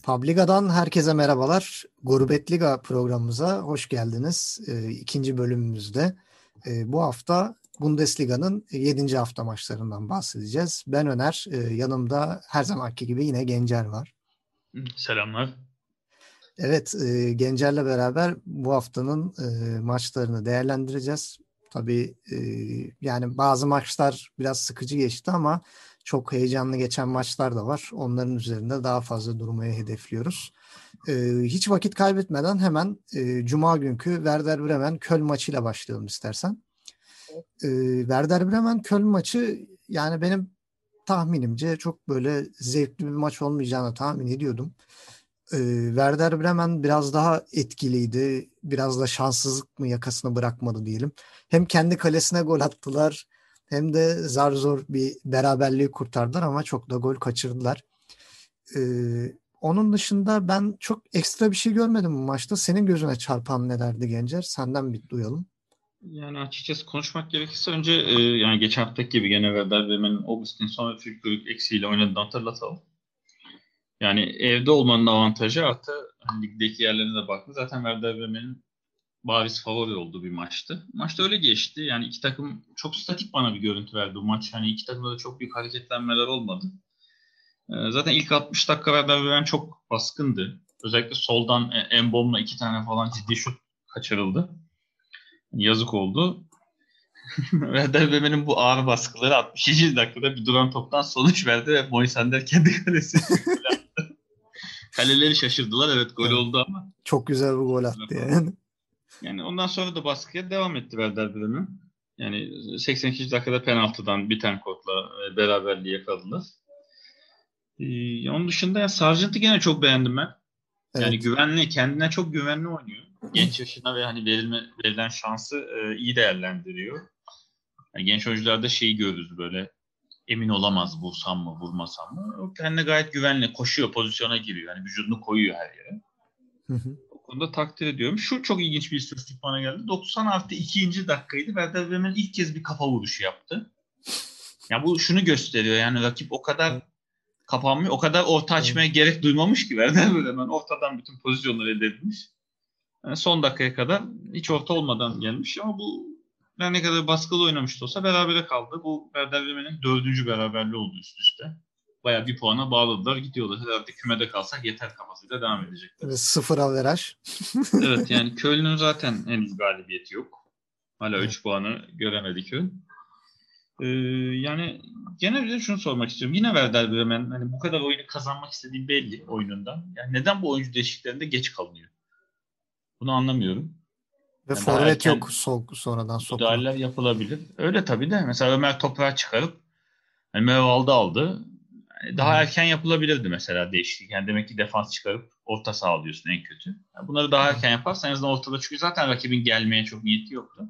Publiga'dan herkese merhabalar. Gurbet Liga programımıza hoş geldiniz. İkinci bölümümüzde bu hafta Bundesliga'nın 7. hafta maçlarından bahsedeceğiz. Ben Öner, yanımda her zamanki gibi yine Gencer var. Selamlar. Evet, Gencer'le beraber bu haftanın maçlarını değerlendireceğiz. Tabii yani bazı maçlar biraz sıkıcı geçti ama çok heyecanlı geçen maçlar da var. Onların üzerinde daha fazla durmayı hedefliyoruz. Hiç vakit kaybetmeden hemen Cuma günkü Werder Bremen Köln maçıyla başlayalım istersen. Werder Bremen Köln maçı yani benim tahminimce çok böyle zevkli bir maç olmayacağını tahmin ediyordum. Werder Bremen biraz daha etkiliydi. Biraz da şanssızlık mı yakasını bırakmadı diyelim. Hem kendi kalesine gol attılar hem de zar zor bir beraberliği kurtardılar ama çok da gol kaçırdılar. Onun dışında ben çok ekstra bir şey görmedim bu maçta. Senin gözüne çarpan nelerdi Gencer? Senden bir duyalım. Yani açıkçası konuşmak gerekirse önce yani geçen haftaki gibi gene Werder Bremen'in Augustin son ve Füllkrug eksiğiyle oynadığını hatırlatalım. Yani evde olmanın avantajı artı hani ligdeki yerlerine de baktım. Zaten Werder Bremen'in bariz favori olduğu bir maçtı. Maçta öyle geçti. Yani iki takım çok statik bana bir görüntü verdi bu maç. Hani iki takımda da çok büyük hareketlenmeler olmadı. Zaten ilk 60 dakika Werder Bremen çok baskındı. Özellikle soldan Mbom'la iki tane falan ciddi şut kaçırıldı. Yazık oldu. Werder Bremen'in bu ağır baskıları 60. dakikada bir duran toptan sonuç verdi ve Moisander kendi kalesine gol attı. Kaleleri şaşırdılar. Evet gol Evet, oldu ama. çok güzel bir gol attı yani. Yani ondan sonra da baskıya devam etti Werder Bremen. Yani 82. dakikada penaltıdan Bittencourt'la beraberliği yakaladılar. Onun dışında ya Sargent'ı gene çok beğendim ben. Yani Evet. güvenli, kendine çok güvenli oynuyor. Genç yaşına ve hani verilen şansı iyi değerlendiriyor. Yani genç oyuncularda şeyi görürüz böyle emin olamaz vursam mı vurmasam mı. O kendine gayet güvenli koşuyor pozisyona giriyor. Yani vücudunu koyuyor her yere. Hı hı. O konuda takdir ediyorum. Şu çok ilginç bir istatistik bana geldi. 90 artı 2. dakikaydı. Werder Bremen ilk kez bir kafa vuruşu yaptı. Ya bu şunu gösteriyor. Yani rakip o kadar kapanmıyor. O kadar orta Evet. açmaya gerek duymamış ki Werder Bremen ortadan bütün pozisyonları elde etmiş. Yani son dakikaya kadar hiç orta olmadan gelmiş ama bu ne kadar baskılı oynamış da olsa berabere kaldı. Bu Werder Bremen'in 4. beraberliği oldu üst üste. Bayağı bir puana bağladılar gidiyorlar. Herhalde kümede kalsak yeter kafasıyla devam edecekler. Ve sıfır averaj. Evet yani Köln'ün zaten henüz galibiyeti yok. Hala Evet. 3 puanı göremedi Köln. Ee, yani genelde şunu sormak istiyorum. Yine Werder Bremen hani bu kadar oyunu kazanmak istediği belli oyunundan. Yani neden bu oyuncu değişikliklerinde geç kalınıyor? Bunu anlamıyorum. Ve Yani daha forvet yok erken sonradan sokulan. müdahaleler yapılabilir. Öyle tabii de. Mesela Ömer toprağı çıkarıp hani Mevval'da aldı. Yani Hı daha hı. erken yapılabilirdi mesela değişiklik. Yani demek ki defans çıkarıp orta saha alıyorsun en kötü. Yani bunları daha Evet. erken yaparsan en azından ortada çünkü zaten rakibin gelmeye çok niyeti yoktu.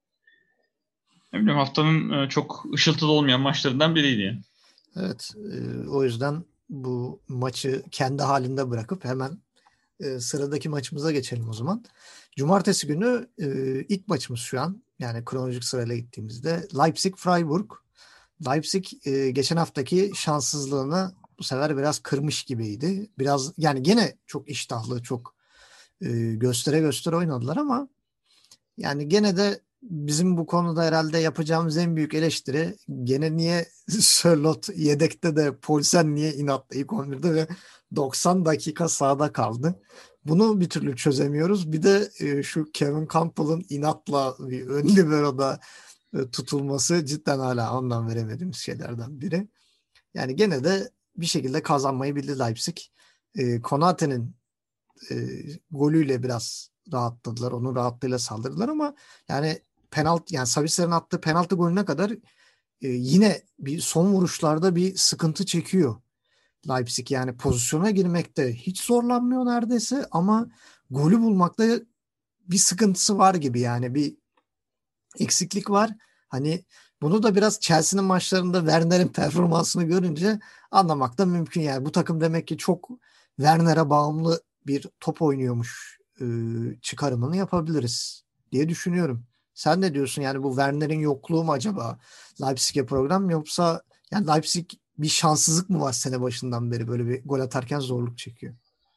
Ne bileyim haftanın çok ışıltılı olmayan maçlarından biriydi yani. Evet, o yüzden bu maçı kendi halinde bırakıp hemen sıradaki maçımıza geçelim o zaman. Cumartesi günü ilk maçımız şu an. Yani kronolojik sırayla gittiğimizde Leipzig-Freiburg. Leipzig geçen haftaki şanssızlığını bu sefer biraz kırmış gibiydi. Biraz yani gene çok iştahlı, çok göstere göstere oynadılar ama yani gene de bizim bu konuda herhalde yapacağımız en büyük eleştiri gene niye Sörloth yedekte de Poulsen niye inatla ilk 11'de ve 90 dakika sahada kaldı. Bunu bir türlü çözemiyoruz. Bir de şu Kevin Campbell'ın inatla bir ön libero'da tutulması cidden hala anlam veremediğimiz şeylerden biri. Yani gene de bir şekilde kazanmayı bildi Leipzig. Konate'nin e, golüyle biraz rahatladılar. Onun rahatlığıyla saldırdılar ama yani penaltı yani Savice'lerin attığı penaltı golüne kadar yine bir son vuruşlarda bir sıkıntı çekiyor Leipzig. Yani pozisyona girmekte hiç zorlanmıyor neredeyse ama golü bulmakta bir sıkıntısı var gibi yani bir eksiklik var. Hani bunu da biraz Chelsea'nin maçlarında Werner'in performansını görünce anlamak da mümkün yani. Bu takım demek ki çok Werner'e bağımlı bir top oynuyormuş çıkarımını yapabiliriz diye düşünüyorum. Sen ne diyorsun yani bu Werner'in yokluğu mu acaba Leipzig'e program yoksa yani Leipzig bir şanssızlık mı var sene başından beri böyle bir gol atarken zorluk çekiyor?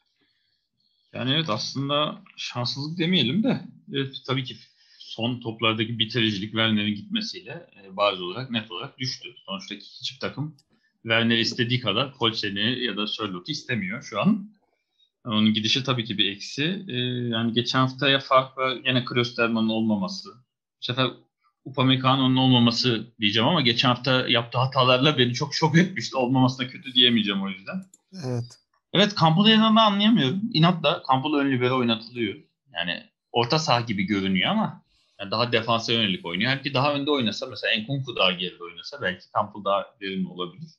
Yani evet, aslında şanssızlık demeyelim de evet, tabii ki son toplardaki bitiricilik Werner'in gitmesiyle bariz olarak, net olarak düştü. Sonuçta hiçbir takım Werner istediği kadar Poulsen'i ya da Sörlot'u istemiyor şu an. Onun gidişi tabii ki bir eksi. Yani geçen haftaya fark var. Yine Klösterman'ın olmaması. Bu sefer Upamecano'nun olmaması diyeceğim ama geçen hafta yaptığı hatalarla beni çok şok etmişti. Olmaması da kötü diyemeyeceğim o yüzden. Evet. Evet, Campbell'ı yanında anlayamıyorum. İnatla Campbell ön libero oynatılıyor. Yani orta saha gibi görünüyor ama yani daha defansa yönelik oynuyor. Belki daha önde oynasa, mesela Nkunku daha geride oynasa belki Campbell daha verimli olabilir.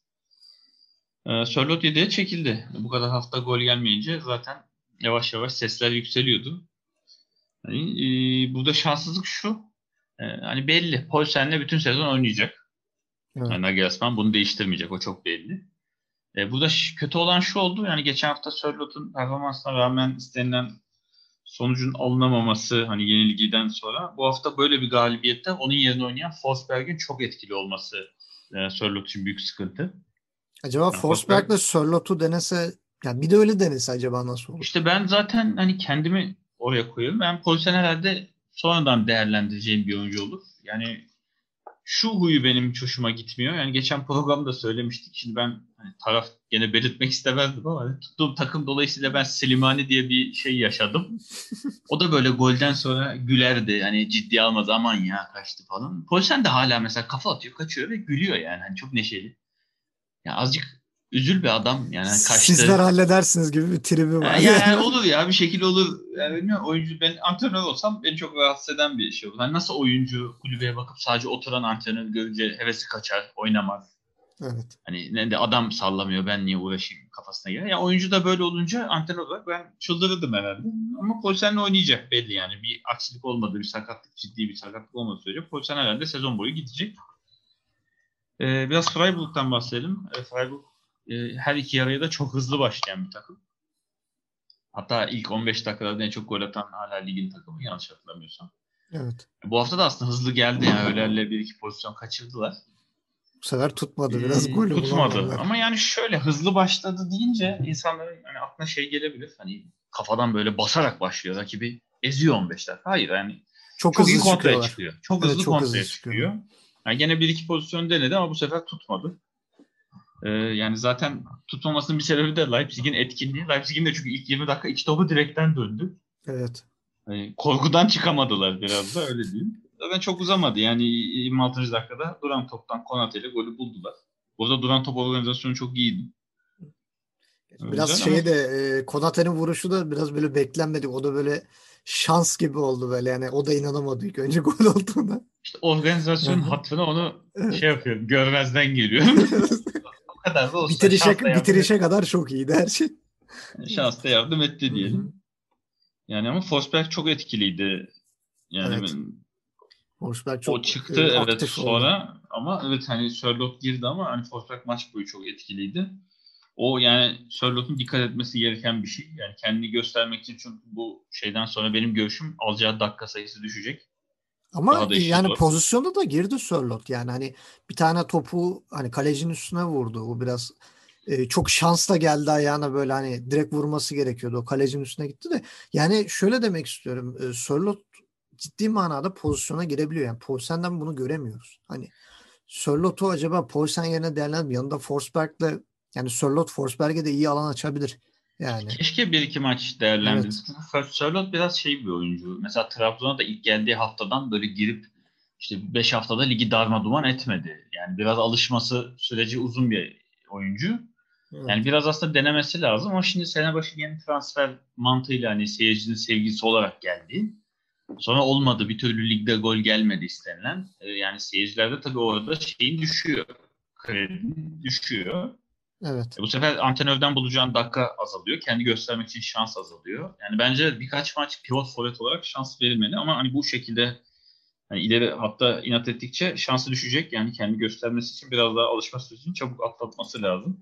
Sörloth yedeğe çekildi. Bu kadar hafta gol gelmeyince zaten yavaş yavaş sesler yükseliyordu. Yani, burada şanssızlık şu. Hani belli. Poulsen'le bütün sezon oynayacak. Yani Evet. Nagelsmann bunu değiştirmeyecek. O çok belli. Burada kötü olan şu oldu. Yani geçen hafta Sörloth'un performansına rağmen istenilen sonucun alınamaması, hani yenilgiden sonra bu hafta böyle bir galibiyette onun yerine oynayan Forsberg'in çok etkili olması Sörloth için büyük sıkıntı. Acaba Yani Forsberg, Forsberg'le Sörloth'u denese, yani bir de öyle denese acaba nasıl olur? işte ben zaten hani kendimi oraya koyuyorum. Ben Poulsen herhalde sonradan değerlendireceğim bir oyuncu olur. Yani şu huyu benim hiç hoşuma gitmiyor. Yani geçen programda söylemiştik. Şimdi ben hani taraf gene belirtmek istemezdim ama hani tuttuğum takım dolayısıyla ben Slimani diye bir şey yaşadım. O da böyle golden sonra gülerdi. Hani ciddiye almaz, aman ya kaçtı falan. Poulsen de hala mesela kafa atıyor, kaçıyor ve gülüyor yani. Hani çok neşeli. Ya azıcık üzül bir adam yani, hani Sizler kaçtı. halledersiniz gibi bir tribi var Yani yani. olur ya, bir şekilde olur. Yani bilmiyorum, oyuncu, ben antrenör olsam beni çok rahatsız eden bir şey olur. Hani nasıl oyuncu kulübeye bakıp sadece oturan antrenör görünce hevesi kaçar, oynamaz. Evet. Hani ne de adam sallamıyor, ben niye uğraşayım kafasına girer. Ya oyuncu da böyle olunca antrenör olarak ben çıldırırdım herhalde. Ama Poulsen'le oynayacak belli yani. Bir aksilik olmadı, bir sakatlık, ciddi bir sakatlık olmadığı sürece Poulsen herhalde sezon boyu gidecek. Biraz Freiburg'dan bahsedelim. Freiburg her iki yarıya da çok hızlı başlayan bir takım. Hatta ilk 15 dakikada en çok gol atan hala ligin takımı, yanlış hatırlamıyorsam. Evet. Bu hafta da aslında hızlı geldi yani, öylelerle bir iki pozisyon kaçırdılar. Bu sefer tutmadı. Biraz golü Tutmadı. bulamadılar. Ama yani şöyle hızlı başladı deyince insanların hani aklına şey gelebilir. Hani kafadan böyle basarak başlıyor. Rakibi eziyor 15 dakika. Hayır yani, Çok çok iyi hızlı kontraya çıkıyorlar. çıkıyor. Çok Evet, hızlı çok hızlı kontraya çıkıyorlar. çıkıyor. Yani gene bir iki pozisyon denedi ama bu sefer tutmadı. Yani zaten tutmamasının bir sebebi de Leipzig'in etkinliği. Leipzig'in de çünkü ilk 20 dakika iki topu direkten döndü. Evet. Hani korkudan çıkamadılar biraz da, öyle diyeyim. Zaten çok uzamadı. Yani 26. dakikada duran toptan Konate ile golü buldular. Burada duran top organizasyonu çok iyiydi. Biraz Güzel ama şeyi de Konate'nin vuruşu da biraz böyle beklenmedik. O da böyle şans gibi oldu böyle. Yani o da inanamadı ilk önce gol olduğuna. işte organizasyonun Aha. hatırına onu şey Evet. yapıyorum. Görmezden geliyorum. O kadar da olsa şans da yardım Bitirişe etti. kadar çok iyiydi her şey. Şans da yardım Hı etti hı. diyelim. Yani ama Forsberg çok etkiliydi. Yani Evet. Forsberg o çok çıktı evet aktif oldu. sonra, ama evet hani Sörloth girdi ama hani Forsberg maç boyu çok etkiliydi. O yani Sörloth'un dikkat etmesi gereken bir şey. Yani kendini göstermek için, çünkü bu şeyden sonra benim görüşüm alacağı dakika sayısı düşecek. Ama Daha da işi yani zor. pozisyonda da girdi Sörloth. Yani hani bir tane topu hani kalecinin üstüne vurdu. O biraz çok şansla geldi ayağına, böyle hani direkt vurması gerekiyordu. O kalecinin üstüne gitti de. Yani şöyle demek istiyorum. Sörloth ciddi manada pozisyona girebiliyor. Yani Poulsen'den bunu göremiyoruz. Hani Sörloth'u acaba Poulsen yerine değerlendirip yanında Forsberg'le, yani Sörloth Forsberg'e de iyi alan açabilir. Yani Keşke bir iki maç değerlendirdi. evet. Çünkü Sörloth biraz şey bir oyuncu. Mesela Trabzon'a da ilk geldiği haftadan böyle girip işte 5 haftada ligi darmaduman etmedi. Yani biraz alışması süreci uzun bir oyuncu. Yani Evet. biraz aslında denemesi lazım. Ama şimdi sene başı yeni transfer mantığıyla hani seyircinin sevgisi olarak geldi. Sonra olmadı. Bir türlü ligde gol gelmedi istenilen. Yani seyircilerde tabii orada şeyin düşüyor. Kredinin düşüyor. Evet. Bu sefer antrenörden bulacağın dakika azalıyor. Kendi göstermek için şans azalıyor. Yani bence birkaç maç pivot forvet olarak şans verilmeli ama hani bu şekilde hani ileri hatta inat ettikçe şansı düşecek. Yani kendi göstermesi için biraz daha alışma sürecini çabuk atlatması lazım.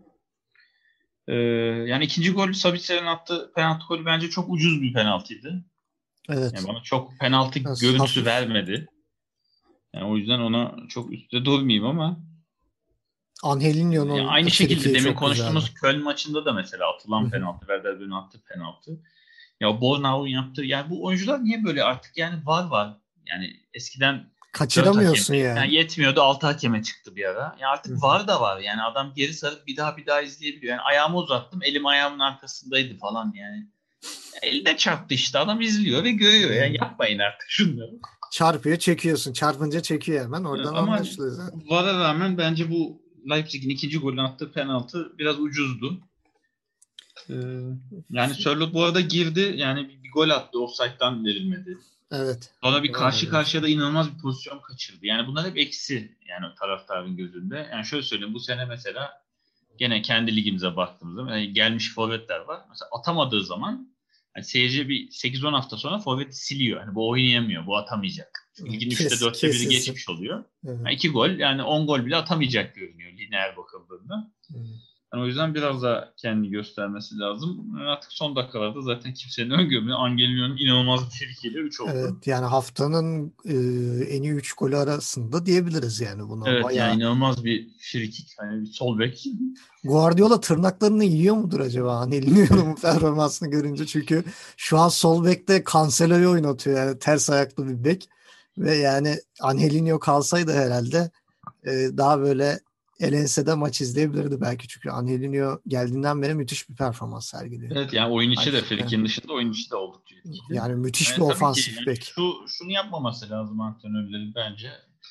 Ee, Yani ikinci gol, Sabitzer'in attığı penaltı golü bence çok ucuz bir penaltıydı. Yani Evet. bana çok penaltı Biraz görüntüsü hafif. vermedi. Yani o yüzden ona çok üstte durmayayım ama Angelinho'nun aynı şekilde frikiği demin çok güzeldi. konuştuğumuz Köln maçında da mesela Hı atılan hı. penaltı, Werder Bremen attı penaltı. Ya Bornau'nun yaptığı, yani bu oyuncular niye böyle artık, yani var. Yani eskiden 4 Kaçıramıyorsun hakemdi. yani. Yani yetmiyordu, 6 hakeme çıktı bir ara. Ya Hı artık hı. var da var. Yani adam geri sarıp bir daha izleyebiliyor. Yani ayağımı uzattım, elim ayağımın arkasındaydı falan yani. Eline çarptı işte, adam izliyor ve görüyor. Yani Yani yapmayın artık şunları. çarpıyor, çekiyorsun. Çarpınca çekiyor hemen. Oradan Ama anlaşılıyor zaten. VAR'a rağmen bence bu Leipzig'in ikinci golünü attığı penaltı biraz ucuzdu. Ee, Yani Sörloth bu arada girdi. Yani bir gol attı. Offside'dan verilmedi. Evet. Sonra bir Var karşı öyle bir şey. karşıya da inanılmaz bir pozisyon kaçırdı. Yani bunlar hep eksi, yani taraftarın gözünde. Yani şöyle söyleyeyim, bu sene mesela gene kendi ligimize baktığımızda yani gelmiş forvetler var. Mesela atamadığı zaman yani seyirci bir 8-10 hafta sonra forveti siliyor. Hani bu oynayamıyor, bu atamayacak. Çünkü ligin 3'te 4'te biri Kesilsin. geçmiş oluyor. Evet. Yani 2 gol, yani 10 gol bile atamayacak görünüyor lineer bakıldığında. Hı. Yani o yüzden biraz da kendi göstermesi lazım. Artık son dakikalarda zaten kimsenin öngörmüyor. Angelino'nun inanılmaz bir frikiyle 3 oldu. Evet, yani haftanın en iyi 3 golü arasında diyebiliriz yani buna. Evet, yani Bayağı inanılmaz bir frikik. Hani bir sol bek. Guardiola tırnaklarını yiyor mudur acaba? Anelino'nun performansını görünce, çünkü şu an sol bekte Cancelo'yu oynatıyor, yani ters ayaklı bir bek ve yani Angelino kalsaydı herhalde daha böyle el ensede maç izleyebilirdi belki, çünkü Angelino geldiğinden beri müthiş bir performans sergiliyor. Evet, yani oyun içi de, Leipzig'te. frikin dışında oyun içi de oldukça etkili. Yani müthiş bir Yani tabii ki ofansif yani bek. şunu yapmaması lazım antrenörlerin bence.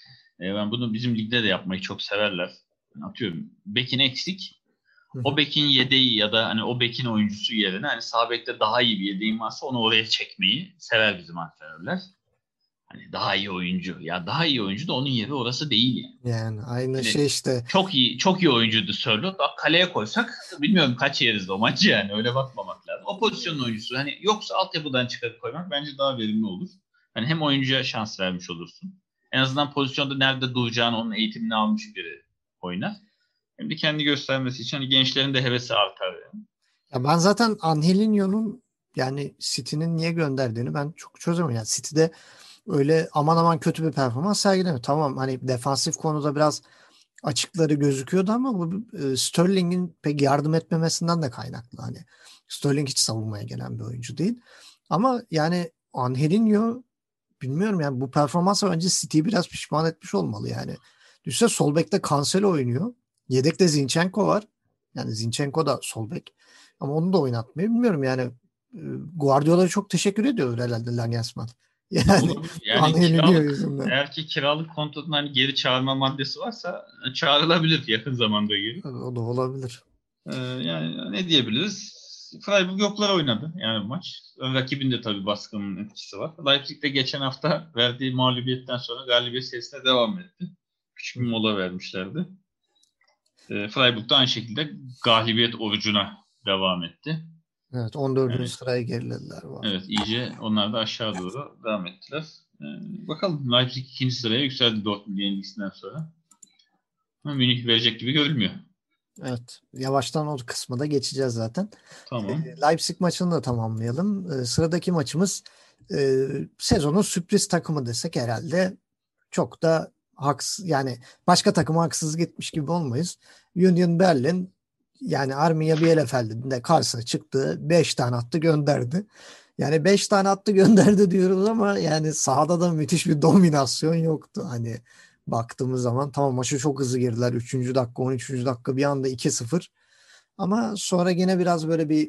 Ben bunu bizim ligde de yapmayı çok severler. Atıyorum, bekin eksik. Hı O hı. bekin yedeği ya da hani o bekin oyuncusu yerine hani sağ bekte daha iyi bir yedeğin varsa onu oraya çekmeyi sever bizim antrenörler. Hani daha iyi oyuncu. Ya daha iyi oyuncu da onun yeri orası değil yani. Yani aynı Hani şey işte. çok iyi oyuncuydu Sörloth. Bak, kaleye koysak bilmiyorum kaç yeriz de o maçı, yani öyle bakmamak lazım. O pozisyonun oyuncusu hani, yoksa altyapıdan çıkarıp koymak bence daha verimli olur. Hani hem oyuncuya şans vermiş olursun. En azından pozisyonda nerede duracağını, onun eğitimini almış biri oynar. Hem de kendi göstermesi için hani gençlerin de hevesi artar yani. Ya ben zaten Angelino'nun yani City'nin niye gönderdiğini ben çok çözemiyorum. Yani City'de öyle aman aman kötü bir performans sergilemiyor. Tamam, hani defansif konuda biraz açıkları gözüküyordu ama bu Sterling'in pek yardım etmemesinden de kaynaklı. Hani Sterling hiç savunmaya gelen bir oyuncu değil. Ama yani Angelino, bilmiyorum yani, bu performansa bence City'yi biraz pişman etmiş olmalı yani. Düşünsene, sol bekte Cancelo oynuyor. Yedekte Zinchenko var. Yani Zinchenko da sol bek. Ama onu da oynatmıyor. Bilmiyorum yani. Guardiola'ya çok teşekkür ediyor herhalde Nagelsmann. Yani Olabilir. Yani Angelino yüzünden. eğer ki kiralık kontratın hani geri çağırma maddesi varsa çağrılabilir yakın zamanda geri. O da olabilir. Yani ne diyebiliriz? Freiburg yoklar oynadı yani bu maç. Rakibin de tabii baskının etkisi var. Leipzig de geçen hafta verdiği mağlubiyetten sonra galibiyet serisine devam etti. Küçük bir mola vermişlerdi. Freiburg da aynı şekilde galibiyet orucuna devam etti. Evet, 14. Yani sıraya gerilediler var. evet, iyice onlar da aşağı doğru devam ettiler. Bakalım, Leipzig ikinci sıraya yükseldi Dortmund yenilgisinden sonra. Ama Münih verecek gibi görülmüyor. Evet. Yavaştan o kısmı da geçeceğiz zaten. Tamam. Leipzig maçını da tamamlayalım. Sıradaki maçımız sezonun sürpriz takımı desek herhalde çok da haksız, yani başka takıma haksızlık etmiş gibi olmayız. Union Berlin, yani Arminia Bielefeld'in de karşısına çıktı. 5 tane attı gönderdi. Yani 5 tane attı gönderdi diyoruz ama yani sahada da müthiş bir dominasyon yoktu. Hani baktığımız zaman tamam, maçı çok hızlı girdiler. 3. dakika, 13. dakika bir anda 2-0. Ama sonra yine biraz böyle bir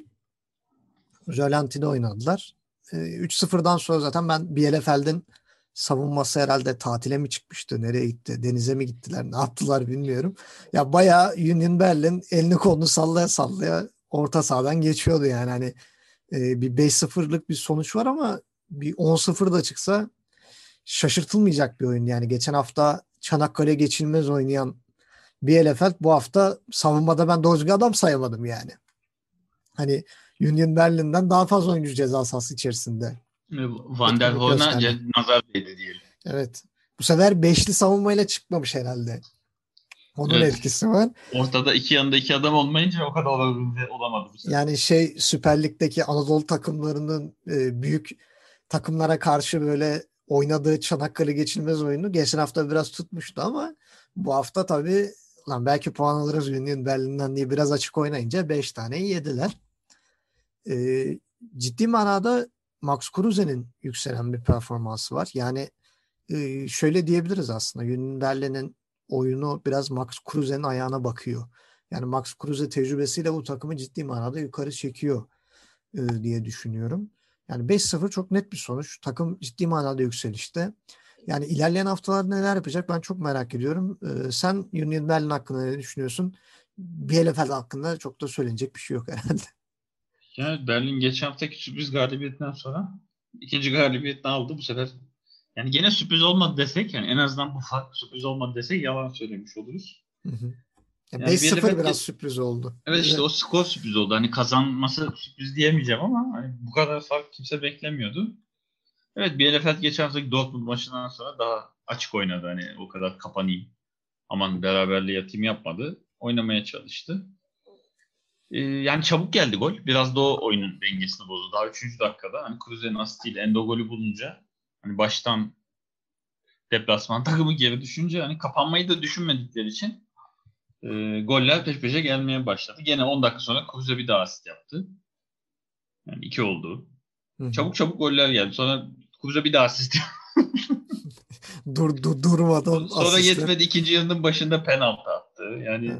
rölantide oynadılar. 3-0'dan sonra zaten ben Bielefeld'in savunması herhalde tatile mi çıkmıştı? Nereye gitti? Denize mi gittiler? Ne yaptılar bilmiyorum. Ya bayağı Union Berlin elini kolunu sallaya sallaya orta sahadan geçiyordu yani. Hani bir 5-0'lık bir sonuç var ama bir 10-0 da çıksa şaşırtılmayacak bir oyun. Yani geçen hafta Çanakkale geçilmez oynayan Bielefeld bu hafta savunmada ben doğru düzgün adam sayamadım yani. Hani Union Berlin'den daha fazla oyuncu ceza sahası içerisinde Van der etkinlik Hoorn'a gösterdi. nazar değdi diyelim. Evet. Bu sefer beşli savunmayla çıkmamış herhalde. Onun Evet. etkisi var. Ortada iki yanında iki adam olmayınca o kadar olamadı, olamadı bu sefer. Yani şey, Süper Lig'deki Anadolu takımlarının büyük takımlara karşı böyle oynadığı Çanakkale geçilmez oyunu geçen hafta biraz tutmuştu ama bu hafta tabii lan belki puan alırız Union Berlin'den diye biraz açık oynayınca 5 taneyi yediler. ciddi manada Max Kruse'nin yükselen bir performansı var. Yani şöyle diyebiliriz aslında. Union Berlin'in oyunu biraz Max Kruse'nin ayağına bakıyor. Yani Max Kruse tecrübesiyle bu takımı ciddi manada yukarı çekiyor diye düşünüyorum. Yani 5-0 çok net bir sonuç. Takım ciddi manada yükselişte. Yani ilerleyen haftalar neler yapacak ben çok merak ediyorum. Sen Union Berlin hakkında ne düşünüyorsun? Bielefeld hakkında çok da söylenecek bir şey yok herhalde. Yani Berlin geçen haftaki sürpriz galibiyetinden sonra ikinci galibiyetini aldı bu sefer. Yani gene sürpriz olmadı desek, yani en azından bu fark sürpriz olmadı desek yalan söylemiş oluruz. Hı hı. Ya Yani 5-0 Bielefeld biraz sürpriz oldu. evet, işte o skor sürpriz oldu. Hani kazanması sürpriz diyemeyeceğim ama hani bu kadar fark kimse beklemiyordu. Evet, Bielefeld geçen haftaki Dortmund maçından sonra daha açık oynadı. Hani o kadar kapanayım, aman beraberliğe yatayım yapmadı. Oynamaya çalıştı. Yani çabuk geldi gol. Biraz da o oyunun dengesini bozdu. Daha 3. dakikada hani Kruse'nin asistiyle Endo golü bulunca, hani baştan deplasman takımı geri düşünce, hani kapanmayı da düşünmedikleri için goller peş peşe gelmeye başladı. Gene 10 dakika sonra Kruse bir daha asist yaptı. Yani 2 oldu. Hı hı. Çabuk çabuk goller geldi. Sonra Kruse bir daha asist yaptı. Durmadan Sonra asistler. yetmedi, ikinci yarının başında penaltı attı. Ha. Yani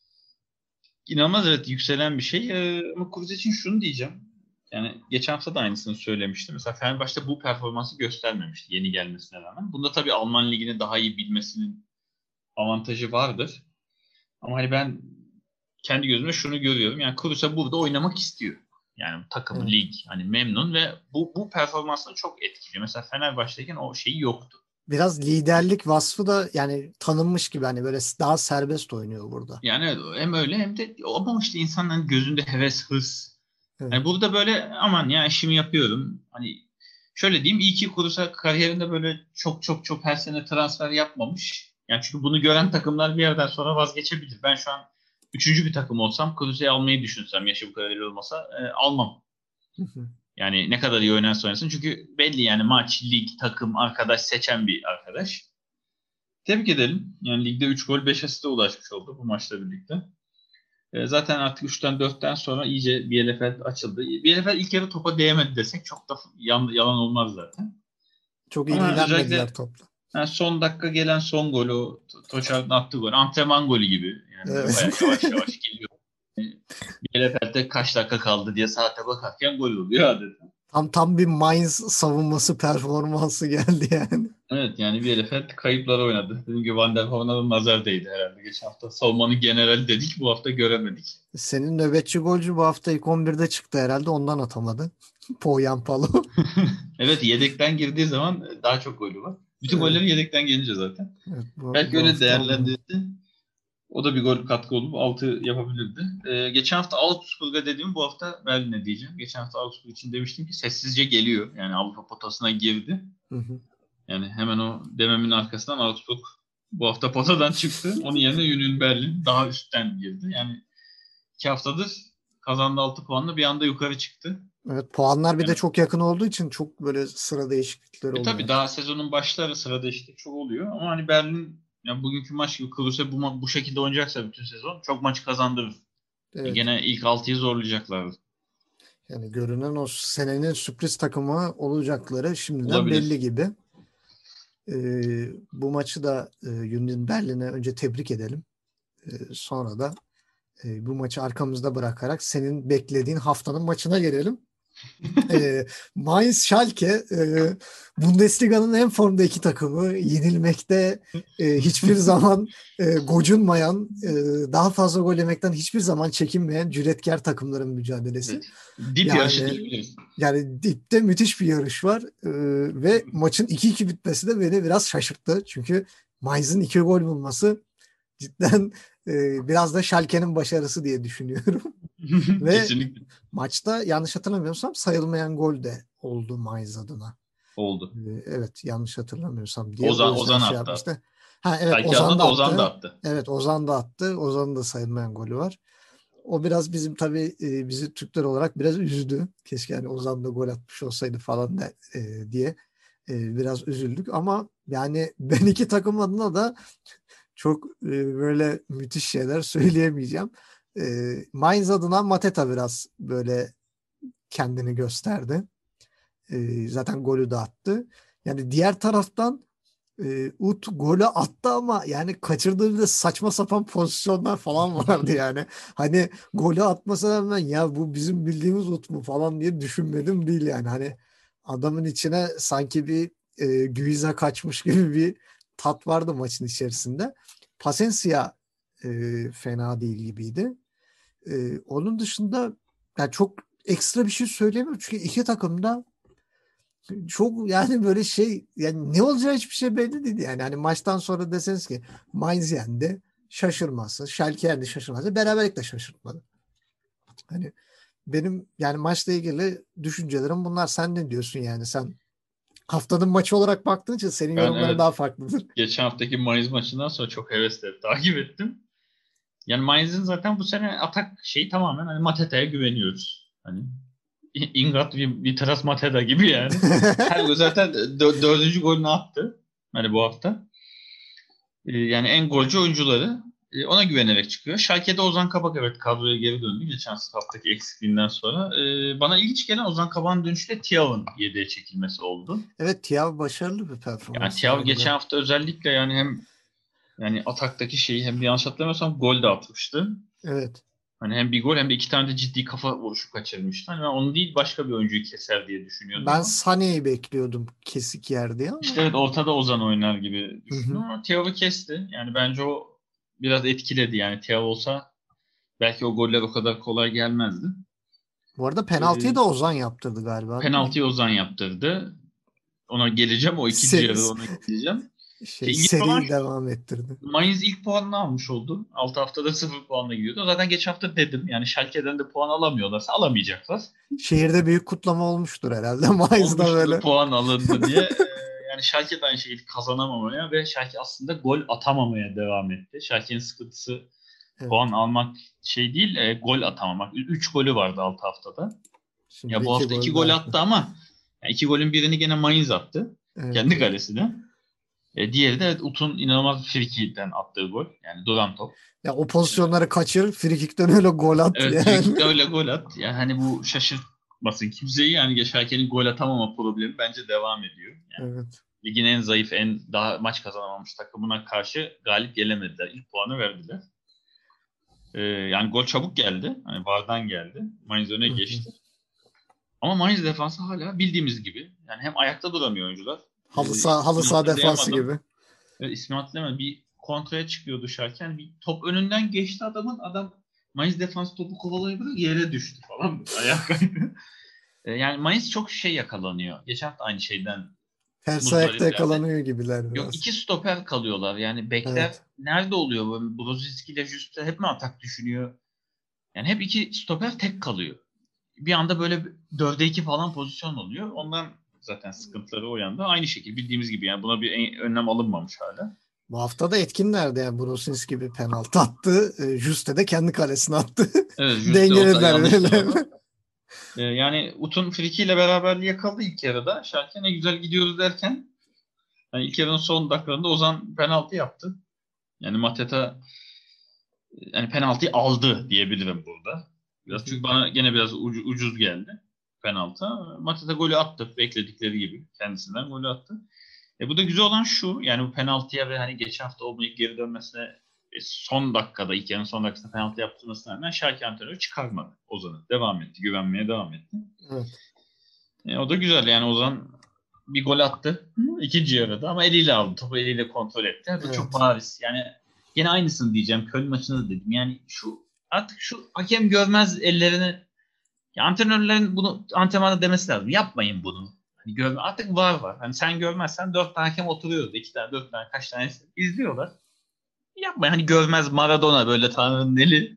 İnanılmaz, evet, yükselen bir şey. Ama Kruse için şunu diyeceğim. Yani geçen hafta da aynısını söylemiştim. Mesela Fenerbahçe bu performansı göstermemişti yeni gelmesine rağmen. Bunda tabii Alman ligini daha iyi bilmesinin avantajı vardır. Ama hani ben kendi gözümle şunu görüyorum. Yani Kruse burada oynamak istiyor. Yani takım, Evet. lig hani memnun ve bu performansını çok etkiliyor. Mesela Fenerbahçe'deyken o şeyi yoktu. Biraz liderlik vasfı da yani tanınmış gibi hani böyle daha serbest oynuyor burada. Yani evet, hem öyle hem de ama işte insanların gözünde heves, hırs. Evet. Yani burada böyle aman ya işimi yapıyorum. Hani şöyle diyeyim, iyi ki Kurusa kariyerinde böyle çok çok çok her sene transfer yapmamış. Yani çünkü bunu gören takımlar bir yerden sonra vazgeçebilir. Ben şu an üçüncü bir takım olsam, Kurusa'yı almayı düşünsem, yaşı bu kadar ileri olmasa almam. Hı hı. Yani ne kadar iyi oynarsa oynasın. Çünkü belli yani, maç, lig, takım, arkadaş seçen bir arkadaş. Tebrik edelim. Yani ligde 3 gol 5 asiste ulaşmış oldu bu maçla birlikte. Zaten artık 3'ten 4'ten sonra iyice Bielefeld açıldı. Bielefeld ilk yarı topa değmedi desek çok da yalan olmaz zaten. Çok Ama ilgilenmediler özellikle topla. yani son dakika gelen son gol, o Toçar'ın attığı gol, antrenman golü gibi. Yani böyle Evet. bayağı yavaş yavaş geliyor. Bielefeld'de kaç dakika kaldı diye saate bakarken gol oluyor adeta. Tam bir Mainz savunması performansı geldi yani. Evet, yani Bielefeld kayıplara oynadı. Dediğim gibi Van der Hoorn'a da nazar değdi herhalde. Geçen hafta savunmanın generali dedik, bu hafta göremedik. Senin nöbetçi golcü bu hafta ilk 11'de çıktı herhalde ondan atamadı. Poyan Palo. Evet, yedekten girdiği zaman daha çok golü var. Bütün Evet, golleri yedekten gelince zaten. evet Belki bu öyle hafta olmadı. değerlendirdi. O da bir gol katkı olup 6 yapabilirdi. Geçen hafta Augsburg'a dediğim, bu hafta Berlin'e diyeceğim. Geçen hafta Augsburg için demiştim ki sessizce geliyor. Yani Avrupa potasına girdi. Hı hı. Yani hemen o dememin arkasından Augsburg bu hafta potadan çıktı. Onun yerine Union Berlin daha üstten girdi. Yani 2 haftadır kazandı 6 puanla bir anda yukarı çıktı. Evet puanlar bir de Yani çok yakın olduğu için çok böyle sıra değişiklikleri oluyor tabii daha artık. sezonun başları, sırada işte çok oluyor. Ama hani Berlin, yani bugünkü maç gibi Klose bu şekilde oynayacaksa bütün sezon çok maç kazandırır. Evet. Gene ilk 6'yı zorlayacaklar. Yani görünen o senenin sürpriz takımı olacakları şimdiden belli Olabilir. gibi. Bu maçı da Union Berlin'e önce tebrik edelim. Sonra da bu maçı arkamızda bırakarak senin beklediğin haftanın maçına gelelim. Mainz Schalke Bundesliga'nın en formda iki takımı yenilmekte hiçbir zaman gocunmayan daha fazla gol yemekten hiçbir zaman çekinmeyen cüretkar takımların mücadelesi. Evet. Dip yarışı Yani diyebiliriz. dipte müthiş bir yarış var. Ve maçın 2-2 bitmesi de beni biraz şaşırttı. Çünkü Mainz'ın 2 gol bulması cidden biraz da Schalke'nin başarısı diye düşünüyorum. Ve Kesinlikle maçta yanlış hatırlamıyorsam sayılmayan gol de oldu Mainz adına. oldu. Evet yanlış hatırlamıyorsam diye o yüzden Ozan şey attı hatta. yapmıştı. Ha evet Schalke Ozan adına da da Ozan da attı. attı. Evet Ozan da attı. Ozan'ın da sayılmayan golü var. O biraz bizim tabii bizi Türkler olarak biraz üzdü. Keşke yani Ozan da gol atmış olsaydı falan da diye biraz üzüldük. Ama yani ben iki takım adına da çok böyle müthiş şeyler söyleyemeyeceğim. Mainz adına Mateta biraz böyle kendini gösterdi. Zaten golü de attı. Yani diğer taraftan Ut golü attı ama yani kaçırdığı bir de saçma sapan pozisyonlar falan vardı yani. Hani golü atmasına rağmen ya bu bizim bildiğimiz Ut mu falan diye düşünmedim değil yani. Hani adamın içine sanki bir Guiza kaçmış gibi bir tat vardı maçın içerisinde. Paciencia fena değil gibiydi. Onun dışında yani çok ekstra bir şey söyleyemiyorum çünkü iki takım da çok yani böyle şey yani ne olacağı hiçbir şey belli değil yani. Hani maçtan sonra deseniz ki Mainz yendi şaşırmazsın. Schalke yendi şaşırmazsın. Beraberlik de şaşırtmadı. Hani benim yani maçla ilgili düşüncelerim bunlar. Sen ne diyorsun yani? Sen haftanın maçı olarak baktığın için senin Ben yorumların evet daha farklıdır. geçen haftaki Mainz maçından sonra çok hevesle takip ettim. Yani Mainz'in zaten bu sene atak şeyi tamamen hani Mateta'ya güveniyoruz. Hani Ingat bir Taras Mateta gibi yani. Her gol zaten dördüncü golünü attı. Hani bu hafta. Yani en golcü oyuncuları ona güvenerek çıkıyor. Schalke'de Ozan Kabak evet kadroya geri döndü. Geçen haftaki eksikliğinden sonra. Bana ilginç gelen Ozan Kabak'ın dönüşte Thiaw'ın yedeğe çekilmesi oldu. Evet Thiago başarılı bir Yani performans Thiaw geçen sergiledi. hafta özellikle yani hem yani ataktaki şeyi hem de yanlış hatırlamıyorsam gol de atmıştı. Evet. Hani hem bir gol hem de iki tane de ciddi kafa vuruşu kaçırmıştı. Hani ben onu değil başka bir oyuncuyu keser diye düşünüyordum Ben ama Sané'yi bekliyordum kesik yer diye işte ama. evet ortada Ozan oynar gibi Hı düşündüm hı. ama Thiaw'ı kesti. Yani bence o biraz etkiledi. Yani Thiaw olsa belki o goller o kadar kolay gelmezdi. Bu arada penaltıyı Ee, da Ozan yaptırdı galiba değil mi? Penaltıyı Ozan yaptırdı. Ona geleceğim. O ikinci Se- yarıda ona geleceğim. şey İlginç olan seriyi şu. devam ettirdi. Mainz ilk puanını almış oldu. 6 haftada 0 puanla gidiyordu. Zaten geçen hafta dedim. Yani Schalke'den de puan alamıyorlarsa alamayacaklar. Şehirde büyük kutlama olmuştur herhalde Mainz'da Olmuştur böyle. puan alındı diye. Yani Schalke de aynı şekilde kazanamamaya ve Schalke aslında gol atamamaya devam etti. Schalke'nin sıkıntısı puan Evet. almak şey değil, gol atamamak. 3 golü vardı 6 haftada. Ya Şimdi bu iki hafta 2 gol gol daha attı attı. ama 2 golün birini gene Mainz attı. Evet, Kendi evet. kalesine. Diğeri de evet, Ut'un inanılmaz frikikten attığı gol. Yani duran top. Ya o E, pozisyonları kaçır, frikikten öyle gol at evet yani. frikikte öyle gol at. Yani hani bu şaşırtmasın kimseyi. Yani Schalke'nin gol atamama problemi bence devam ediyor. Yani Evet. ligin en zayıf, en daha maç kazanamamış takımına karşı galip gelemediler. İlk puanı verdiler. Yani gol çabuk geldi. Hani VAR'dan geldi. Mainz öne Hı hı. geçti. Ama Mainz defansı hala bildiğimiz gibi. Yani hem ayakta duramıyor oyuncular. Halı İsmini saha defansı hatırlayamadım. gibi. İsmini hatırlayamadım. Bir kontraya çıkıyordu Şarken. Bir top önünden geçti adamın. Adam Mainz defans topu kovalayıp yere düştü falan. Ayağa kaydı. Yani Mainz çok şey yakalanıyor. Geçen hafta aynı şeyden Ters ayakta muzdariplerdi. yakalanıyor gibiler Yok biraz. iki stoper kalıyorlar. Yani bekler Evet. nerede oluyor? Brozinski ile Juste hep mi atak düşünüyor? Yani hep iki stoper tek kalıyor. Bir anda böyle 4'e 2 falan pozisyon oluyor. Ondan zaten sıkıntıları o yanda. Aynı şekilde bildiğimiz gibi yani buna bir önlem alınmamış hala. Bu hafta da etkinlerdi yani Brosinski gibi penaltı attı. Juste de kendi kalesine attı. Evet Juste o da Dengelediler yanlış böyle. cevabı. Yani Ut'un frikiyle beraberliği yakaladı ilk yarıda. Şalke ne güzel gidiyoruz derken yani ilk yarının son dakikalarında Ozan penaltı yaptı. Yani Mateta yani penaltıyı aldı diyebilirim burada. Hı Biraz hı. çünkü bana gene biraz ucuz geldi penaltı. Mateta golü attı bekledikleri gibi kendisinden golü attı. Bu da güzel olan şu yani bu penaltıya ve hani geçen hafta olmayıp geri dönmesine son dakikada ilk yarının son dakikasında penaltı yaptırmasına rağmen Şalke antrenörü çıkarmadı Ozan'ı. Devam etti. Güvenmeye devam etti. Evet. O da güzel yani Ozan bir gol attı. İkinci yarıda ama eliyle aldı. Topu eliyle kontrol etti. Bu çok Evet. bariz. Yani yine aynısını diyeceğim. Köln maçında da dedim. Yani şu artık şu hakem görmez ellerini ya antrenörlerin bunu antrenmanda demesi lazım. Yapmayın bunu. Hani görme, artık var. Hani sen görmezsen 4 tane hakem oturuyordu. 2 tane 4 tane kaç tanesi izliyorlar. Yapmayın. Hani görmez Maradona böyle Tanrı'nın eli.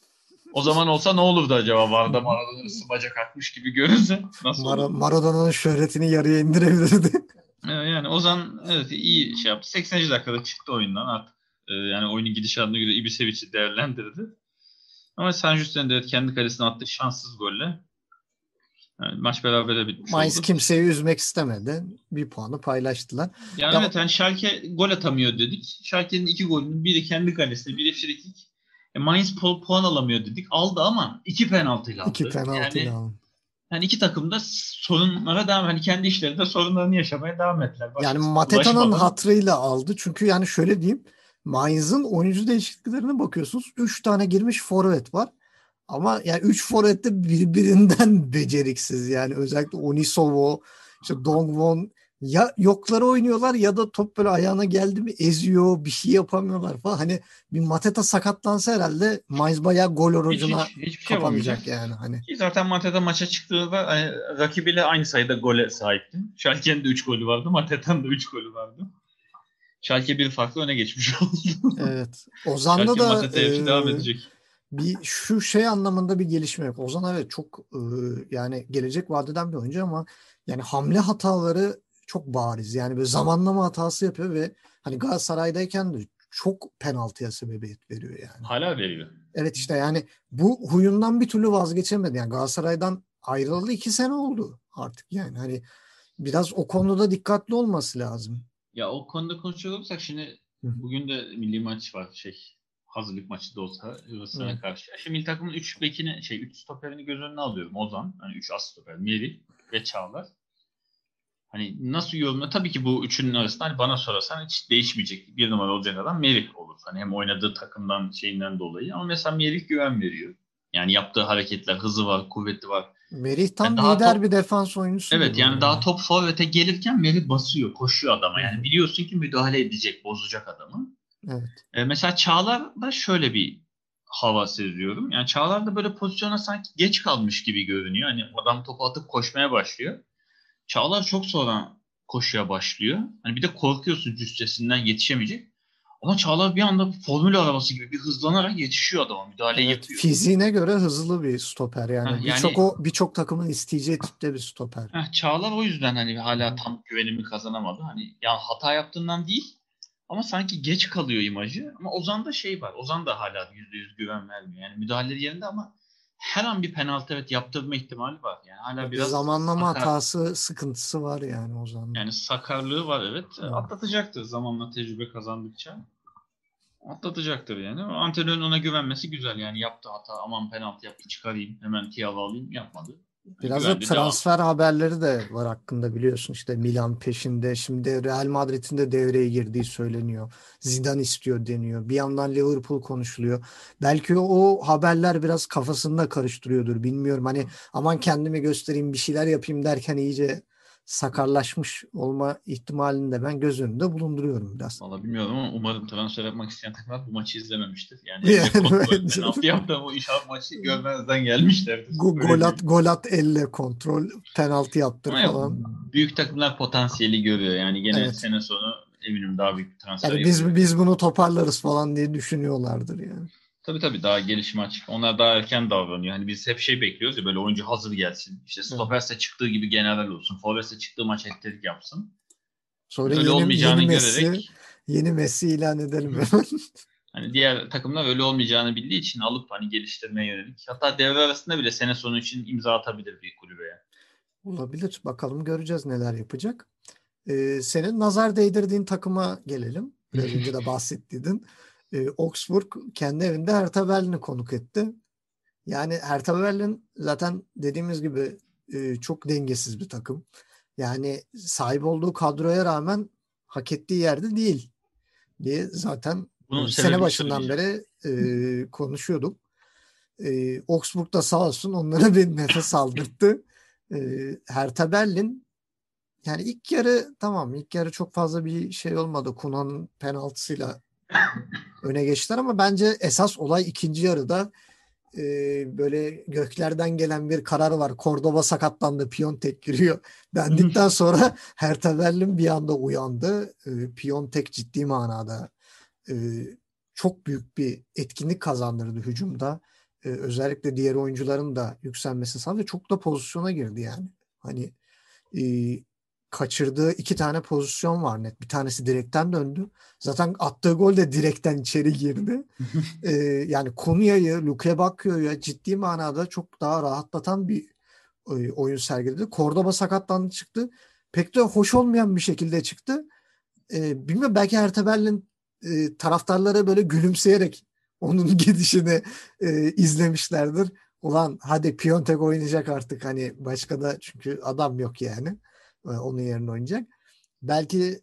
O zaman olsa ne olurdu acaba? Varda Maradona bacak atmış gibi görünse nasıl olurdu? Maradona'nın şöhretini yarıya indirebilirdi. Yani Ozan evet iyi şey yaptı. 80. dakikada çıktı oyundan artık. Yani oyunun gidişatına göre Ibisevic'i değerlendirdi. Ama San de evet, kendi kalesine attığı şanssız golle yani maç berabere bitmiş Mainz oldu. kimseyi üzmek istemedi. Bir puanı paylaştılar. Yani Ya evet yani Schalke gol atamıyor dedik. Schalke'nin 2 golünün biri kendi kalesine, biri frikik. Mainz puan alamıyor dedik. Aldı ama 2 penaltıyla iki aldı. penaltıyla Yani alın. Yani iki takım da sorunlara devam, hani kendi işlerinde sorunlarını yaşamaya devam ettiler. Yani Başkasına Mateta'nın bulaşmadan. hatırıyla aldı. Çünkü yani şöyle diyeyim. Mainz'ın oyuncu değişikliklerine bakıyorsunuz. 3 tane girmiş forvet var. Ama yani 3 forvet de birbirinden beceriksiz. Yani özellikle Onisovo, işte Dongwon, ya yokları oynuyorlar ya da top böyle ayağına geldi mi eziyor, bir şey yapamıyorlar falan. Hani bir Mateta sakatlansa herhalde Mainz bayağı gol orucuna Hiçbir şey yapamayacak. kapanacak yani hani. Ki zaten Mateta maça çıktığında hani, rakibiyle aynı sayıda gole sahipti. Schalke'nin de 3 golü vardı. Mateta'nın da 3 golü vardı. Schalke bir farklı öne geçmiş oldu. Evet. Ozan'da Schalke da Mateta'ya hepsi devam edecek. bir şu şey anlamında bir gelişme yok. Ozan evet çok yani gelecek vadeden bir oyuncu ama yani hamle hataları çok bariz. Yani böyle zamanlama hatası yapıyor ve hani Galatasaray'dayken de çok penaltıya sebebiyet veriyor yani. Hala veriyor. Evet işte yani bu huyundan bir türlü vazgeçemedi. Yani Galatasaray'dan ayrılalı 2 sene oldu artık yani. Hani biraz o konuda dikkatli olması lazım. Ya o konuda konuşacak olursak şimdi Hı. bugün de milli maç var, hazırlık maçı da olsa Evet. Hırvatistan'a karşı. Şimdi milli takımın 3 bekini 3 stoperini göz önüne alıyorum. Ozan, hani 3 as stoper, Merih ve Çağlar. Hani nasıl yorumla? Tabii ki bu üçünün arasında hani bana sorarsan hiç değişmeyecek. Bir numara olacak adam Merih olur. Hani hem oynadığı takımdan şeyinden dolayı. Ama mesela Merih güven veriyor. Yani yaptığı hareketler, hızı var, kuvveti var. Merih Yani tam daha lider top bir defans oyuncusudur Evet, bu yani daha arada. top forvete gelirken Merih basıyor, koşuyor Hı adama. Yani hı. biliyorsun ki müdahale edecek, bozacak adamı. Evet. Mesela Çağlar'da şöyle bir hava seziyorum. Yani Çağlar da böyle pozisyona sanki geç kalmış gibi görünüyor. Hani adam topu atıp koşmaya başlıyor. Çağlar çok sonra koşuya başlıyor. Hani bir de korkuyorsun cüssesinden yetişemeyecek. Ama Çağlar bir anda formül arabası gibi bir hızlanarak yetişiyor adama. Müdahale Evet, yapıyor. fiziğine göre hızlı bir stoper yani birçok Yani birçok takımın isteyeceği tipte bir stoper. Çağlar o yüzden hani Hı hala hı. tam güvenimi kazanamadı. Hani ya hata yaptığından değil ama sanki geç kalıyor imajı. Ama Ozan'da şey var. Ozan da hala %100 güven vermiyor. Yani müdahaleleri yerinde ama her an bir penaltı evet yaptırma ihtimali var. Yani hala Bir biraz zamanlama hatası sıkıntısı var yani Ozan'da. yani sakarlığı var evet. Evet. Atlatacaktır zamanla tecrübe kazandıkça. Atlatacaktır yani. Antrenörün ona güvenmesi güzel. Yani yaptı hata aman penaltı yaptı çıkarayım hemen Thiago alayım yapmadı. Yani Biraz da güvendi devam. transfer haberleri de var hakkında biliyorsun işte Milan peşinde. Şimdi Real Madrid'in de devreye girdiği söyleniyor. Zidane istiyor deniyor. Bir yandan Liverpool konuşuluyor. Belki o haberler biraz kafasında karıştırıyordur bilmiyorum. Hani aman kendimi göstereyim bir şeyler yapayım derken iyice sakarlaşmış olma ihtimalini de ben göz önünde bulunduruyorum biraz. Valla bilmiyorum ama umarım transfer yapmak isteyen takımlar bu maçı izlememiştir. Yani elle Yani kontrol bence penaltı yaptı ama inşallah maçı görmezden gelmişlerdir. gol Öyle at, diyeyim. gol at elle kontrol penaltı yaptır Ama yok, falan. büyük takımlar potansiyeli görüyor. Yani gene Evet. sene sonu eminim daha büyük bir transfer Yani biz yapılacak. biz bunu toparlarız falan diye düşünüyorlardır yani. Tabii tabii daha gelişim açık. Onlar daha erken davranıyor. Hani biz hep bekliyoruz ya böyle oyuncu hazır gelsin. İşte Evet. stoperse çıktığı gibi general olsun. Forvet'se çıktığı maç ettirik yapsın. Sonra Hani öyle yeni olmayacağını Messi görerek yeni Messi ilan edelim hemen. hani diğer takımlar öyle olmayacağını bildiği için alıp hani geliştirmeye yönelik. Hatta devre arasında bile sene sonu için imza atabilir bir kulübeye. Olabilir. Bakalım göreceğiz neler yapacak. Senin nazar değdirdiğin takıma gelelim. Biraz önce de bahsettiydin. Augsburg kendi evinde Hertha Berlin'i konuk etti. Yani Hertha Berlin zaten dediğimiz gibi çok dengesiz bir takım. Yani sahip olduğu kadroya rağmen hak ettiği yerde değil diye zaten Bunun sene sebebini başından söyleyeceğim. beri konuşuyorduk. Augsburg da sağ olsun onlara bir nefes aldırttı. Hertha Berlin yani ilk yarı tamam ilk yarı çok fazla bir şey olmadı. Kunan'ın penaltısıyla öne geçtiler ama bence esas olay ikinci yarıda böyle göklerden gelen bir karar var. Cordoba sakatlandı, Piontek giriyor dendikten sonra Hertha Berlin bir anda uyandı. Piontek ciddi manada e, çok büyük bir etkinlik kazandırdı hücumda. Özellikle diğer oyuncuların da yükselmesi sağladı ve çok da pozisyona girdi yani. Hani e, kaçırdığı 2 tane pozisyon var net. Bir tanesi direkten döndü. Zaten attığı gol de direkten içeri girdi. Yani Konya'yı, Luke Bakio'yu ciddi manada çok daha rahatlatan bir oyun sergiledi. Cordoba sakatlandı çıktı. Pek de hoş olmayan bir şekilde çıktı. Bilmiyorum belki Hertha Berlin taraftarları böyle gülümseyerek onun gidişini izlemişlerdir. Ulan hadi Piontek oynayacak artık, hani başka da çünkü adam yok yani. Onun yerine oynayacak. Belki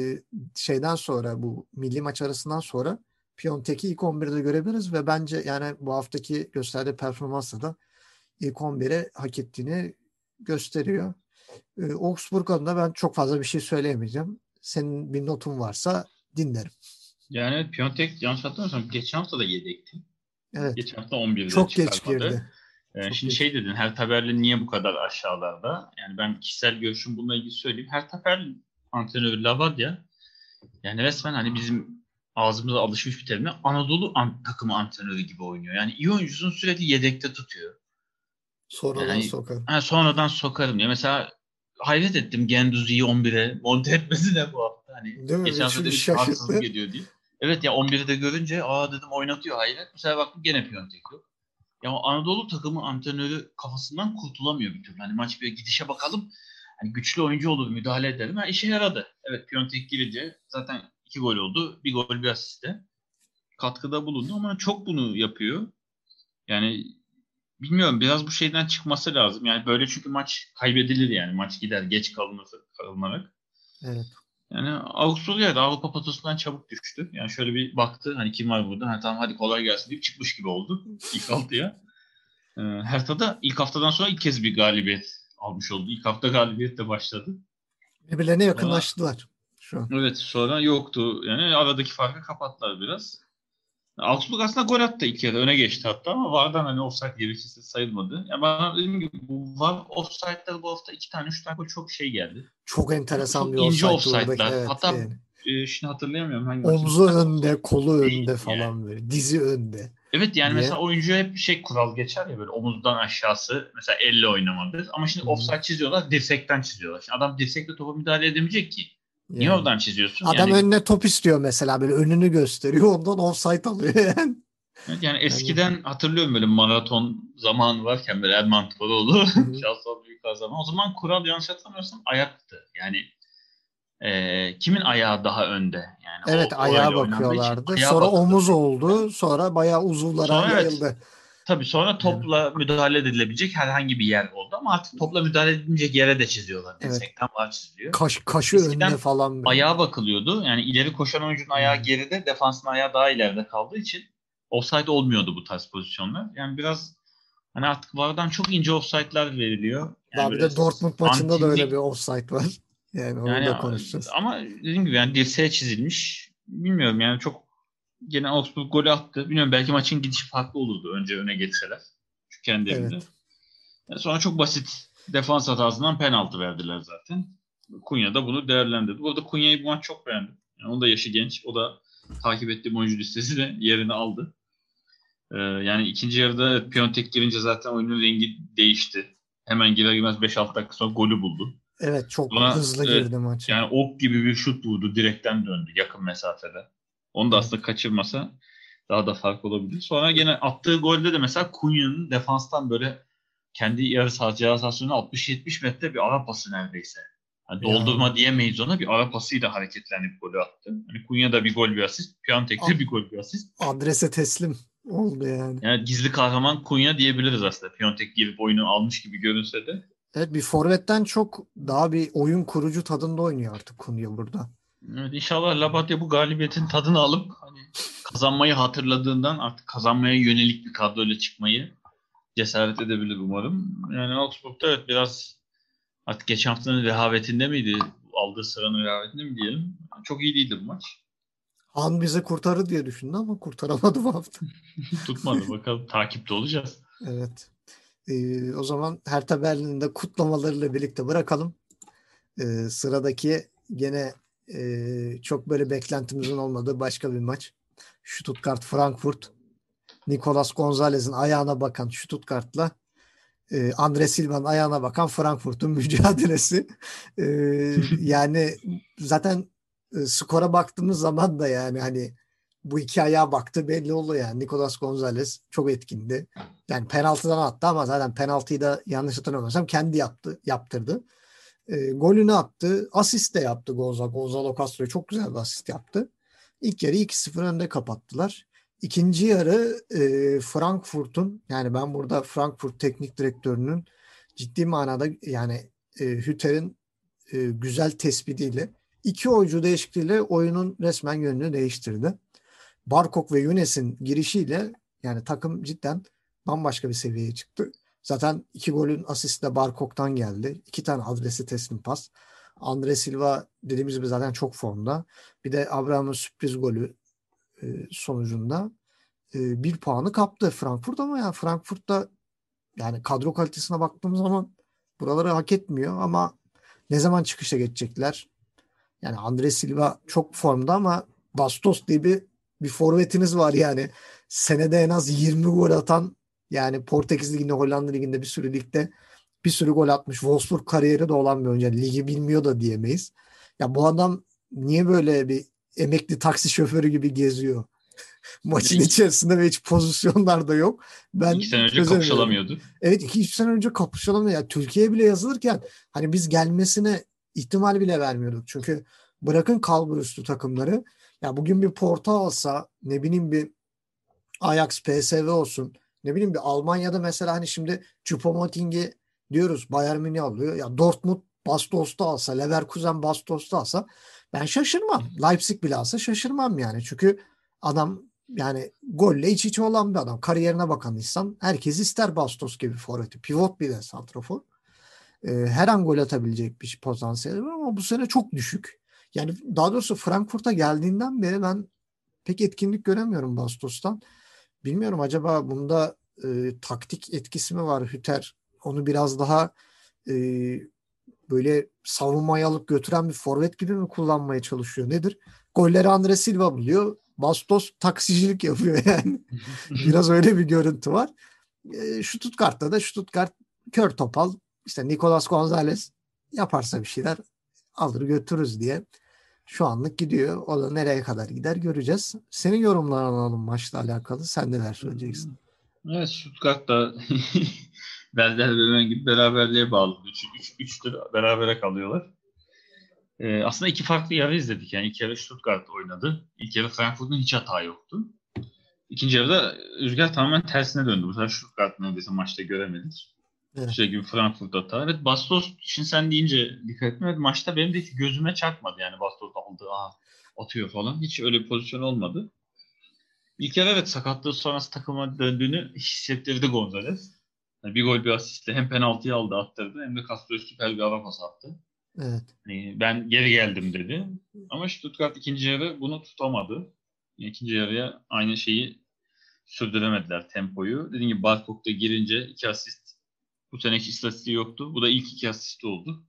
şeyden sonra, bu milli maç arasından sonra Piontek'i ilk 11'de görebiliriz ve bence yani bu haftaki gösterdiği performansla da ilk 11'e hak ettiğini gösteriyor. Augsburg adına ben çok fazla bir şey söyleyemeyeceğim. Senin bir notun varsa dinlerim. Yani Piontek yanlış hatırlamıyorsam geçen hafta da yedekti. Evet. Geçen hafta 11'de Çok geç çıkarmadı. girdi. Çok Şimdi geç. şey dedin, Hertha Berlin niye bu kadar aşağılarda? Yani ben kişisel görüşüm bununla ilgili söyleyeyim. Hertha Berlin antrenörü Labadia yani resmen hani bizim ağzımıza alışmış bir terimle Anadolu takımı antrenörü gibi oynuyor. Yani iyi oyuncusunu sürekli yedekte tutuyor. Sonradan Yani sokar. sonradan sokarım diyor. Mesela hayret ettim Genduzi'yi 11'e monte etmesi de bu hafta. Hani Değil mi? geçen hafta Üçünü demiştik haksızlık şaşırttı. ediyor diye. Evet ya 11'i de görünce dedim oynatıyor hayret. Bu sefer baktım gene Piontek yok. Ya o Anadolu takımı antrenörü kafasından kurtulamıyor bir türlü. Hani maç bir gidişe bakalım. Hani güçlü oyuncu olur müdahale ederim. Ha, işe yaradı. Evet Piontek girince zaten 2 gol oldu. Bir gol bir asiste. Katkıda bulundu ama çok bunu yapıyor. Yani bilmiyorum biraz bu şeyden çıkması lazım. Yani böyle çünkü maç kaybedilir yani. Maç gider geç kalınarak. Evet. Yani Avusturya da Avrupa potasından çabuk düştü. Yani şöyle bir baktı hani kim var burada? Ha, tamam hadi kolay gelsin deyip çıkmış gibi oldu ilk altıya. Hertha da ilk haftadan sonra ilk kez bir galibiyet almış oldu. İlk hafta galibiyetle başladı. Birbirlerine Sonra yakınlaştılar şu an. evet sonra yoktu. Yani aradaki farkı kapattılar biraz. Augsburg aslında gol attı ilk yarı. Öne geçti hatta ama VAR'dan hani offside gerekçesi sayılmadı. Yani bana dediğim gibi bu VAR offside'ları bu hafta 2 tane 3 tane gol çok şey geldi. Çok Yani enteresan bir çok ince offside oradaki. offside'lar. Evet Hatta yani. şimdi hatırlayamıyorum hangi maçın Omzu offside önde, kolu önde değildi yani. falan böyle. Dizi önde Evet yani diye. mesela oyuncuya hep bir şey kural geçer ya böyle omuzdan aşağısı mesela elle oynamadır. Ama şimdi Hı. offside çiziyorlar dirsekten çiziyorlar. Şimdi adam dirsekle topa müdahale edemeyecek ki. Niye Yani. oradan çiziyorsun? Adam Yani önüne top istiyor mesela, böyle önünü gösteriyor. Ondan offside alıyor yani. evet, yani Yani. eskiden hatırlıyorum böyle maraton zamanı varken böyle Erman Toroğlu Hı. Şahsal Büyük zaman. O zaman kural yanlış hatırlamıyorsam ayaktı. Yani kimin ayağı daha önde? Yani Evet, ayağa orayla oynandığı için bakıyorlardı. ayağa Sonra bakılırdı omuz eskiden. oldu. Sonra bayağı uzuvlara Sonra evet yayıldı. tabii sonra Yani. topla müdahale edilebilecek herhangi bir yer oldu ama artık topla müdahale edilecek yere de çiziyorlar. Evet. Dirsekten var çiziliyor. Kaşı önde Eskiden falan böyle. ayağa bakılıyordu. Yani ileri koşan oyuncunun ayağı Hı. geride, defansın ayağı daha ileride kaldığı için offside olmuyordu bu tarz pozisyonlar. Yani biraz hani artık VAR'dan çok ince offside'lar veriliyor. Yani Daha bir böyle de Dortmund maçında da öyle bir santimlik offside var. Yani onu yani da konuşacağız. ama dediğim gibi yani dirseğe çizilmiş. Bilmiyorum yani çok gene Augsburg golü attı. Bilmiyorum belki maçın gidişi farklı olurdu önce öne geçseler. Çünkü kendi evinde. Evet. Yani sonra çok basit defans hatasından penaltı verdiler zaten. Kunya da bunu değerlendirdi. Bu arada Kunya'yı bu maç çok beğendim. Yani onun da yaşı genç. O da takip ettiğim oyuncu listesine yerini aldı. Yani ikinci yarıda evet, Piontek girince zaten oyunun rengi değişti. Hemen girer girmez 5-6 dakika sonra golü buldu. Evet, çok Sonra hızlı evet, girdi maça. yani ok gibi bir şut vurdu. Direkten döndü yakın mesafede. Onu da Evet. aslında kaçırmasa daha da fark olabilir. Sonra gene attığı golde de mesela Kunya'nın defanstan böyle kendi yarı saha ceza sahasına 60-70 metre bir ara pası neredeyse. Yani Ya, doldurma diyemeyiz ona. Bir ara pasıyla hareketlenip golü attı. Hani Kunya'da bir gol bir asist. Piontek'te bir gol bir asist. adrese teslim oldu yani. Yani gizli kahraman Kunya diyebiliriz aslında. Piontek girip oyunu almış gibi görünse de. Evet, bir forvetten çok daha bir oyun kurucu tadında oynuyor artık Konya burada. Evet, inşallah Labatya bu galibiyetin tadını alıp hani kazanmayı hatırladığından artık kazanmaya yönelik bir kadroyla çıkmayı cesaret edebilir umarım. Yani Augsburg'da evet biraz artık geçen haftanın rehavetinde miydi? Aldığı sıranın rehavetinde mi diyelim? Çok iyi değildi bu maç. Han bizi kurtarır diye düşündü ama kurtaramadı bu hafta. Tutmadı. Bakalım takipte olacağız. Evet. O zaman Hertha Berlin'in de kutlamalarıyla birlikte bırakalım. Sıradaki gene çok böyle beklentimizin olmadığı başka bir maç. Stuttgart-Frankfurt. Nicolas Gonzalez'in ayağına bakan Stuttgart'la Andre Silva'nın ayağına bakan Frankfurt'un mücadelesi. E, Yani zaten skora baktığımız zaman da yani hani bu iki ayağa baktı belli oluyor yani. Nicolas Gonzalez çok etkindi. Yani penaltıdan attı ama zaten penaltıyı da yanlış hatırlamıyorsam kendi yaptırdı. Golünü attı. Asist de yaptı Gonzalo Castro'ya. Çok güzel bir asist yaptı. İlk yarı 2-0 önde kapattılar. İkinci yarı Frankfurt'un, yani ben burada Frankfurt teknik direktörünün ciddi manada, yani Hütter'in güzel tespitiyle iki oyuncu değişikliğiyle oyunun resmen yönünü değiştirdi. Barkok ve Younes'in girişiyle yani takım cidden bambaşka bir seviyeye çıktı. Zaten iki golün asisti de Barkok'tan geldi. İki tane adresi teslim pas. Andre Silva dediğimiz gibi zaten çok formda. Bir de Abraham'ın sürpriz golü sonucunda bir puanı kaptı Frankfurt, ama yani Frankfurt'ta yani kadro kalitesine baktığımız zaman buraları hak etmiyor, ama ne zaman çıkışa geçecekler? Yani Andre Silva çok formda, ama Bastos diye bir forvetiniz var yani. Senede en az 20 gol atan, yani Portekiz Ligi'nde, Hollanda Ligi'nde bir sürü ligde bir sürü gol atmış. Wolfsburg kariyeri de olan bir oyuncu. Yani ligi bilmiyor da diyemeyiz. Ya bu adam niye böyle bir emekli taksi şoförü gibi geziyor Bir de maçın içerisinde ve hiç pozisyonlar da yok. iki Ben sene önce çözemiyorum. kapışılamıyordu. Evet, 2-3 sene önce kapışalım ya. Türkiye'ye bile yazılırken hani biz gelmesine ihtimal bile vermiyorduk. Çünkü bırakın kalbur üstü takımları. Ya bugün bir Porto alsa, ne bileyim bir Ajax, PSV olsun. Ne bileyim bir Almanya'da mesela, hani şimdi Choupo-Moting'i diyoruz, Bayern Münih alıyor. Ya Dortmund Bastos'ta alsa, Leverkusen Bastos'ta alsa ben şaşırmam. Leipzig bile alsa şaşırmam yani. Çünkü adam yani golle iç içe olan bir adam. Kariyerine bakan insan herkes ister Bastos gibi forveti. Pivot bir de santrafor. Her an gol atabilecek bir potansiyeli var, ama bu sene çok düşük. Yani daha doğrusu Frankfurt'a geldiğinden beri ben pek etkinlik göremiyorum Bastos'tan. Bilmiyorum, acaba bunda taktik etkisi mi var? Hüter onu biraz daha e, böyle savunmaya alıp götüren bir forvet gibi mi kullanmaya çalışıyor? Nedir? Golleri Andre Silva buluyor. Bastos taksicilik yapıyor yani. Biraz öyle bir görüntü var. Stuttgart'ta da Stuttgart kör topal, işte Nicolas Gonzalez yaparsa bir şeyler alır götürürüz diye şu anlık gidiyor. O da nereye kadar gider göreceğiz. Senin yorumlarını alalım maçla alakalı. Sen neler söyleyeceksin? Evet, Stuttgart'ta Werder Bremen gibi beraberliğe bağlı. 3'tür berabere kalıyorlar. Aslında iki farklı yarı izledik. Yani ilk yarı Stuttgart oynadı. İlk yarı Frankfurt'un hiç hata yoktu. İkinci yarıda rüzgar tamamen tersine döndü. Bu sefer Stuttgart neredeyse maçta göremedik. Evet. Sürekli bir Frankfurt hata. Evet, Bastos için sen deyince dikkat ettim. Evet, maçta benim de hiç gözüme çarpmadı. Yani Bastos aldı, atıyor falan. Hiç öyle bir pozisyon olmadı. İlk yarı evet, sakatlığı sonrası takıma döndüğünü hissettirdi Gonzalez. Yani bir gol bir asistle hem penaltıyı aldı, attırdı, hem de Castro'ya süper bir ara pas attı. Evet. Hani ben geri geldim dedi. Ama Stuttgart ikinci yarı bunu tutamadı. İkinci yarıya aynı şeyi sürdüremediler, tempoyu. Dediğim gibi Barkok'ta girince iki asist. Bu sene hiç istatistiği yoktu. Bu da ilk iki asist oldu.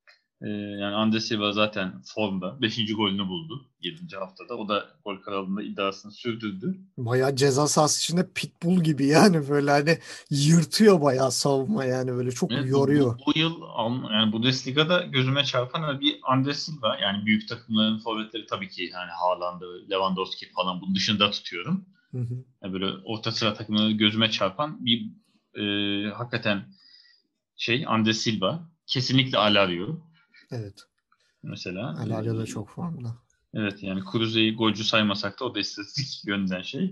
Yani Andre Silva zaten formda. Beşinci golünü buldu 7. haftada. O da gol kralında iddiasını sürdürdü. Bayağı ceza sahası içinde pitbull gibi, yani böyle hani yırtıyor bayağı savunma, yani böyle çok Evet, yoruyor. bu yıl yani Bundesliga'da gözüme çarpan bir Andre Silva. Yani büyük takımların forvetleri tabii ki, yani Haaland'ı, Lewandowski falan bunun dışında tutuyorum. Hı hı. Yani böyle orta sıra takımları gözüme çarpan bir hakikaten Andre Silva. Kesinlikle Alario Evet. mesela. Alario da çok formda. Evet, yani Kruse'yi golcü saymasak da o da istatistik yönden şey.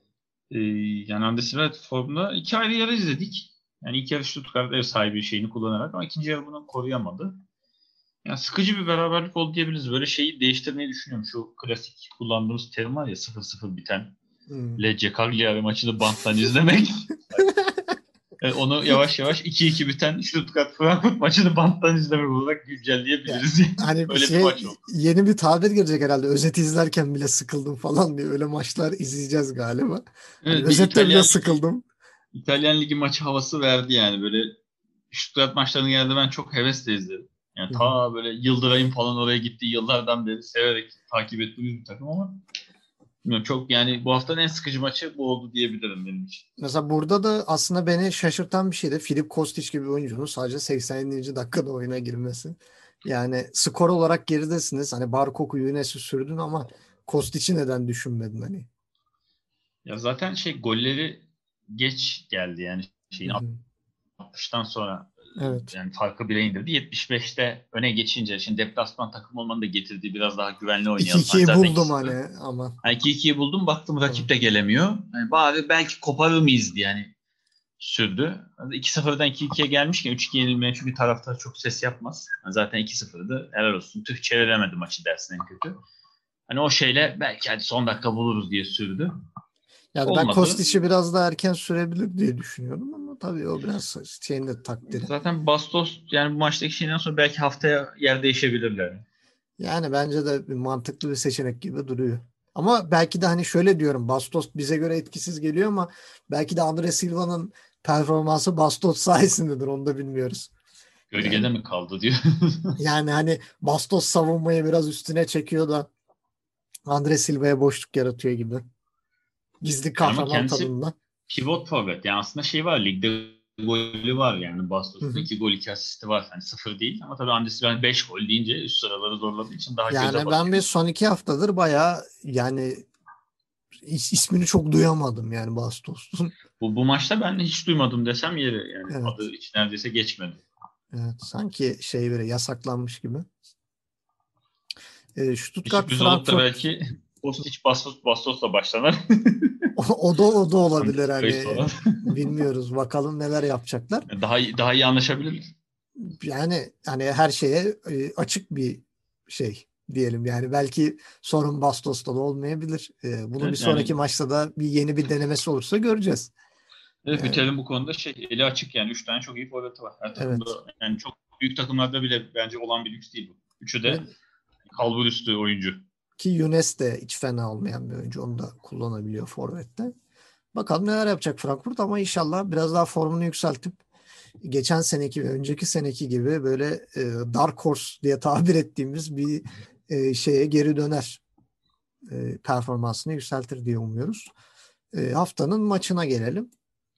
Yani Andre Silva evet, formda. İki ayrı yarı izledik. Yani ilk yarı Stuttgart ev sahibi şeyini kullanarak, ama ikinci yarı bunu koruyamadı. Yani sıkıcı bir beraberlik oldu diyebiliriz. Böyle şeyi değiştirmeyi düşünüyorum. Şu klasik kullandığımız terim var ya, 0-0 biten Hı. Lecce Cagliari maçını banttan izlemek. Onu yavaş yavaş 2-2 biten Stuttgart Frankfurt maçını banttan izlemek olarak Ya, güncelleyebiliriz. Yani. hani bir Öyle bir maç şey, oldu. yeni bir tabir girecek herhalde. Özet izlerken bile sıkıldım falan diye. Öyle maçlar izleyeceğiz galiba. Hani Evet, bir özette bile sıkıldım. İtalyan Ligi maçı havası verdi yani. Böyle Stuttgart maçlarını geldi, ben çok hevesle izledim. Yani Hı hı. ta böyle Yıldıray'ın falan oraya gittiği yıllardan beri severek takip ettiğimiz bir takım, ama bilmiyorum, çok yani bu haftanın en sıkıcı maçı bu oldu diyebilirim benim için. Mesela burada da aslında beni şaşırtan bir şey de Filip Kostić gibi bir oyuncunun sadece 87. dakikada oyuna girmesi. Yani skor olarak geridesiniz. Hani Barkok'u, Younes'i sürdün, ama Kostić'i neden düşünmedin hani? Ya zaten golleri geç geldi yani Hı şeyin hı. 60'tan sonra Evet. Yani farkı 1'e indirdi. 75'te öne geçince şimdi deplasman takım olmanın da getirdiği biraz daha güvenli oynayalım. Hani 2-2'yi zaten buldum 2-0. hani ama. Yani 2-2'yi buldum, baktım rakip Evet. de gelemiyor. Yani bari belki koparır mıyız diye yani sürdü. 2-0'dan 2-2'ye gelmişken 3-2 yenilmeye, çünkü taraftar çok ses yapmaz. Yani zaten 2-0'dı. Helal olsun. Tüh, çeviremedi maçı dersin en kötü. Hani o şeyle belki hadi son dakika buluruz diye sürdü. Yani ben Olmadı. Kostic'i biraz daha erken sürebilir diye düşünüyorum ama tabii o biraz şeyin de takdiri. Zaten Bastos yani bu maçtaki şeyden sonra belki haftaya yer değişebilirler. Yani bence de bir mantıklı bir seçenek gibi duruyor. Ama belki de hani şöyle diyorum, Bastos bize göre etkisiz geliyor ama belki de Andre Silva'nın performansı Bastos sayesindedir, onu da bilmiyoruz. Gölgede Yani mi kaldı diyor. yani hani Bastos savunmayı biraz üstüne çekiyor da Andre Silva'ya boşluk yaratıyor gibi. Gizli Yani ama kahraman kendisi tadında. pivot forvet. Yani aslında şey var, ligde golü var yani Hı Bastos'un. hı. 2 gol 2 asisti var. Hani sıfır değil ama tabii Andres ben 5 gol deyince üst sıraları zorladığı için daha göze Yani ben bir batıyor. son 2 haftadır bayağı yani ismini çok duyamadım yani Bastos'un. Bu maçta ben hiç duymadım desem yeri. Yani adı Evet. hiç neredeyse geçmedi. Evet. Sanki şey böyle yasaklanmış gibi. Bir Stuttgart sürpriz olup da Frankfurt belki Kostić Bastos'la başlanır. o da olabilir Andres hani, sonra. bilmiyoruz. Bakalım neler yapacaklar. Daha iyi anlaşabilir. Yani hani her şeye açık bir şey diyelim. Yani belki sorun Bastos'ta da olmayabilir. Bunu bir Evet, sonraki yani maçta da yeni bir denemesi olursa göreceğiz. evet, Yani Hütel'in bu konuda eli açık yani. 3 tane çok iyi forveti var. Her takımda evet. yani çok büyük takımlarda bile bence olan bir lüks değil bu. Üçü de Evet. kalbur üstü oyuncu. Ki Younes de hiç fena olmayan bir oyuncu. Onu da kullanabiliyor forvette. Bakalım neler yapacak Frankfurt ama inşallah biraz daha formunu yükseltip geçen seneki ve önceki seneki gibi böyle Dark Horse diye tabir ettiğimiz bir şeye geri döner. Performansını yükseltir diye umuyoruz. Haftanın maçına gelelim.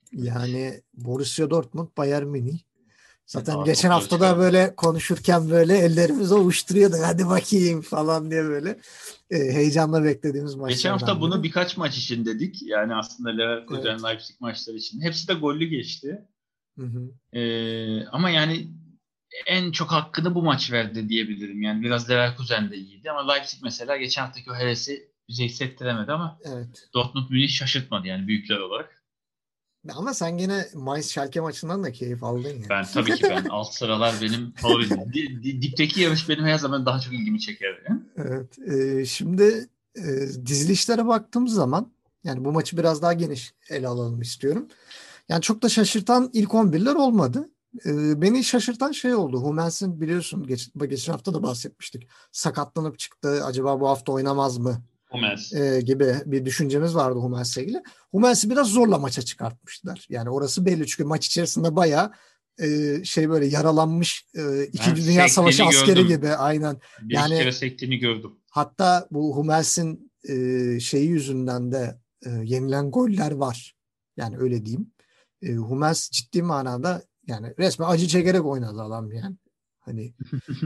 Yani Borussia Dortmund Bayern Münih. Zaten Daha geçen topları hafta da çıkardı. böyle konuşurken böyle ellerimizi ovuşturuyorduk. Hadi bakayım falan diye böyle heyecanla beklediğimiz Geçen hafta maçlardan biri. bunu birkaç maç için dedik. Yani aslında Leverkusen, Evet. Leipzig maçları için. Hepsi de gollü geçti. Hı hı. Ama yani en çok hakkını bu maç verdi diyebilirim. Yani biraz Leverkusen de iyiydi ama Leipzig mesela geçen haftaki o hevesi bize hissettiremedi ama Evet. Dortmund Münih şaşırtmadı yani büyükler olarak. Ama sen gene Mainz Schalke maçından da keyif aldın yani. Tabii ki alt sıralar benim favorim. Dipteki yarış benim her zaman daha çok ilgimi çeker. Yani. Evet. Şimdi dizilişlere baktığımız zaman yani bu maçı biraz daha geniş ele alalım istiyorum. Yani çok da şaşırtan ilk 11'ler olmadı. Beni şaşırtan şey oldu. Hummels'in biliyorsun geçen hafta da bahsetmiştik. Sakatlanıp çıktı. Acaba bu hafta oynamaz mı? Hummels. Gibi bir düşüncemiz vardı Hummels'le ilgili. Hummels'i biraz zorla maça çıkartmışlar. Yani orası belli çünkü maç içerisinde bayağı şey böyle yaralanmış Ben İkinci Dünya Savaşı sektiğini askeri gördüm. gibi aynen. Bir iki kere Yani sektiğini gördüm. hatta bu Hummels'in şeyi yüzünden de yenilen goller var. Yani öyle diyeyim. Hummels ciddi manada yani resmen acı çekerek oynadı adam yani. Hani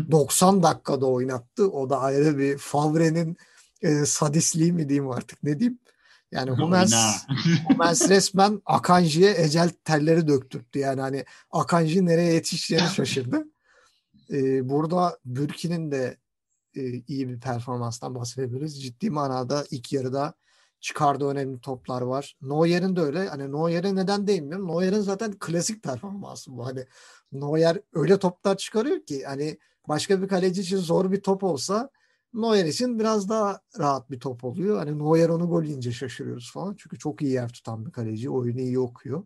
90 dakikada oynattı. O da ayrı bir Favre'nin sadistliği mi diyeyim artık ne diyeyim. Yani Oyna. Hummels resmen Akanji'ye ecel telleri döktürttü. Yani hani Akanji nereye yetişeceğini şaşırdı. Burada Bürki'nin de iyi bir performanstan bahsedebiliriz. Ciddi manada ilk yarıda çıkardığı önemli toplar var. Neuer'in de öyle. Hani Neuer'e neden değinmiyorum? Neuer'in zaten klasik performansı bu. Hani Neuer öyle toplar çıkarıyor ki hani başka bir kaleci için zor bir top olsa Neuer için biraz daha rahat bir top oluyor. Hani Neuer onu gol yiyince şaşırıyoruz falan. Çünkü çok iyi yer tutan bir kaleci. Oyunu iyi okuyor.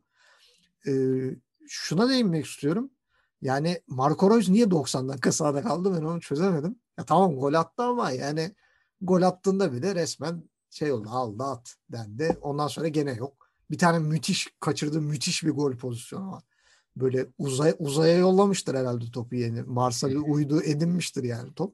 Şuna değinmek istiyorum. Yani Marco Reus niye 90 dakika sahada kaldı ben onu çözemedim. Ya tamam gol attı ama yani gol attığında bile resmen şey oldu, aldı at dendi. Ondan sonra gene yok. Bir tane kaçırdığı müthiş bir gol pozisyonu var. Böyle uzaya yollamıştır herhalde topu yeni. Mars'a bir uydu edinmiştir yani top.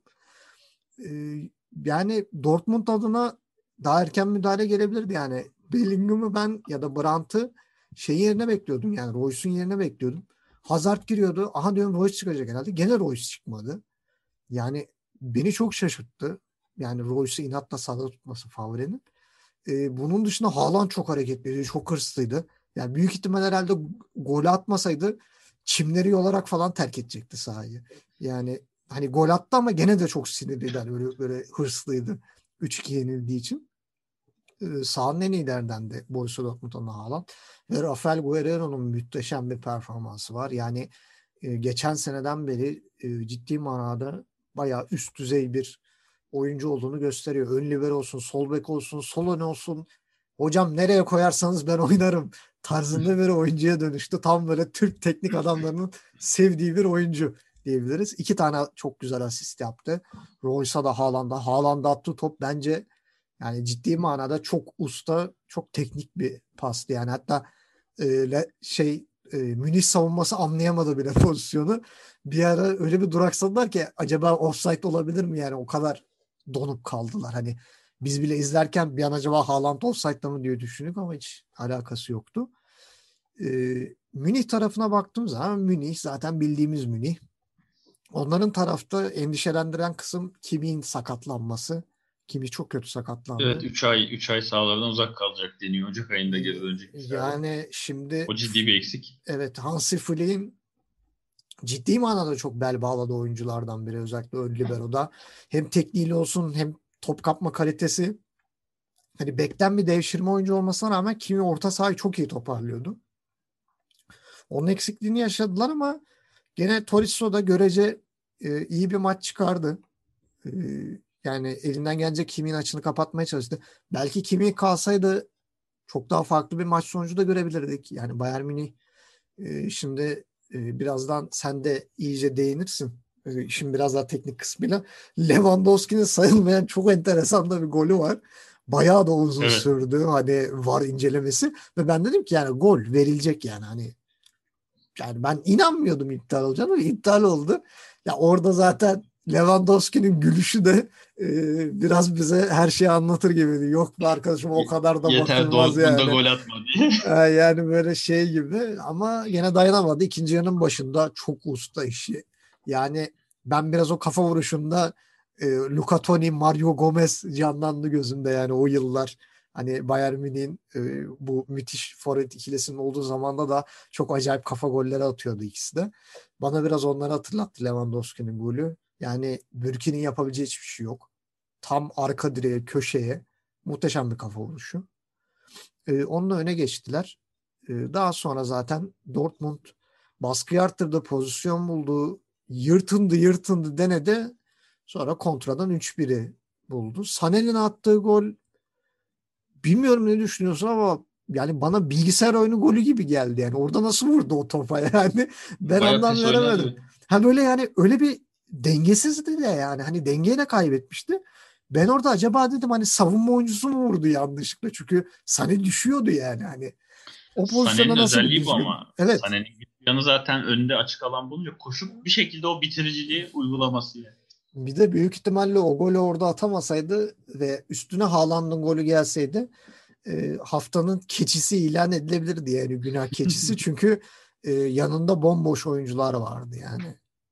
Yani Dortmund adına daha erken müdahale gelebilirdi yani. Bellingham'ı ben ya da Brandt'ı şey yerine bekliyordum yani Royce'un yerine bekliyordum. Hazard giriyordu. Aha diyorum Royce çıkacak herhalde. Gene Royce çıkmadı. Yani beni çok şaşırttı. Yani Royce'u inatla sahada tutması Favre'nin. Bunun dışında Haaland çok hareketliydi. Çok hırslıydı. Yani büyük ihtimal herhalde gol atmasaydı çimleri yolarak falan terk edecekti sahayı. Yani hani gol attı ama gene de çok sinirliydi. Hani böyle hırslıydı. 3-2 yenildiği için. Sahanın en iyilerden de Borussia Dortmund'un Haaland. Ve Rafael Guerrero'nun muhteşem bir performansı var. Yani geçen seneden beri ciddi manada bayağı üst düzey bir oyuncu olduğunu gösteriyor. Ön libero olsun, sol bek olsun, sol ön olsun. Hocam nereye koyarsanız ben oynarım tarzında bir oyuncuya dönüştü. Tam böyle Türk teknik adamlarının sevdiği bir oyuncu diyebiliriz. 2 tane çok güzel asist yaptı. Royce'a da Haaland'a attığı top bence yani ciddi manada çok usta, çok teknik bir pastı. Yani hatta Münih savunması anlayamadı bile pozisyonu. Bir ara öyle bir duraksadılar ki acaba offside olabilir mi yani o kadar donup kaldılar. Hani biz bile izlerken bir an acaba Haaland offside'da mı diye düşündük ama hiç alakası yoktu. Münih tarafına baktığım zaman Münih zaten bildiğimiz Münih. Onların tarafta endişelendiren kısım Kimi'nin sakatlanması. Kimi çok kötü Evet, sakatlandı. 3 ay sahalardan uzak kalacak deniyor. Ocak ayında geri dönecekmiş galiba. Yani şimdi O ciddi bir eksik. evet Hansi Flick'in ciddi manada çok bel bağladığı oyunculardan biri özellikle ön libero'da. Hem tekniğiyle olsun hem top kapma kalitesi. Hani bekten bir devşirme oyuncu olmasına rağmen Kimi orta sahayı çok iyi toparlıyordu. Onun eksikliğini yaşadılar ama gene Tolisso da görece iyi bir maç çıkardı. E, Yani elinden gelecek Kimi'nin açını kapatmaya çalıştı. Belki Kimi kalsaydı çok daha farklı bir maç sonucu da görebilirdik. Yani Bayern Münih şimdi birazdan sen de iyice değinirsin. İşin biraz daha teknik kısmıyla. Lewandowski'nin sayılmayan çok enteresan da bir golü var. Bayağı da uzun Evet. sürdü. Hani VAR incelemesi. Ve ben dedim ki yani gol verilecek yani. Hani yani ben inanmıyordum iptal olacağını ama iptal oldu. Ya orada zaten Lewandowski'nin gülüşü de biraz bize her şeyi anlatır gibiydi. Yok be arkadaşım o kadar da Yeter bakılmaz Dortmund'a yani. gol atma diye. Yani böyle şey gibi ama gene dayanamadı. İkinci yarının başında çok usta işi. Yani ben biraz o kafa vuruşunda Luca Toni, Mario Gomez canlandı gözümde yani o yıllar. Hani Bayern Münih'in bu müthiş forvet ikilisinin olduğu zamanda da çok acayip kafa golleri atıyordu ikisi de. Bana biraz onları hatırlattı Lewandowski'nin golü. Yani Bürki'nin yapabileceği hiçbir şey yok. Tam arka direğe, köşeye muhteşem bir kafa vuruşu. Onunla öne geçtiler. Daha sonra zaten Dortmund baskı arttırdı, pozisyon buldu, yırtındı denedi. Sonra kontradan 3-1'i buldu. Sané'nin attığı gol bilmiyorum ne düşünüyorsun ama yani bana bilgisayar oyunu golü gibi geldi yani. Orada nasıl vurdu o topa yani ben Baya anlam pes veremedim. oynadı. Ha böyle yani öyle bir dengesizdi de yani hani dengeyi de kaybetmişti. Ben orada acaba dedim hani savunma oyuncusu mu vurdu yanlışlıkla? Çünkü Sané düşüyordu yani hani o Sané'nin pozisyonda nasıl bir özelliği bu düzgün? ama. Evet. Sané'nin yanı zaten önünde açık alan bulunca koşup bir şekilde o bitiriciliği uygulaması yani. Bir de büyük ihtimalle o golü orada atamasaydı ve üstüne Haaland'ın golü gelseydi haftanın keçisi ilan edilebilirdi yani günah keçisi. Çünkü yanında bomboş oyuncular vardı yani.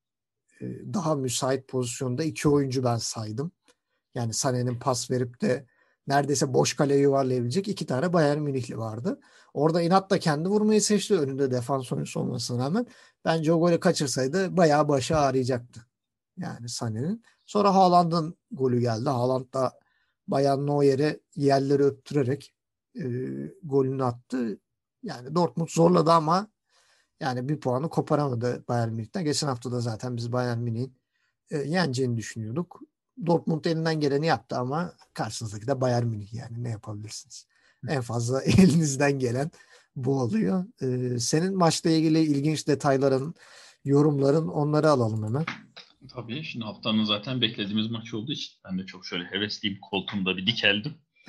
Daha müsait pozisyonda 2 oyuncu ben saydım. Yani Sané'nin pas verip de neredeyse boş kaleye yuvarlayabilecek 2 tane Bayern Münihli vardı. Orada inatla kendi vurmayı seçti önünde defans oyuncusu olmasına rağmen. Bence o golü kaçırsaydı bayağı başı ağrıyacaktı. Yani Sané'nin. Sonra Haaland'ın golü geldi. Haaland da bayağı Neuer'e yerleri öptürerek e, golünü attı. Yani Dortmund zorladı ama yani bir puanı koparamadı Bayern Münih'ten. Geçen hafta da zaten biz Bayern Münih'in yeneceğini düşünüyorduk. Dortmund elinden geleni yaptı ama karşınızdaki de Bayern Münih yani ne yapabilirsiniz? En fazla elinizden gelen bu oluyor. Senin maçla ilgili ilginç detayların, yorumların onları alalım hemen. Tabii şimdi haftanın zaten beklediğimiz maç olduğu için ben de çok şöyle hevesliyim, koltuğumda bir dikeldim.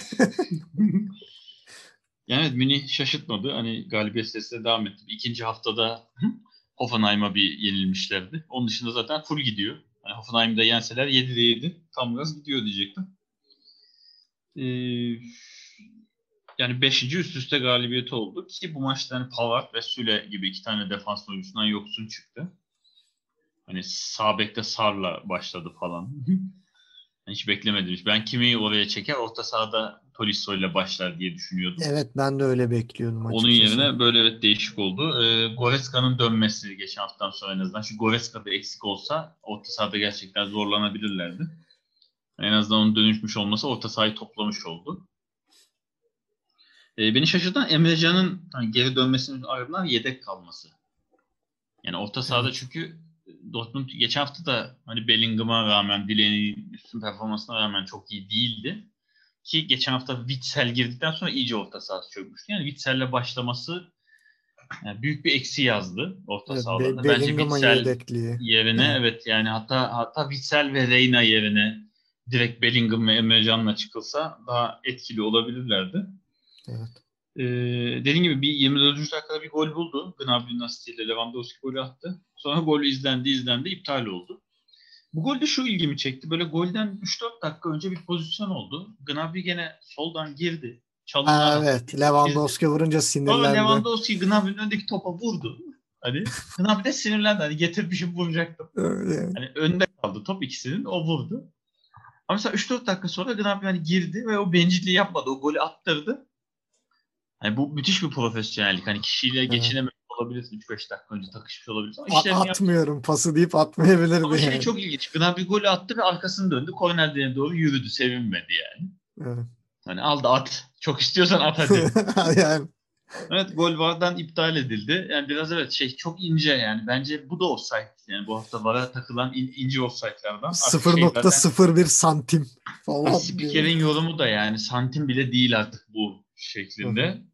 Yani Münih şaşırtmadı. Hani galibiyet sesine devam etti. İkinci haftada Hoffenheim'a bir yenilmişlerdi. Onun dışında zaten full gidiyor. Hani Hoffenheim'da yenseler 7'de 7 tam gaz gidiyor diyecektim. Ee, Yani 5. üst üste galibiyeti oldu ki bu maçta hani Pavard ve Süle gibi 2 tane defans oyuncusundan yoksun çıktı. Hani sağ bekte Sar'la başladı falan. Hiç beklemedim. Ben kimi oraya çeker? Orta sahada Tolisso ile başlar diye düşünüyordum. Evet, ben de öyle bekliyordum Onun açıkçası. yerine böyle evet değişik oldu. Goreska'nın dönmesi geçen haftadan sonra en azından. Şu Goreska da eksik olsa orta sahada gerçekten zorlanabilirlerdi. En azından onun dönüşmüş olması orta sahayı toplamış oldu. Beni şaşırtan Emre Can'ın hani geri dönmesinin ardından yedek kalması. Yani orta sahada Evet. çünkü Dortmund geçen hafta da hani Bellingham'a rağmen, Delaney'in üstün performansına rağmen çok iyi değildi. Ki geçen hafta Witsel girdikten sonra iyice orta sahası çökmüştü. Yani Witsel'le başlaması yani büyük bir eksi yazdı orta Evet, sahalarında. Bence Bellingham'ın Witsel yedekliği. yerine Yani, evet yani hatta Witsel ve Reina yerine direkt Bellingham ve Emre Can'la çıkılsa daha etkili olabilirlerdi. evet. Dediğim gibi bir 24. dakikada bir gol buldu. Gnabry'nin asistiyle Lewandowski golü attı. Sonra gol izlendi iptal oldu. Bu golde şu ilgimi çekti. Böyle golden 3-4 dakika önce bir pozisyon oldu. Gnabry gene soldan girdi. Çalımlar Ha, attı. evet. Çizdi. Lewandowski vurunca Sonra sinirlendi. Lewandowski Gnabry'nin önündeki topa vurdu. Hani Gnabry de sinirlendi. Hani getirmişim vuracaktım. Öyle. Hani önde kaldı top ikisinin. O vurdu. Ama mesela 3-4 dakika sonra Gnabry hani girdi ve o bencilliği yapmadı. O golü attırdı. Hani bu müthiş bir profesyonellik. Hani kişiyle Evet. geçinememiş olabilirsin. 3-5 dakika önce takışmış olabilirsin. Ama işlerini yaptı. Atmıyorum pası deyip atmayabilirdi Ama şey yani. çok ilginç. Gnabry golü attı ve arkasını döndü. Kornerliğe doğru yürüdü. Sevinmedi yani. Evet. Hani al da at. Çok istiyorsan at hadi. Yani, Evet gol VAR'dan iptal edildi. Yani biraz evet şey çok ince yani. Bence bu da offside. Yani bu hafta VAR'a takılan ince offside'lardan. Artık şey zaten 0,01 santim falan diye. spikerin yorumu da yani santim bile değil artık bu Hı hı. şeklinde.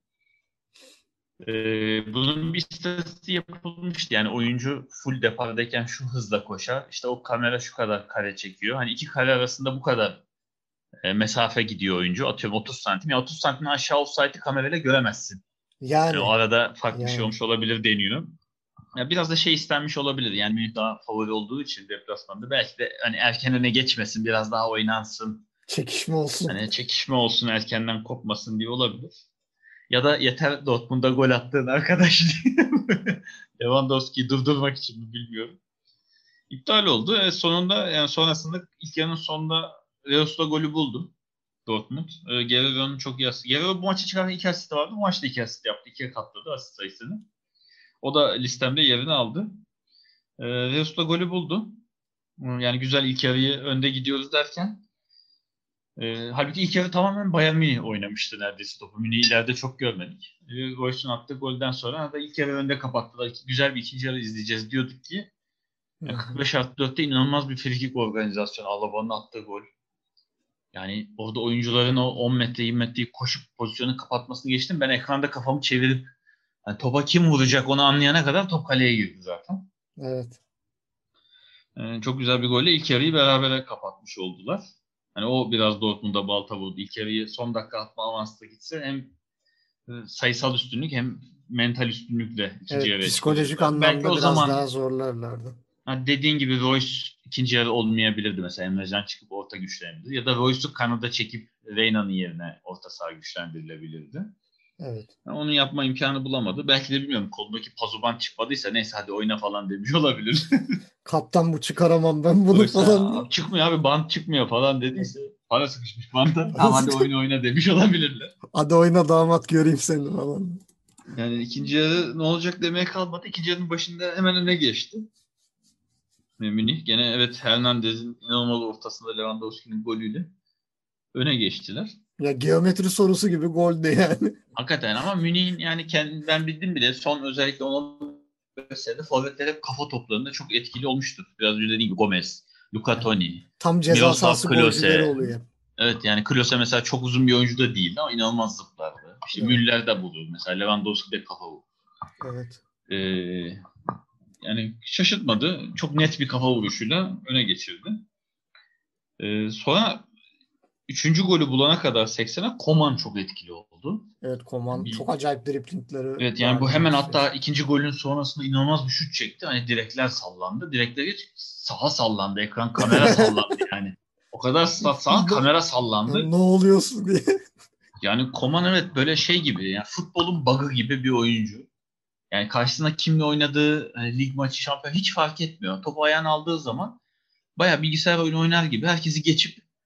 Bunun bir istatistiği yapılmıştı. Yani oyuncu full depardayken şu hızla koşar. İşte o kamera şu kadar kare çekiyor. Hani iki kare arasında bu kadar mesafe gidiyor oyuncu. Atıyorum 30 santim. Ya 30 santimden aşağı offside'i kamerayla göremezsin. Yani o Yani arada farklı bir şey yani olmuş olabilir deniyor. Ya biraz da şey istenmiş olabilir. Yani Münih daha favori olduğu için deplasmanda belki de hani erken öne geçmesin, biraz daha oynansın. çekişme olsun. Hani çekişme olsun, erkenden kopmasın diye olabilir. Ya da yeter Dortmund'a gol attığın arkadaş diye. Lewandowski'yi durdurmak için mi bilmiyorum. İptal oldu. Sonunda yani sonrasında ilk yarının sonunda Reus'la golü buldu Dortmund. Guerrero'nun çok iyi asisti. Guerrero bu maçı çıkarken 2 asisti vardı. Bu maçta 2 asist yaptı. 2'ye katladı asist sayısını. O da listemde yerini aldı. Reus'la golü buldu. Yani güzel ilk yarıyı önde gidiyoruz derken halbuki ilk yarı tamamen Bayern Münih oynamıştı neredeyse topu. Münih'i ileride çok görmedik. Royce'un attığı golden sonra da ilk yarı önde kapattılar. Güzel bir ikinci yarı izleyeceğiz diyorduk ki Hı hı. 45+4'te inanılmaz bir frikik organizasyonu. Alaba'nın attığı gol. Yani orada oyuncuların o 10 metre 20 metreyi koşup pozisyonu kapatmasını geçtim. Ben ekranda kafamı çevirip hani topa kim vuracak onu anlayana kadar top kaleye girdi zaten. Evet. Çok güzel bir golle ilk yarıyı berabere kapatmış oldular. Hani o biraz Dortmund'a balta vurdu. İlk yarıyı son dakika atma avansla gitse hem sayısal üstünlük hem mental üstünlükle ikinci Evet, yarıya psikolojik çıkacaklar. Belki anlamda o biraz zaman daha zorlarlardı. dediğin gibi Royce ikinci yarı olmayabilirdi mesela. Emre Can çıkıp orta güçlendirir. Ya da Royce'u kanada çekip Reyna'nın yerine orta saha güçlendirilebilirdi. Evet. Yani onu yapma imkanı bulamadı. Belki de bilmiyorum kolundaki pazuban çıkmadıysa neyse hadi oyna falan demiş olabilir. Kaptan bu, çıkaramam ben bunu Oysa falan diye. çıkmıyor abi bant çıkmıyor falan dediyse para sıkışmış banta. Tamam hadi oyna demiş olabilirler. Hadi oyna damat, göreyim seni falan. Yani ikinci yarı ne olacak demeye kalmadı. İkinci yarının başında hemen öne geçti. Münih gene evet Hernandez'in inanılmaz ortasında Lewandowski'nin golüyle öne geçtiler. Ya, geometri sorusu gibi goldü yani. Hakikaten ama Münih'in yani ben bildim bile son özellikle 10 senede forvetler hep kafa toplarında çok etkili olmuştur. Biraz önce dediğim gibi Gomez, Luca Evet. Toni, Tam ceza Miroslav sahası golcüleri Klose. oluyor. Evet yani Klose mesela çok uzun bir oyuncu da değildi ama inanılmaz zıplardı. İşte Evet. Müller de vurdu. Mesela Lewandowski de kafa vurdu. Evet. Ee, yani şaşırtmadı. Çok net bir kafa vuruşuyla öne geçirdi. Sonra üçüncü golü bulana kadar 80'e Koman çok etkili oldu. Evet, Yani Koman çok acayip driplingleri evet yani bu vardı hemen maç hatta içerisinde. ikinci golün sonrasında inanılmaz bir şut çekti. Hani direkler sallandı. Direkler geç sağa sallandı. Ekran kamera sallandı yani. O kadar sağa Ne, kamera sallandı. ne oluyorsun diye. Yani Koman evet böyle şey gibi yani futbolun bug'ı gibi bir oyuncu. Yani karşısında kimle oynadığı lig maçı şampiyon hiç fark etmiyor. Topu ayağına aldığı zaman bayağı bilgisayar oyunu oynar gibi herkesi geçip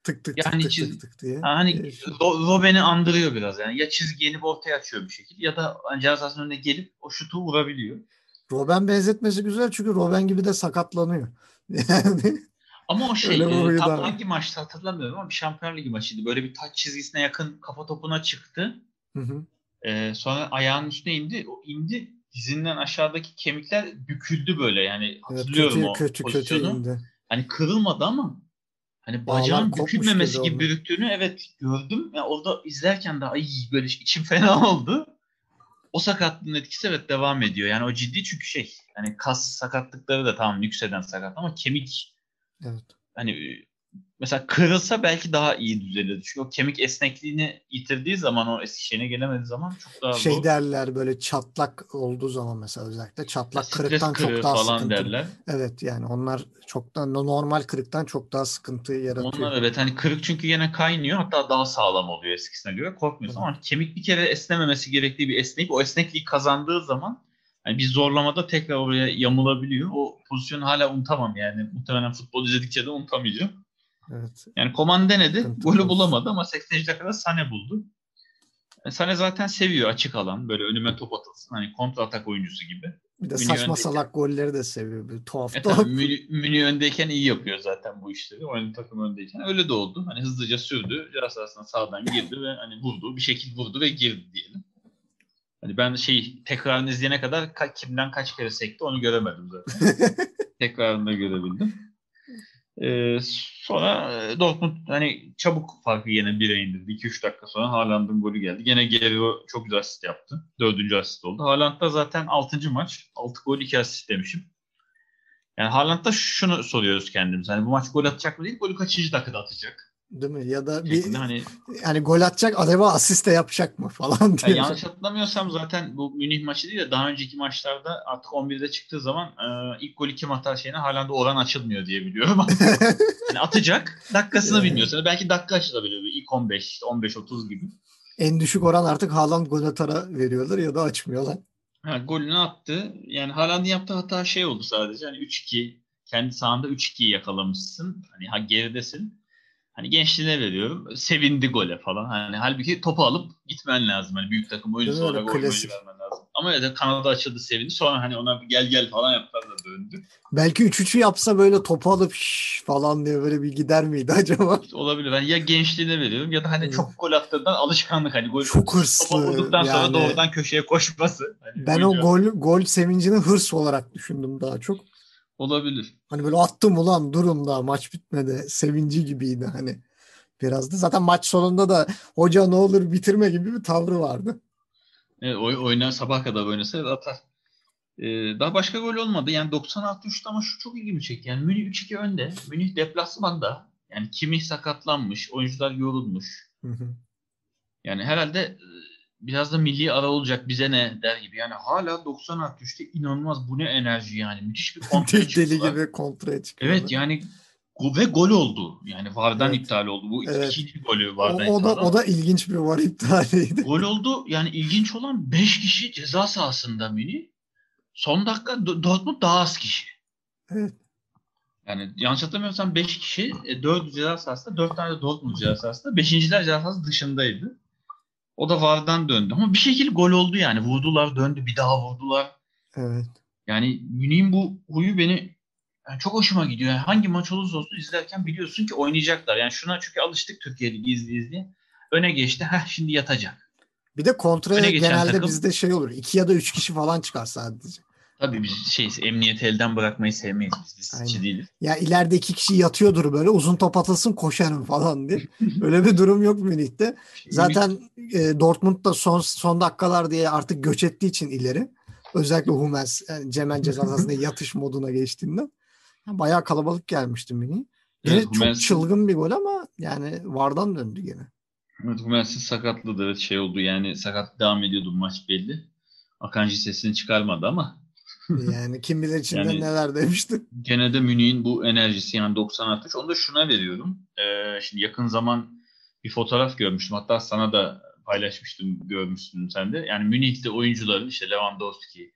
tık tık tık Yani tık tık tık diye. hani Robben'i andırıyor biraz yani. Ya çizgiyi yenip ortaya açıyor bir şekilde ya da ceza sahasının önüne gelip o şutu vurabiliyor. Robben benzetmesi güzel çünkü Robben gibi de sakatlanıyor. Yani Ama o öyle bir huyu tam da var. hangi maçta hatırlamıyorum ama bir Şampiyonlar Ligi maçıydı. Böyle bir taç çizgisine yakın kafa topuna çıktı. Hı hı. Sonra ayağının üstüne indi. O indi. Dizinden aşağıdaki kemikler büküldü böyle. Yani Evet, hatırlıyorum kötü o kötü kötü pozisyonu. indi. Hani kırılmadı ama hani Bağlar bacağın kopmuş gibi bükülmemesi gibi oldu. bürüktüğünü evet gördüm. Ya orada izlerken de ay böyle içim fena oldu. O sakatlığın etkisi evet devam ediyor. Yani o ciddi çünkü hani kas sakatlıkları da tamam yükselen sakat ama kemik Evet. hani mesela kırılsa belki daha iyi düzelir. Çünkü o kemik esnekliğini yitirdiği zaman o eski şeyine gelemediği zaman çok daha Şey zor. derler, böyle çatlak olduğu zaman mesela, özellikle Ya çatlak stres kırıktan çok kırığı daha falan sıkıntı. derler. Evet, yani onlar çoktan normal kırıktan çok daha sıkıntı yaratıyor. Onlar evet hani kırık çünkü yine kaynıyor hatta daha sağlam oluyor eskisine göre korkmuyorsun Evet. ama kemik bir kere esnememesi gerektiği bir esneyip o esnekliği kazandığı zaman hani bir zorlamada tekrar oraya yamulabiliyor. O pozisyonu hala unutamam yani muhtemelen futbol izledikçe de unutamayacağım. Evet. Yani Koman denedi Sıkıntı golü pozisyon. bulamadı ama 80. dakikada Sane buldu. Sane zaten seviyor açık alan böyle önüme top atılsın hani kontra atak oyuncusu gibi. Bir de Münih saçma öndeyken salak golleri de seviyor. Bir tuhaf tabii tuhaf. Münih öndeyken iyi yapıyor zaten bu işleri. Oyun takım öndeyken öyle de oldu. Hani hızlıca sürdü. Ceza sahasına sağdan girdi ve hani vurdu. Bir şekilde vurdu ve girdi diyelim. Hani ben tekrarını izleyene kadar kimden kaç kere sekti onu göremedim zaten. Tekrarını da görebildim. Ee, Sonra Dortmund hani çabuk farkı yine 1'e indirdi. 2-3 dakika sonra Haaland'ın golü geldi. Gene Guerrero çok güzel asist yaptı. Dördüncü asist oldu. Haaland da zaten 6. maç. 6 gol 2 asist demişim. Yani Haaland'da şunu soruyoruz kendimize. Hani bu maç gol atacak mı değil, golü kaçıncı dakikada atacak Değil mi? Ya da şeklinde. bir, Hani yani gol atacak, acaba asist de yapacak mı falan yani diye. yanlış hatırlamıyorsam zaten bu Münih maçı değil de daha önceki maçlarda artık 11'de çıktığı zaman ilk golü kim atar şeyine Haaland'a oran açılmıyor diye biliyorum. Hani atacak, dakikasını Yani bilmiyorsun. Belki dakika açılabiliyor. İlk 15, işte 15-30 gibi. en düşük oran artık Haaland gol atara veriyorlar ya da açmıyorlar. Ha, golünü attı. Yani Haaland'ın yaptığı hata oldu sadece. Hani 3-2 kendi sahanda 3-2'yi yakalamışsın. Hani geridesin. Hani gençliğine veriyorum. Sevindi gole falan. Hani halbuki topu alıp gitmen lazım. Hani büyük takım Değil mi, oyuncusu öyle olarak o imajı klasik. vermen lazım. Ama ya da kanadı açıldı sevindi. Sonra hani ona bir gel gel falan yaptılar da döndü. Belki 3-3'ü yapsa böyle topu alıp "Şşş" falan diye böyle bir gider miydi acaba? İşte olabilir. Ben ya gençliğine veriyorum ya da hani Evet. çok gol attığından alışkanlık. Hani gol Çok topa hırslı vurduktan sonra yani. doğrudan köşeye koşması. Hani Ben o oyuncu gol sevincini hırs olarak düşündüm daha çok. olabilir. Hani böyle attım ulan, durun daha maç bitmedi sevinci gibiydi hani. Biraz da zaten maç sonunda da hoca ne olur bitirme gibi bir tavrı vardı. Evet, oynar sabah kadar oynasa atar. Daha başka gol olmadı. Yani 96-3'te ama şu çok ilgimi çekti. Yani Münih 3-2 önde. Münih deplasmanda. Yani kimi sakatlanmış, oyuncular yorulmuş. Hı hı. Yani herhalde biraz da milli ara olacak bize ne der gibi. Yani hala 90-3'te inanılmaz bu ne enerji yani. Müthiş bir kontraya Deli çıktılar. gibi kontraya Evet çıkıyordu. yani ve gol oldu. Yani VAR'dan Evet. iptal oldu. Bu Evet. ikinci golü VAR'dan O iptal da oldu o ama da ilginç bir var iptaliydi. gol oldu. Yani ilginç olan 5 kişi ceza sahasında Münih. Son dakika Dortmund daha az kişi. Evet. Yani yanlış hatırlamıyorsam 5 kişi, 4 ceza sahasında, 4 tane de Dortmund ceza sahasında, 5.'ler ceza sahası dışındaydı. O da VAR'dan döndü. Ama bir şekilde gol oldu yani. Vurdular, döndü, bir daha vurdular. Evet. Yani Münih'in bu huyu beni yani çok hoşuma gidiyor. Yani hangi maç olursa olsun izlerken biliyorsun ki oynayacaklar. Yani şuna çünkü alıştık Türkiye'de izli izli. Öne geçti. Şimdi yatacak. Bir de kontraya Öne geçen genelde takım bizde şey olur. 2 ya da 3 kişi falan çıkar sadece. tabii biz emniyeti elden bırakmayı sevmeyiz. Biz riskçi Aynen. değiliz. Ya ileride 2 kişi yatıyordur, böyle uzun top atılsın koşarım falan diye. Öyle bir durum yok Münih'te. Münih Zaten Dortmund da son dakikalar diye artık göç ettiği için ileri. Özellikle Hummels, yani Cemen ceza sahasında yatış moduna geçtiğinde. Yani bayağı kalabalık gelmişti Münih. evet Gene çok Hummels'in çılgın bir gol ama yani VAR'dan döndü gene. evet, Hummels'in sakatlığı da evet oldu. Yani sakat devam ediyordu bu maç belli. Akanji sesini çıkarmadı ama Yani kim bilir içinde yani neler demişti. gene de Münih'in bu enerjisi yani 90 atış. Onu da şuna veriyorum. Şimdi yakın zaman bir fotoğraf görmüştüm. Hatta sana da paylaşmıştım, görmüşsün sen de. Yani Münih'te oyuncuların işte Lewandowski,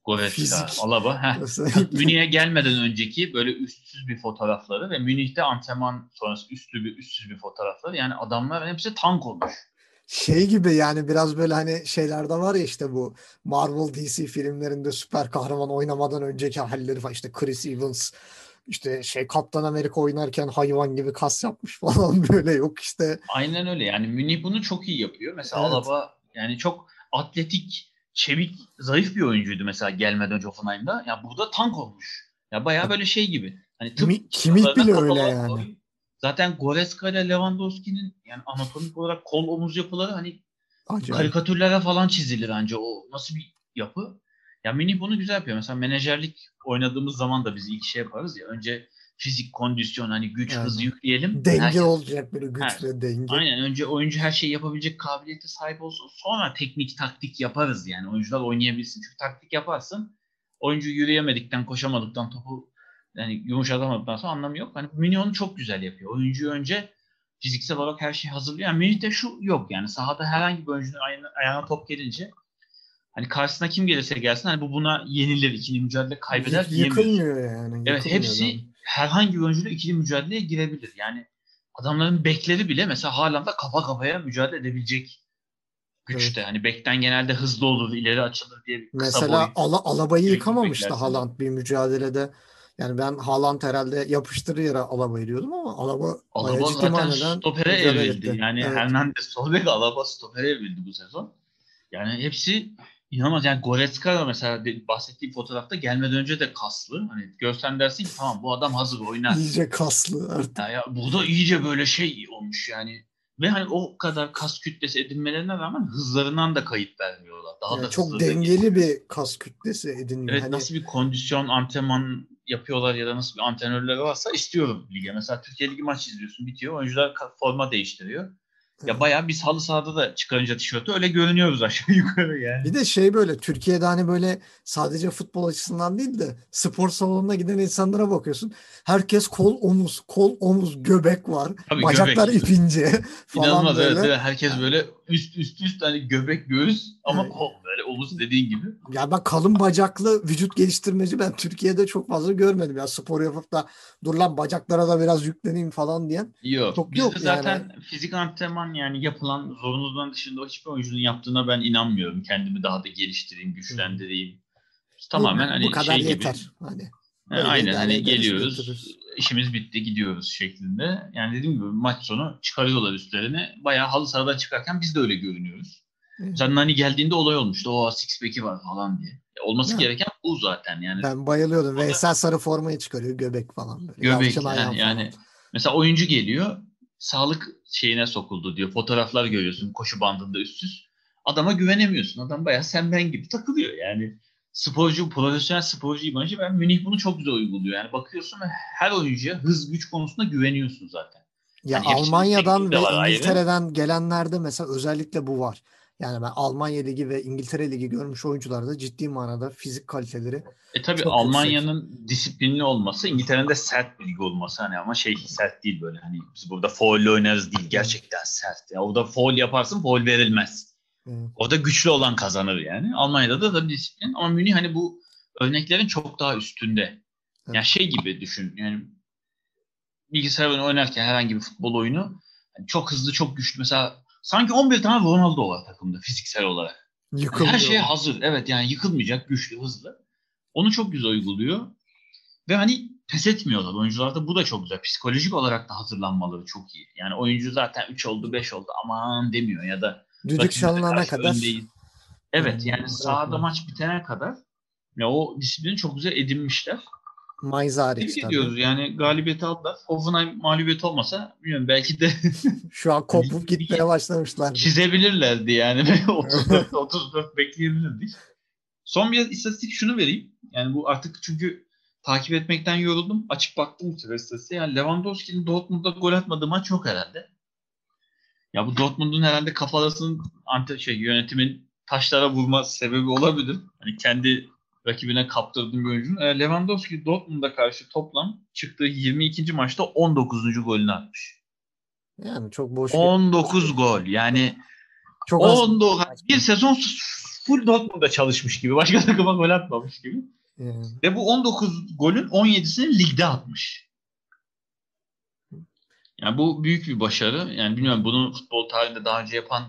Goretzka, Fizik Alaba. özellikle. Münih'e gelmeden önceki böyle üstsüz bir fotoğrafları ve Münih'te antrenman sonrası üstsüz bir fotoğrafları. Yani adamlar hepsi tank olmuş. Şey gibi yani biraz böyle hani şeylerde var ya işte bu Marvel DC filmlerinde süper kahraman oynamadan önceki halleri falan işte Chris Evans işte şey Kaptan Amerika oynarken hayvan gibi kas yapmış falan böyle yok işte. Aynen öyle. Yani Münih bunu çok iyi yapıyor. Mesela Evet. Alaba yani çok atletik, çevik, zayıf bir oyuncuydu mesela gelmeden önce Hoffenheim'da. Ya burada tank olmuş. Ya bayağı böyle şey gibi. Hani tıp Kimih kitablarına bile öyle kafalar yani. koy. Zaten Goretzka ile Lewandowski'nin yani anatomik olarak kol omuz yapıları hani Acayip. karikatürlere falan çizilir bence. O nasıl bir yapı? Ya Münih bunu güzel yapıyor. Mesela menajerlik oynadığımız zaman da biz ilk şey yaparız ya. Önce fizik, kondisyon, hani güç, hız Aynen. yükleyelim. Denge Herkes olacak böyle her, güç ve denge. aynen önce oyuncu her şeyi yapabilecek kabiliyete sahip olsun. Sonra teknik taktik yaparız yani. Oyuncular oynayabilsin. Çünkü taktik yaparsın. Oyuncu yürüyemedikten, koşamadıktan, topu yani yumuşatamadıktan sonra anlamı yok. Hani Münih onu çok güzel yapıyor. Oyuncuyu önce fiziksel olarak her şeyi hazırlıyor. Yani Münih'te şu yok yani sahada herhangi bir oyuncunun ayağına top gelince hani karşısına kim gelirse gelsin hani bu buna yenilir, ikili mücadele kaybeder diyemiyorsun. Yıkılmıyor yani. Evet Yıkılmıyor hepsi adam. herhangi bir oyuncuyla ikili mücadeleye girebilir. Yani adamların bekleri bile mesela Haaland'la kafa kafaya mücadele edebilecek güçte. Evet. Hani bekten genelde hızlı olur, ileri açılır diye bir kısa Mesela boy Alaba'yı çeviklik yıkamamıştı beklersin. Haaland bir mücadelede. Yani ben Haaland herhalde yapıştırır yere Alaba'yı diyordum ama Alaba bayağı Alaba ciddi zaten manada stopere mücadele evrildi. etti. Yani Evet. Hernandez sol bek, Alaba stopere evrildi bu sezon. Yani hepsi inanılmaz. Yani Goretzka da mesela bahsettiğim fotoğrafta gelmeden önce de kaslı. Hani görsen dersin ki tamam bu adam hazır oynar. İyice kaslı Ya, artık. ya burada iyice böyle şey olmuş yani. Ve hani o kadar kas kütlesi edinmelerine rağmen hızlarından da kayıp vermiyorlar. Daha da Yani çok hızlı da dengeli gelişiyor. bir kas kütlesi ediniyor. Evet Hani nasıl bir kondisyon antrenman yapıyorlar ya da nasıl bir antrenörleri varsa istiyorum lige. Mesela Türkiye Ligi maç izliyorsun bitiyor. Oyuncular forma değiştiriyor. Ya evet. bayağı biz halı sahada da çıkarınca tişörtü öyle görünüyoruz aşağı yukarı yani. Bir de şey böyle Türkiye'de hani böyle sadece futbol açısından değil de spor salonuna giden insanlara bakıyorsun. Herkes kol omuz, kol omuz, göbek var. Tabii Bacaklar göbek. ipince falan İnanılmaz evet böyle. değil mi? Herkes böyle üst hani göbek göğüs ama Yani, kol böyle omuz dediğin gibi. ya ben kalın bacaklı vücut geliştirmeci ben Türkiye'de çok fazla görmedim. Ya spor yapıp da dur lan bacaklara da biraz yükleneyim falan diyen Yok. çok Bizde yok yani. zaten fizik antrenman yani yapılan zorunluluğun dışında hiçbir oyuncunun yaptığına ben inanmıyorum. Kendimi daha da geliştireyim, Hmm. güçlendireyim. Bu, Tamamen bu hani kadar şey gibi. yeter. Hani böyle Aynen idare hani ederiz geliyoruz, götürürüz. işimiz bitti gidiyoruz şeklinde. Yani dediğim gibi maç sonu çıkarıyorlar üstlerine. Bayağı halı sahadan çıkarken biz de öyle görünüyoruz. Evet. Zaten hani geldiğinde olay olmuştu. O six pack'i var falan diye. Olması Ya, gereken bu zaten yani. ben bayılıyordum. Orada Veysel Sarı formayı çıkarıyor. Göbek falan böyle. Yalçın göbek Ayağı falan. yani mesela oyuncu geliyor sağlık şeyine sokuldu diyor. Fotoğraflar görüyorsun koşu bandında üstsüz. Adama güvenemiyorsun. Adam bayağı sen ben gibi takılıyor yani. Sporcu, profesyonel sporcu imajı ben Münih bunu çok güzel uyguluyor. Yani bakıyorsun ve her oyuncuya hız güç konusunda güveniyorsun zaten. Ya Hani hepsinin tekniği Almanya'dan de ve var ayrı. İngiltere'den gelenlerde mesela özellikle bu var. Yani ben Almanya Ligi ve İngiltere Ligi görmüş oyuncularda ciddi manada fizik kaliteleri Tabii çok yüksek. Almanya'nın disiplinli olması, İngiltere'nin de sert bir lig olması hani ama şey sert değil böyle hani biz burada foul oynarız değil Evet. gerçekten sert. Ya orada foul yaparsın foul verilmez. Evet. Orada güçlü olan kazanır yani. Almanya'da da disiplin ama Münih hani bu örneklerin çok daha üstünde. Ya Evet. şey gibi düşün yani bilgisayar oyunu oynarken herhangi bir futbol oyunu hani çok hızlı çok güçlü mesela sanki 11 tane Ronaldo var takımda fiziksel olarak. Hani her şeye Yıkılmıyorlar. hazır. Evet yani yıkılmayacak, güçlü, hızlı. Onu çok güzel uyguluyor. Ve hani pes etmiyorlar. Oyuncularda bu da çok güzel. Psikolojik olarak da hazırlanmaları çok iyi. Yani oyuncu zaten 3 oldu 5 oldu aman demiyor ya da Düdük rakibimize çalınana karşı kadar öndeyiz. Evet yani sahada bırakmıyor. maç bitene kadar ya o disiplini çok güzel edinmişler. Mainz hariç Tebrik tabii. ediyoruz yani galibiyeti aldılar. Hoffenheim mağlubiyeti olmasa bilmiyorum belki de Şu an kopup gitmeye ligi başlamışlardır. çizebilirlerdi yani 34 bekleyebilirdik. Son bir istatistik şunu vereyim. Yani bu artık çünkü takip etmekten yoruldum. Açıp baktım bu sefer istatistiğe. Yani Lewandowski'nin Dortmund'da gol atmadığı maç yok herhalde. Ya bu Dortmund'un herhalde kafasının yönetimin taşlara vurma sebebi olabilir. Hani kendi rakibine kaptırdığım bir oyuncunun. Lewandowski Dortmund'a karşı toplam çıktığı 22. maçta 19. golünü atmış. Yani çok boş 19 gol. Yani çok az 19 maç bir bu. sezon full Dortmund'da çalışmış gibi. Başka takıma gol atmamış gibi. Ve bu 19 golün 17'sini ligde atmış. Yani bu büyük bir başarı. Yani bilmiyorum, bunu futbol tarihinde daha önce yapan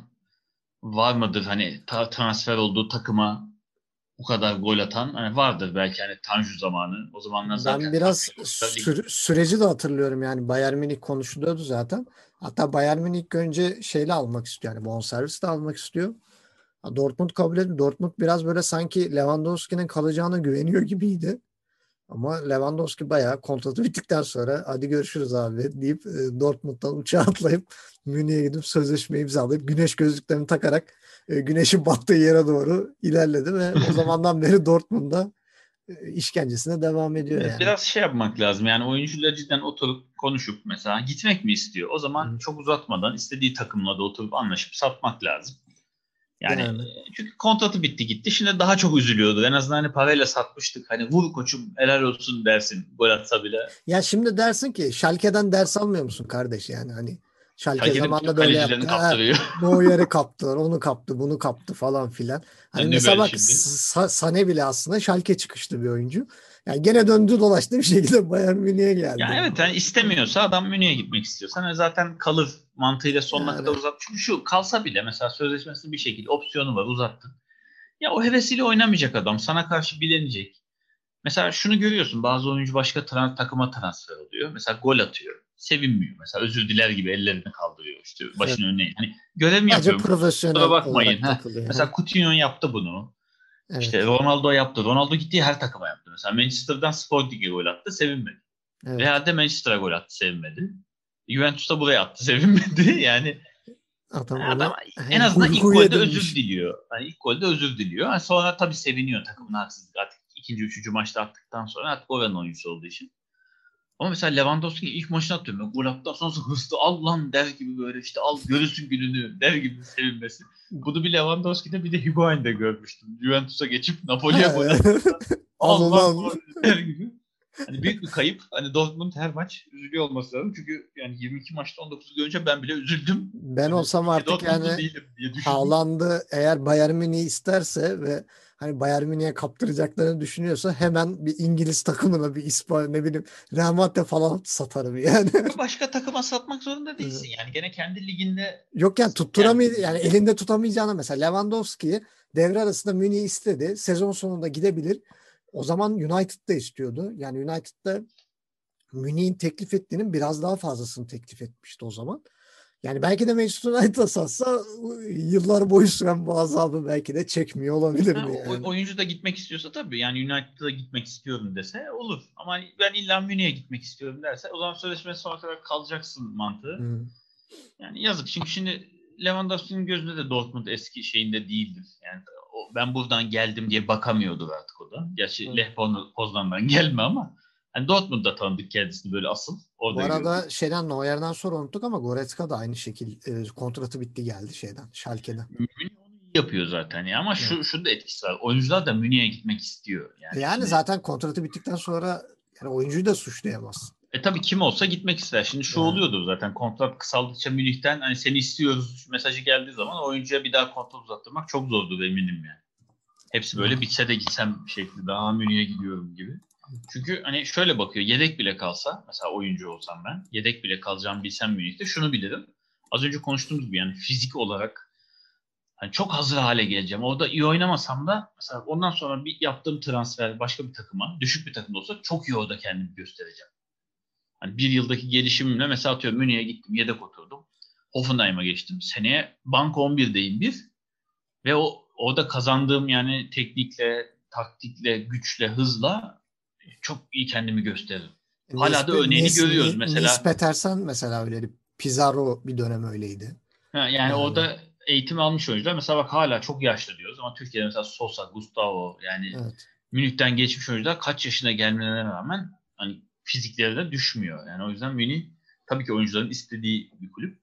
var mıdır? Hani transfer olduğu takıma bu kadar gol atan hani vardır belki, hani Tanju zamanı. O zamanlar Ben zaten biraz lig. süreci de hatırlıyorum, yani Bayern Münih konuşuluyordu zaten. Hatta Bayern Münih ilk önce şeyle almak istiyor, yani bonservis de almak istiyor. Dortmund kabul etmiyor. Dortmund biraz böyle sanki Lewandowski'nin kalacağına güveniyor gibiydi. Ama Lewandowski bayağı kontratı bittikten sonra hadi görüşürüz abi deyip Dortmund'dan uçağa atlayıp Münih'e gidip sözleşme imzalayıp güneş gözlüklerini takarak güneşin battığı yere doğru ilerledi ve o zamandan beri Dortmund'da işkencesine devam ediyor Evet, yani. biraz şey yapmak lazım. Yani oyuncular cidden oturup konuşup mesela gitmek mi istiyor? O zaman Hı. çok uzatmadan istediği takımla da oturup anlaşıp satmak lazım. Yani Yani çünkü kontratı bitti gitti. Şimdi daha çok üzülüyordu. En azından hani parayla satmıştık. Hani vur koçum helal olsun dersin. Gol atsa bile. ya şimdi dersin ki Schalke'den ders almıyor musun kardeş, yani hani Schalke Herkesin bütün zamanında böyle kalecilerini yaptı. Ha, kaptırıyor. Neuer'i kaptılar, onu kaptı, bunu kaptı falan filan. Hani mesela Nübel bak şimdi. Sané bile aslında Schalke çıkışlı bir oyuncu. Yani gene döndü dolaştı bir şekilde Bayern Münih'e Ya geldi. evet, hani istemiyorsa adam Münih'e gitmek istiyorsa hani zaten kalır mantığıyla sonuna kadar Yani uzat. Çünkü şu kalsa bile mesela sözleşmesinin bir şekilde opsiyonu var, uzattın. Ya o hevesiyle oynamayacak adam. Sana karşı bilenecek. Mesela şunu görüyorsun. Bazı oyuncu başka takıma transfer oluyor. Mesela gol atıyor. Sevinmiyor. Mesela özür diler gibi ellerini kaldırıyor. İşte evet, başını önüne. Hani görevimi sadece yapıyorum. Kusura profesyonel bakmayın. olarak Heh. takılıyor. Ha. Mesela Coutinho yaptı bunu. İşte Evet, Ronaldo yaptı. Ronaldo gittiği her takıma yaptı. Mesela Manchester'dan Sporting'e gol attı. Sevinmedi. evet. Real'de Manchester'a gol attı. Sevinmedi. Juventus'ta buraya attı. Sevinmedi. Yani Adam adam onu en azından ilk huy golde özür edinmiş. diliyor. Hani ilk golde özür diliyor. Hani sonra tabii seviniyor takımın haksızlık. Artık ikinci, üçüncü maçta attıktan sonra artık oranın oyuncusu olduğu için. Ama mesela Lewandowski ilk maçını atıyorum. Gol attıktan sonra hırslı al lan der gibi, böyle işte al görürsün gününü der gibi sevinmesi. Bunu bir Lewandowski'de bir de Higuain'de görmüştüm. Juventus'a geçip Napoli'ye gol attığında Al al lan ulan. gol der gibi. Hani büyük bir kayıp. Hani Dortmund her maç üzülüyor olması lazım. Çünkü yani 22 maçta 19 görünce ben bile üzüldüm. Ben Hani olsam iyi ki artık Dortmund'un yani değilim diye düşündüm. Haaland'ı eğer Bayern Münih isterse ve hani Bayern Münih'e kaptıracaklarını düşünüyorsa hemen bir İngiliz takımına, bir İspanya, ne bileyim, Real Madrid falan satarım yani. Başka takıma satmak zorunda değilsin. Yani gene kendi liginde Yok yani kendi yani liginde. elinde tutamayacağına, mesela Lewandowski'yi devre arasında Münih istedi. Sezon sonunda gidebilir. O zaman United da istiyordu. Yani United'da Münih'in teklif ettiğinin biraz daha fazlasını teklif etmişti o zaman. Yani belki de Manchester United'a satsa yıllar boyu süren bu azabı belki de çekmiyor Ha, olabilirdi yani. oyuncu da gitmek istiyorsa tabii, yani United'a gitmek istiyorum dese olur. Ama hani ben illa Münih'e gitmek istiyorum derse o zaman sözleşmesi sonuna kadar kalacaksın mantığı. Hı. Yani yazık, çünkü şimdi Lewandowski'nin gözünde de Dortmund eski şeyinde değildir. Yani ben buradan geldim diye bakamıyordur artık o da. Gerçi Hı. Lech Poznan'dan gelme ama hani Dortmund'da tanıdık kendisini böyle asıl. Bu Orada gördük. arada şeyden, Neuer'den sonra unuttuk ama Goretzka da aynı şekil kontratı bitti geldi şeyden, Schalke'den. Münih onu iyi yapıyor zaten ya, ama Evet. şu da etkisi var. Oyuncular da Münih'e gitmek istiyor. Yani Yani şimdi zaten kontratı bittikten sonra yani oyuncuyu da suçlayamazsın. tabii kim olsa gitmek ister. Şimdi şu Yani, oluyordu zaten, kontrat kısaldıkça Münih'ten hani seni istiyoruz mesajı geldiği zaman oyuncuya bir daha kontrat uzattırmak çok zordu eminim yani. Hepsi böyle evet. bitse de gitsem şekli, daha Münih'e gidiyorum gibi. Çünkü hani şöyle bakıyor, yedek bile kalsa mesela oyuncu olsam, ben yedek bile kalacağımı bilsem Münih'te şunu bilirim. Az önce konuştuğumuz gibi yani fizik olarak hani çok hazır hale geleceğim. Orada iyi oynamasam da mesela ondan sonra bir yaptığım transfer başka bir takıma, düşük bir takım olsa çok iyi orada kendimi göstereceğim. Hani bir yıldaki gelişimimle mesela atıyorum Münih'e gittim, yedek oturdum. Hoffenheim'a geçtim. Seneye bank 11'deyim bir. Ve orada kazandığım yani teknikle, taktikle, güçle, hızla çok iyi kendimi gösteririm. Hala da örneğini görüyoruz. Mesela Nispeten mesela öyleydi. Pizarro bir dönem öyleydi. yani Yani orada eğitim almış oyuncular. Mesela bak hala çok yaşlı diyoruz ama Türkiye'de mesela Sosa, Gustavo, yani evet. Münih'ten geçmiş oyuncular kaç yaşına gelmelerine rağmen hani fizikleri de düşmüyor. Yani o yüzden Münih tabii ki oyuncuların istediği bir kulüp.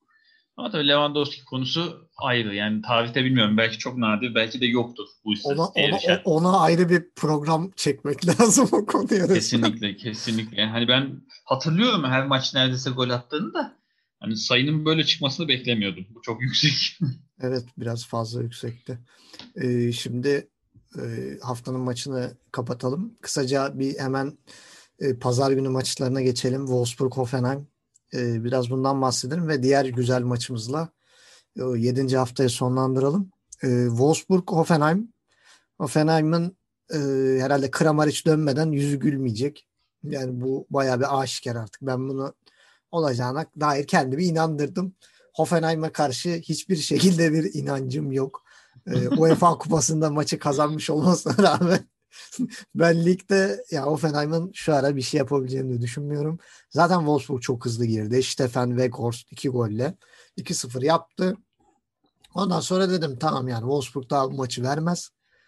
Ama tabii Lewandowski konusu ayrı. Yani tarihte bilmiyorum. Belki çok nadir, belki de yoktur bu istatistiğe erişen. Ona ayrı bir program çekmek lazım o konuya resmen. Kesinlikle, kesinlikle. Yani hani ben hatırlıyorum her maç neredeyse gol attığını da. Hani sayının böyle çıkmasını beklemiyordum. Bu çok yüksek. Evet, biraz fazla yüksekti. Şimdi haftanın maçını kapatalım. Kısaca bir hemen pazar günü maçlarına geçelim. Wolfsburg-Hoffenheim. Biraz bundan bahsedelim ve diğer güzel maçımızla 7. haftayı sonlandıralım. Wolfsburg-Hoffenheim. Hoffenheim'ın herhalde Kramaric dönmeden yüzü gülmeyecek. Yani bu bayağı bir aşikar artık. Ben bunu olacağına dair kendimi inandırdım. Hoffenheim'e karşı hiçbir şekilde bir inancım yok. UEFA Kupası'nda maçı kazanmış olmasına rağmen ben ligde ya Hoffenheim'ın şu ara bir şey yapabileceğini de düşünmüyorum. Zaten Wolfsburg çok hızlı girdi. Stefan Weghorst 2 golle 2-0 yaptı. Ondan sonra dedim tamam, yani Wolfsburg daha bu maçı vermez.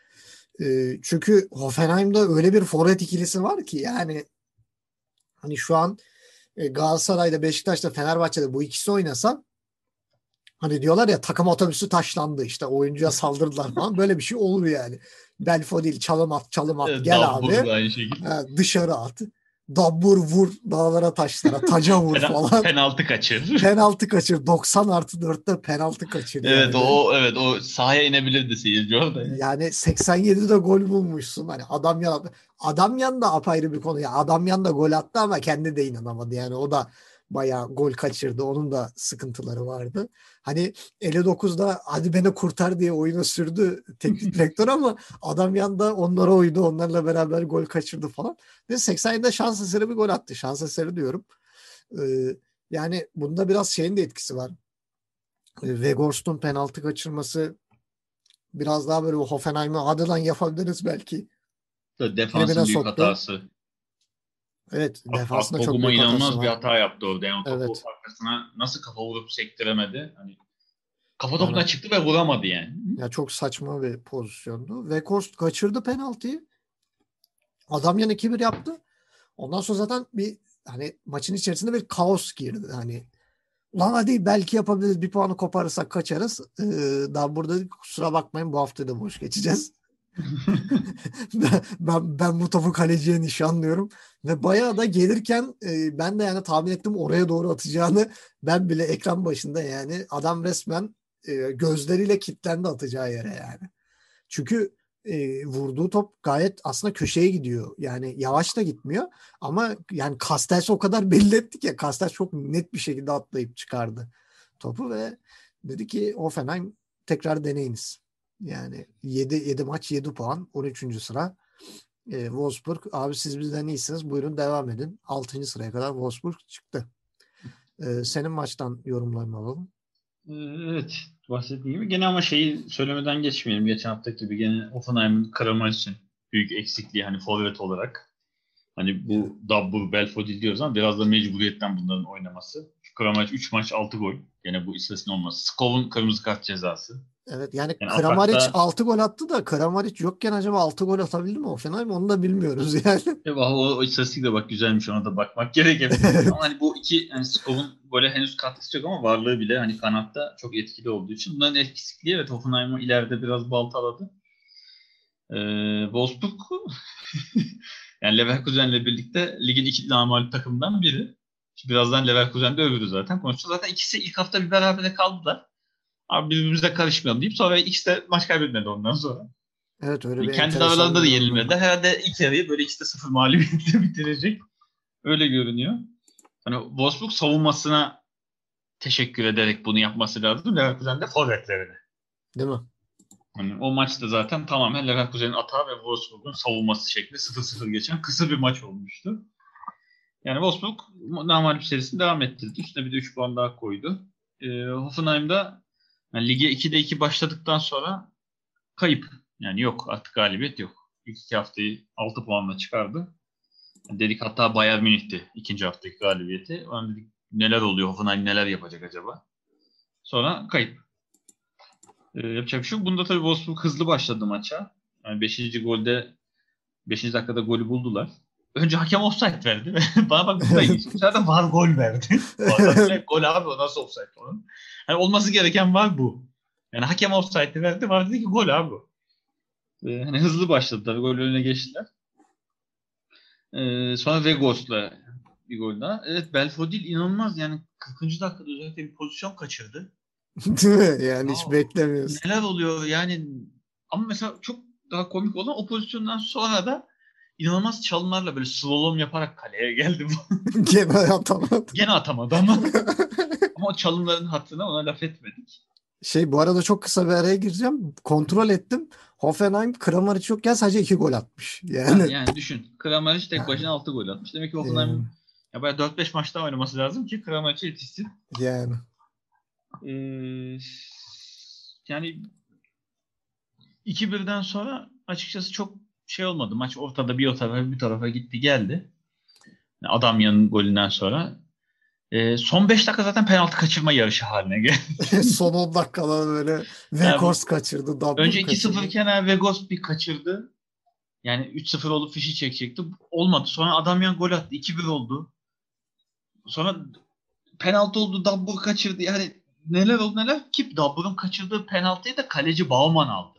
Çünkü Hoffenheim'da öyle bir forvet ikilisi var ki yani hani şu an Galatasaray'da, Beşiktaş'ta, Fenerbahçe'de bu ikisi oynasa hani diyorlar ya takım otobüsü taşlandı, işte oyuncuya saldırdılar falan, böyle bir şey olur yani. Belfodil çalım at çalım at gel Dabbur abi. da aynı şekilde. Dışarı at. Dabbur vur dağlara taşlara, taca vur falan. Penaltı kaçır. Penaltı kaçır. 90+4'te penaltı kaçır Evet yani. o sahaya inebilirdi seyirci orada. Yani 87'de gol bulmuşsun. Hani adam yan da apayrı bir konu. Ya adam yan da gol attı ama kendi de inanamadı. Yani o da bayağı gol kaçırdı. Onun da sıkıntıları vardı. Hani 59'da hadi beni kurtar diye oyunu sürdü teknik direktör ama adam yan da onlara uydu. Onlarla beraber gol kaçırdı falan. Ve 87'de şans eseri bir gol attı. Şans eseri diyorum. Yani bunda biraz şeyin de etkisi var. Weghorst'un penaltı kaçırması biraz daha böyle Hoffenheim'e hadi lan yapabiliriz belki tribine Defansın büyük soktu. hatası. Evet, defasında çok Akpoguma büyük hatası inanılmaz bir var. hata yaptı orada. Yani o topu Evet. arkasına nasıl kafa vurup sektiremedi. Hani kafa topuna Yani çıktı ve vuramadı yani. ya çok saçma bir pozisyondu. Weghorst kaçırdı penaltıyı. Adam yan 2-1 yaptı. Ondan sonra zaten bir hani maçın içerisinde bir kaos girdi. Hani ulan hadi belki yapabiliriz, bir puanı koparırsak kaçarız. Daha burada kusura bakmayın, bu hafta da boş geçeceğiz. Ben bu topu kaleciye nişanlıyorum ve bayağı da gelirken ben de yani tahmin ettim oraya doğru atacağını. Ben bile ekran başında yani adam resmen gözleriyle kilitlendi atacağı yere yani. Çünkü vurduğu top gayet aslında köşeye gidiyor. Yani yavaş da gitmiyor ama yani Castells o kadar belli etti ki Castells çok net bir şekilde atlayıp çıkardı topu ve dedi ki Hoffenheim tekrar deneyiniz. Yani 7 maç 7 puan 13. sıra. Wolfsburg abi siz bizden iyisiniz, buyurun devam edin. 6. sıraya kadar Wolfsburg çıktı. Senin maçtan yorumlarını alalım. Evet, bahsettiğim gibi. Gene ama şeyi söylemeden geçmeyelim. Geçen haftaki gibi gene Hoffenheim'in Kramaric için büyük eksikliği hani forvet olarak. Hani Evet. bu Dabbu, Belfodil diyoruz ama biraz da mecburiyetten bunların oynaması. Kramaric 3 maç 6 gol. Gene bu istatistiğin olması. Skov'un kırmızı kart cezası. Evet, yani Yani Kramaric atakta 6 gol attı da Kramaric yokken acaba 6 gol atabildi mi Hoffenheim, onu da bilmiyoruz yani. o istatistik de bak güzelmiş, ona da bakmak gerekebilir. Ama hani bu iki yani Skov'un gole henüz katkısı yok ama varlığı bile hani kanatta çok etkili olduğu için bunların eksikliği evet Hoffenheim'ı ileride biraz baltaladı. Wolfsburg yani Leverkusen'le birlikte ligin iki namağlup takımından biri. Şimdi birazdan Leverkusen'de öbürü zaten konuşacağız. Zaten ikisi ilk hafta bir berabere kaldılar. Abi birbirimize karışmayalım deyip sonra ikisi de maç kaybetmedi ondan sonra. Evet, öyle Yani bir kendi enteresan aralarında bir da durum yenilmediler. yok. Herhalde ilk yarıyı böyle ikisi de sıfır mağlubiyetle bitirecek. Öyle görünüyor. Hani Wolfsburg savunmasına teşekkür ederek bunu yapması lazım. Leverkusen de forvetlerine. Değil mi? Hani o maçta zaten tamamen Leverkusen'in atağı ve Wolfsburg'un savunması şeklinde 0-0 geçen kısa bir maç olmuştu. Yani Wolfsburg namağlup serisini devam ettirdi. Üstüne bir de 3 puan daha koydu. Hoffenheim'da yani lige 2'de 2 başladıktan sonra kayıp. Yani yok artık galibiyet yok. İlk 2 haftayı 6 puanla çıkardı. Dedik hatta Bayern Münih'ti ikinci haftaki galibiyeti. O dedik neler oluyor, Hoffenheim neler yapacak acaba? Sonra kayıp. Yapacak bir şey yok. Bunda tabii Wolfsburg hızlı başladı maça. Yani 5. golde 5. dakikada golü buldular. Önce hakem offside verdi. Bana bak bu da ilginç. Zaten VAR gol verdi. VAR'dan bile gol abi, o nasıl offside falan. Yani olması gereken var bu. Yani hakem offside verdi. VAR dedi ki gol abi bu. Hani hızlı başladılar. Gol önüne geçtiler. Sonra Vegors'la bir gol daha. Evet, Belfodil inanılmaz yani 40. dakikada özellikle bir pozisyon kaçırdı. Değil mi? Yani Ya hiç beklemiyorsun. neler oluyor yani, ama mesela çok daha komik olan o pozisyondan sonra da inanılmaz çalımlarla böyle slalom yaparak kaleye geldi bu. Gene atamadı. Gene atamadı ama. Ama o çalımların hatırına ona laf etmedik. Bu arada çok kısa bir araya gireceğim. Kontrol ettim. Hoffenheim Kramaric yokken sadece 2 gol atmış. Ha, Yani yani düşün. Kramaric tek başına 6 gol atmış. Demek ki yani, Hoffenheim'in ya böyle 4-5 maçta oynaması lazım ki Kramaric'e yetişsin. yani. Ee, yani 2-1'den sonra açıkçası çok şey olmadı. Maç ortada bir o tarafa bir tarafa gitti geldi. Adamyan'ın golünden sonra. Son 5 dakika zaten penaltı kaçırma yarışı haline geldi. Son 10 dakikada böyle Yani Weghorst kaçırdı. Dabur önce 2-0 kaçırdı. iken Vegos bir kaçırdı. Yani 3-0 olup fişi çekecekti. Olmadı. Sonra Adamyan gol attı. 2-1 oldu. Sonra penaltı oldu. Dabur kaçırdı. Yani neler oldu neler. Ki Dabur'un kaçırdığı penaltıyı da kaleci Bauman aldı.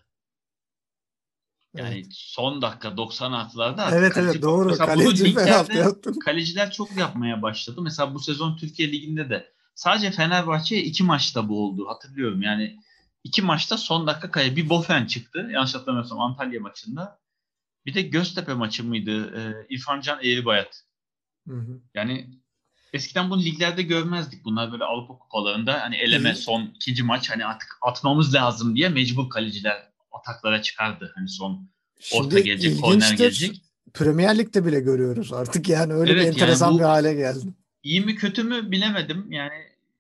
Evet. Yani son dakika 90 artılarda artık Evet evet kaleci. doğru. Mesela bunu Kaleci penaltı liglerde yaptı. kaleciler çok yapmaya başladı. Mesela bu sezon Türkiye Ligi'nde de sadece Fenerbahçe'ye 2 maçta bu oldu. Hatırlıyorum yani 2 maçta son dakika kale. Bir Bofen çıktı. Yanlış hatırlamıyorsam Antalya maçında. Bir de Göztepe maçı mıydı? İrfan Can Eğribayat. Hı hı. Yani eskiden bunu liglerde görmezdik. Bunlar böyle Avrupa kupalarında hani eleme İyi. son ikinci maç hani artık atmamız lazım diye mecbur kaleciler ataklara çıkardı. Hani son orta Şimdi gelecek, korner ilginçtir. gelecek. Premier Lig'de bile görüyoruz artık. Yani öyle bir Evet yani enteresan bir bu hale geldi. iyi mi kötü mü bilemedim. Yani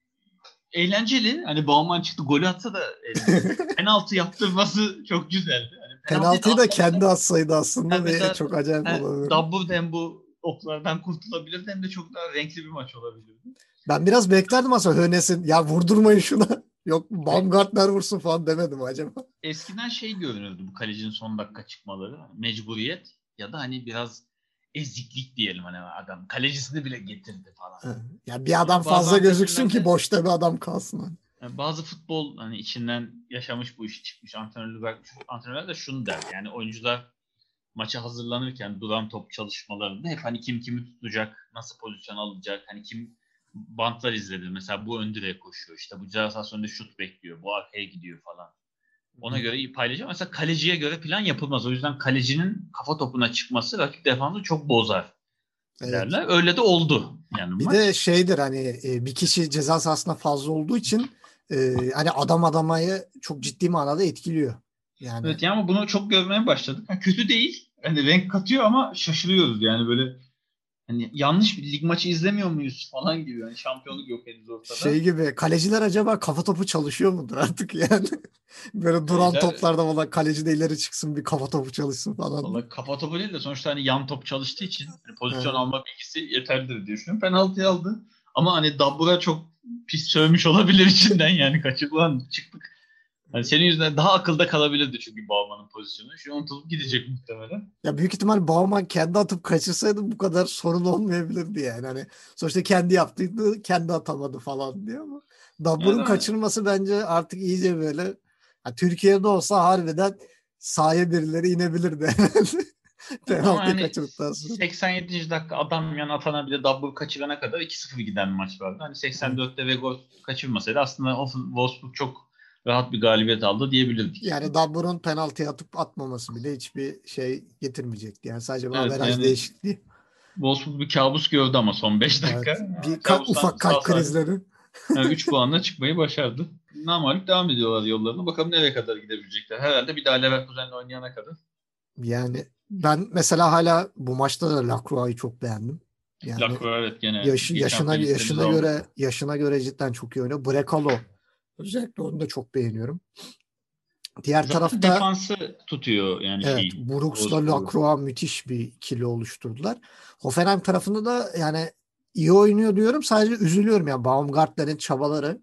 eğlenceli. Hani Bauman çıktı golü atsa da eğlenceli. Penaltı yaptırması çok güzeldi. Hani penaltıyı da Penaltıyı da atmasa kendi atsaydı yani aslında ve mesela çok acayip olabilir. Dabbur hem bu oklardan kurtulabilirdi hem de çok daha renkli bir maç olabilirdi. Ben biraz beklerdim aslında Hönes'in ya vurdurmayın şuna. Yok Ve Baumgartner vursun falan demedim acaba. eskiden şey görünürdü bu kalecinin son dakika çıkmaları. Hani mecburiyet ya da hani biraz eziklik diyelim hani adam. Kalecisini bile getirdi falan. Ha, ya bir adam Ama bazı fazla gözüksün ki antrenörlerde boşta bir adam kalsın. Hani. yani bazı futbol hani içinden yaşamış bu işi çıkmış antrenörlük yapmış antrenörler de şunu der. Yani oyuncular maça hazırlanırken duran top çalışmalarında hep hani kim kimi tutacak, nasıl pozisyon alacak, hani kim bantlar izledi. Mesela bu ön direğe koşuyor. İşte bu ceza sahasında şut bekliyor. Bu arkaya gidiyor falan. Ona göre paylaşacağım. Mesela kaleciye göre plan yapılmaz. O yüzden kalecinin kafa topuna çıkması rakip defansı çok bozar Evet. derler. Öyle de oldu yani Bir de maç. şeydir hani bir kişi ceza sahasında fazla olduğu için hani adam adamayı çok ciddi manada etkiliyor. Yani Evet yani ama bunu çok görmeye başladık. Ha, kötü değil. Hani renk katıyor ama şaşırıyoruz yani böyle hani yanlış bir lig maçı izlemiyor muyuz falan gibi. Yani şampiyonluk yok henüz ortada. gibi kaleciler acaba kafa topu çalışıyor mudur artık yani? Böyle duran Kaleciler toplarda falan kaleci de ileri çıksın bir kafa topu çalışsın falan diye. valla kafa topu değil de sonuçta hani yan top çalıştığı için hani pozisyon Ee, alma bilgisi yeterlidir diye düşünüyorum. Penaltıyı aldı. Ama hani Dabbur'a çok pis sövmüş olabilir içinden yani kaçırılan çıktık. Hani senin yüzünden daha akılda kalabilirdi çünkü Bauman'ın pozisyonu. Şu an unutulup gidecek muhtemelen. Ya büyük ihtimal Bauman kendi atıp kaçırsaydı bu kadar sorun olmayabilirdi yani. Hani sonuçta kendi yaptıydı, kendi atamadı falan diyor ama Yani Dabbur'un kaçırması bence artık iyice böyle ha, Türkiye'de olsa harbiden sahaya birileri inebilirdi. evet, ama Penaltıyı hani kaçırdıktan sonra. 87. dakika adam yan atana bile Dabbur kaçırana kadar 2-0 giden bir maç vardı. Hani Evet. 84'te ve gol kaçırmasaydı aslında Wolfsburg çok rahat bir galibiyet aldı diyebilirdik. Yani Dabbur'un penaltıyı atıp atmaması bile hiçbir şey getirmeyecekti. Yani sadece bir Evet averaj yani değişikliği. Wolfsburg bir kabus gördü ama son 5 dakika. Evet. Yani kabustan Ufak sağ kalp salim krizleri. 3 puanla çıkmayı başardı. Namağlup devam ediyorlar yollarına. Bakalım nereye kadar gidebilecekler. Herhalde bir daha Leverkusen'le oynayana kadar. Yani ben mesela hala bu maçta da Lacroix'ı çok beğendim. Yani Lacroix evet gene geçen yaşına hafta listemize yaşına aldık. göre yaşına göre cidden çok iyi oynuyor. Brekalo özellikle onu da çok beğeniyorum. Diğer Zaten tarafta defansı tutuyor yani evet şeyi. Brooks'la Wolfsburg'u. Lacroix müthiş bir ikili oluşturdular. Hoffenheim tarafında da yani iyi oynuyor diyorum. Sadece üzülüyorum ya Baumgartner'in çabaları.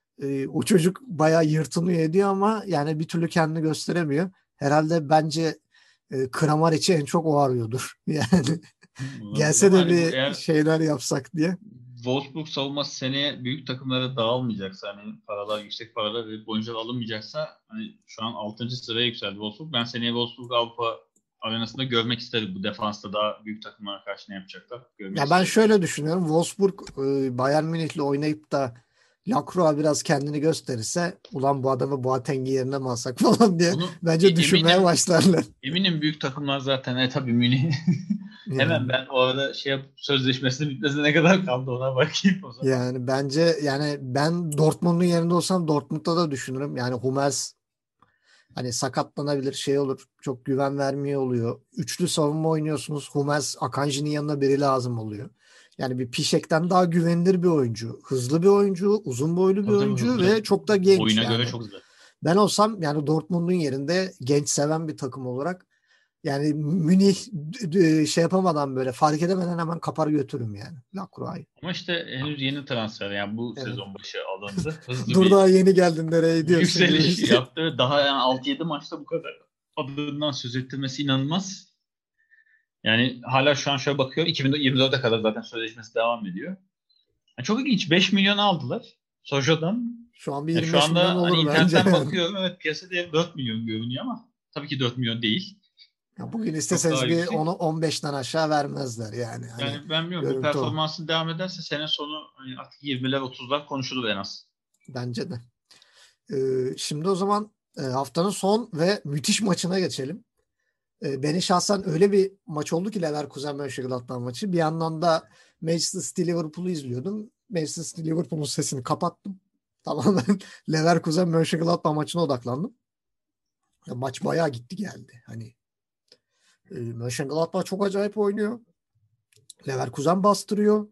O çocuk bayağı yırtınıyor ediyor ama yani bir türlü kendini gösteremiyor. Herhalde bence Kramaric'i en çok o arıyordur. Yani Olabilir gelse ama de hani bu bir eğer şeyler yapsak diye. Wolfsburg savunması seneye büyük takımlara dağılmayacaksa hani paralar yüksek paralar ve oyuncular alınmayacaksa hani şu an 6. sıraya yükseldi Wolfsburg. Ben seneye Wolfsburg Avrupa arenasında görmek isteriz. Bu defansta daha büyük takımlara karşı ne yapacaklar görmek Ya ben isteriz. şöyle düşünüyorum. Wolfsburg Bayern Münih'le oynayıp da Lacroix biraz kendini gösterirse ulan bu adamı Boateng'i yerine mi alsak falan diye Onu bence düşünmeye başlarlar. eminim büyük takımlar zaten tabii Münih. Hemen Yani ben o arada sözleşmesinin bitmesine ne kadar kaldı ona bakayım o zaman. yani bence yani ben Dortmund'un yerinde olsam Dortmund'da da düşünürüm. Yani Hummels hani sakatlanabilir şey olur. Çok güven vermiyor oluyor. Üçlü savunma oynuyorsunuz. Hummels, Akanji'nin yanına biri lazım oluyor. Yani bir Pişek'ten daha güvenilir bir oyuncu. Hızlı bir oyuncu, uzun boylu bir Tabii tabii oyuncu hızlı. ve çok da genç Boyuna göre yani. çok hızlı. Ben olsam yani Dortmund'un yerinde genç seven bir takım olarak yani Münih şey yapamadan böyle fark edemeden hemen kapar götürürüm yani Lacroix'ı. Ama işte henüz yeni transfer yani bu Evet. sezon başı alındı. Hızlı Dur bir daha yeni geldin nereye diyorsun gibi yükseliş işte. yaptı. Daha yani 6-7 maçta bu kadar adından söz ettirmesi inanılmaz. Yani hala şu an şöyle bakıyor. 2024'e kadar zaten sözleşmesi devam ediyor. Yani çok ilginç. 5 milyon aldılar Sojo'dan. Şu an bir Ya şu 25 milyon anda hani olur bence internetten yani. bakıyorum. Evet piyasa değeri 4 milyon görünüyor ama tabii ki 4 milyon değil. Ya bugün Çok daha isteseniz bir yüksek. onu 15'ten aşağı vermezler yani. Hani Yani ben bilmiyorum bu görüntü o. performansın devam ederse sene sonu hani artık 20'ler 30'lar konuşulur en az. Bence de. Şimdi o zaman haftanın son ve müthiş maçına geçelim. Beni şahsen öyle bir maç oldu ki Leverkusen Mönchengladbach maçı. Bir yandan da Manchester City Liverpool'u izliyordum. Manchester City Liverpool'un sesini kapattım. Tamamen Leverkusen Mönchengladbach maçına odaklandım. Ya, maç bayağı gitti geldi. Hani Mönchengladbach çok acayip oynuyor. Leverkusen bastırıyor.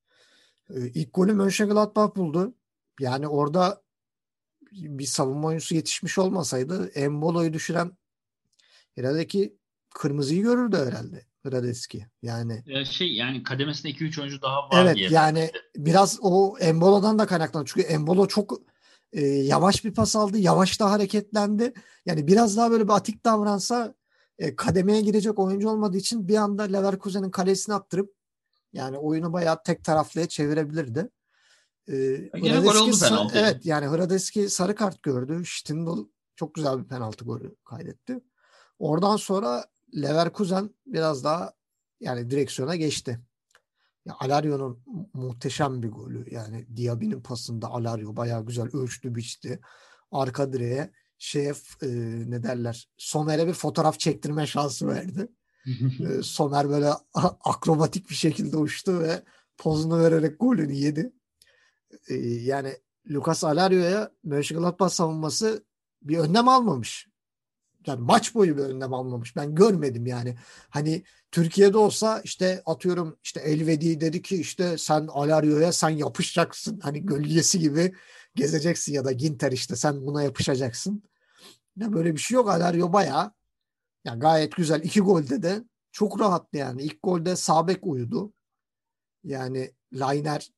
İlk golü Mönchengladbach buldu. Yani orada bir savunma oyuncusu yetişmiş olmasaydı Embolo'yu düşüren Hradecki kırmızıyı görürdü herhalde. Hradecky. Yani Yani kademesinde 2-3 oyuncu daha var evet diye yani vermedi. biraz o Embolo'dan da kaynaklanıyor. Çünkü Embolo çok yavaş bir pas aldı. Yavaş da hareketlendi. Yani biraz daha böyle bir atik davransa kademeye girecek oyuncu olmadığı için bir anda Leverkusen'in kalesine attırıp yani oyunu bayağı tek taraflıya çevirebilirdi. Gene gol oldu penaltıyla. Evet yani Hradecky sarı kart gördü. Stindl çok güzel bir penaltı golü kaydetti. Oradan sonra Leverkusen biraz daha yani direksiyona geçti. Ya Alario'nun muhteşem bir golü. Yani Diaby'nin pasında Alario bayağı güzel ölçtü biçti. Arka direğe ne derler Somer'e bir fotoğraf çektirme şansı verdi. Somer böyle akrobatik bir şekilde uçtu ve pozunu vererek golünü yedi. Yani Lucas Alario'ya Mönchengladbach savunması bir önlem almamış. Yani maç boyu bir önlem almamış. Ben görmedim yani. Hani Türkiye'de olsa işte atıyorum işte Elvedi dedi ki işte sen Alario'ya sen yapışacaksın. Hani gölgesi gibi gezeceksin ya da Ginter işte sen buna yapışacaksın. Ya böyle bir şey yok. Alario bayağı ya gayet güzel. İki golde de çok rahattı yani. İlk golde sağ bek uyudu. Yani Lainer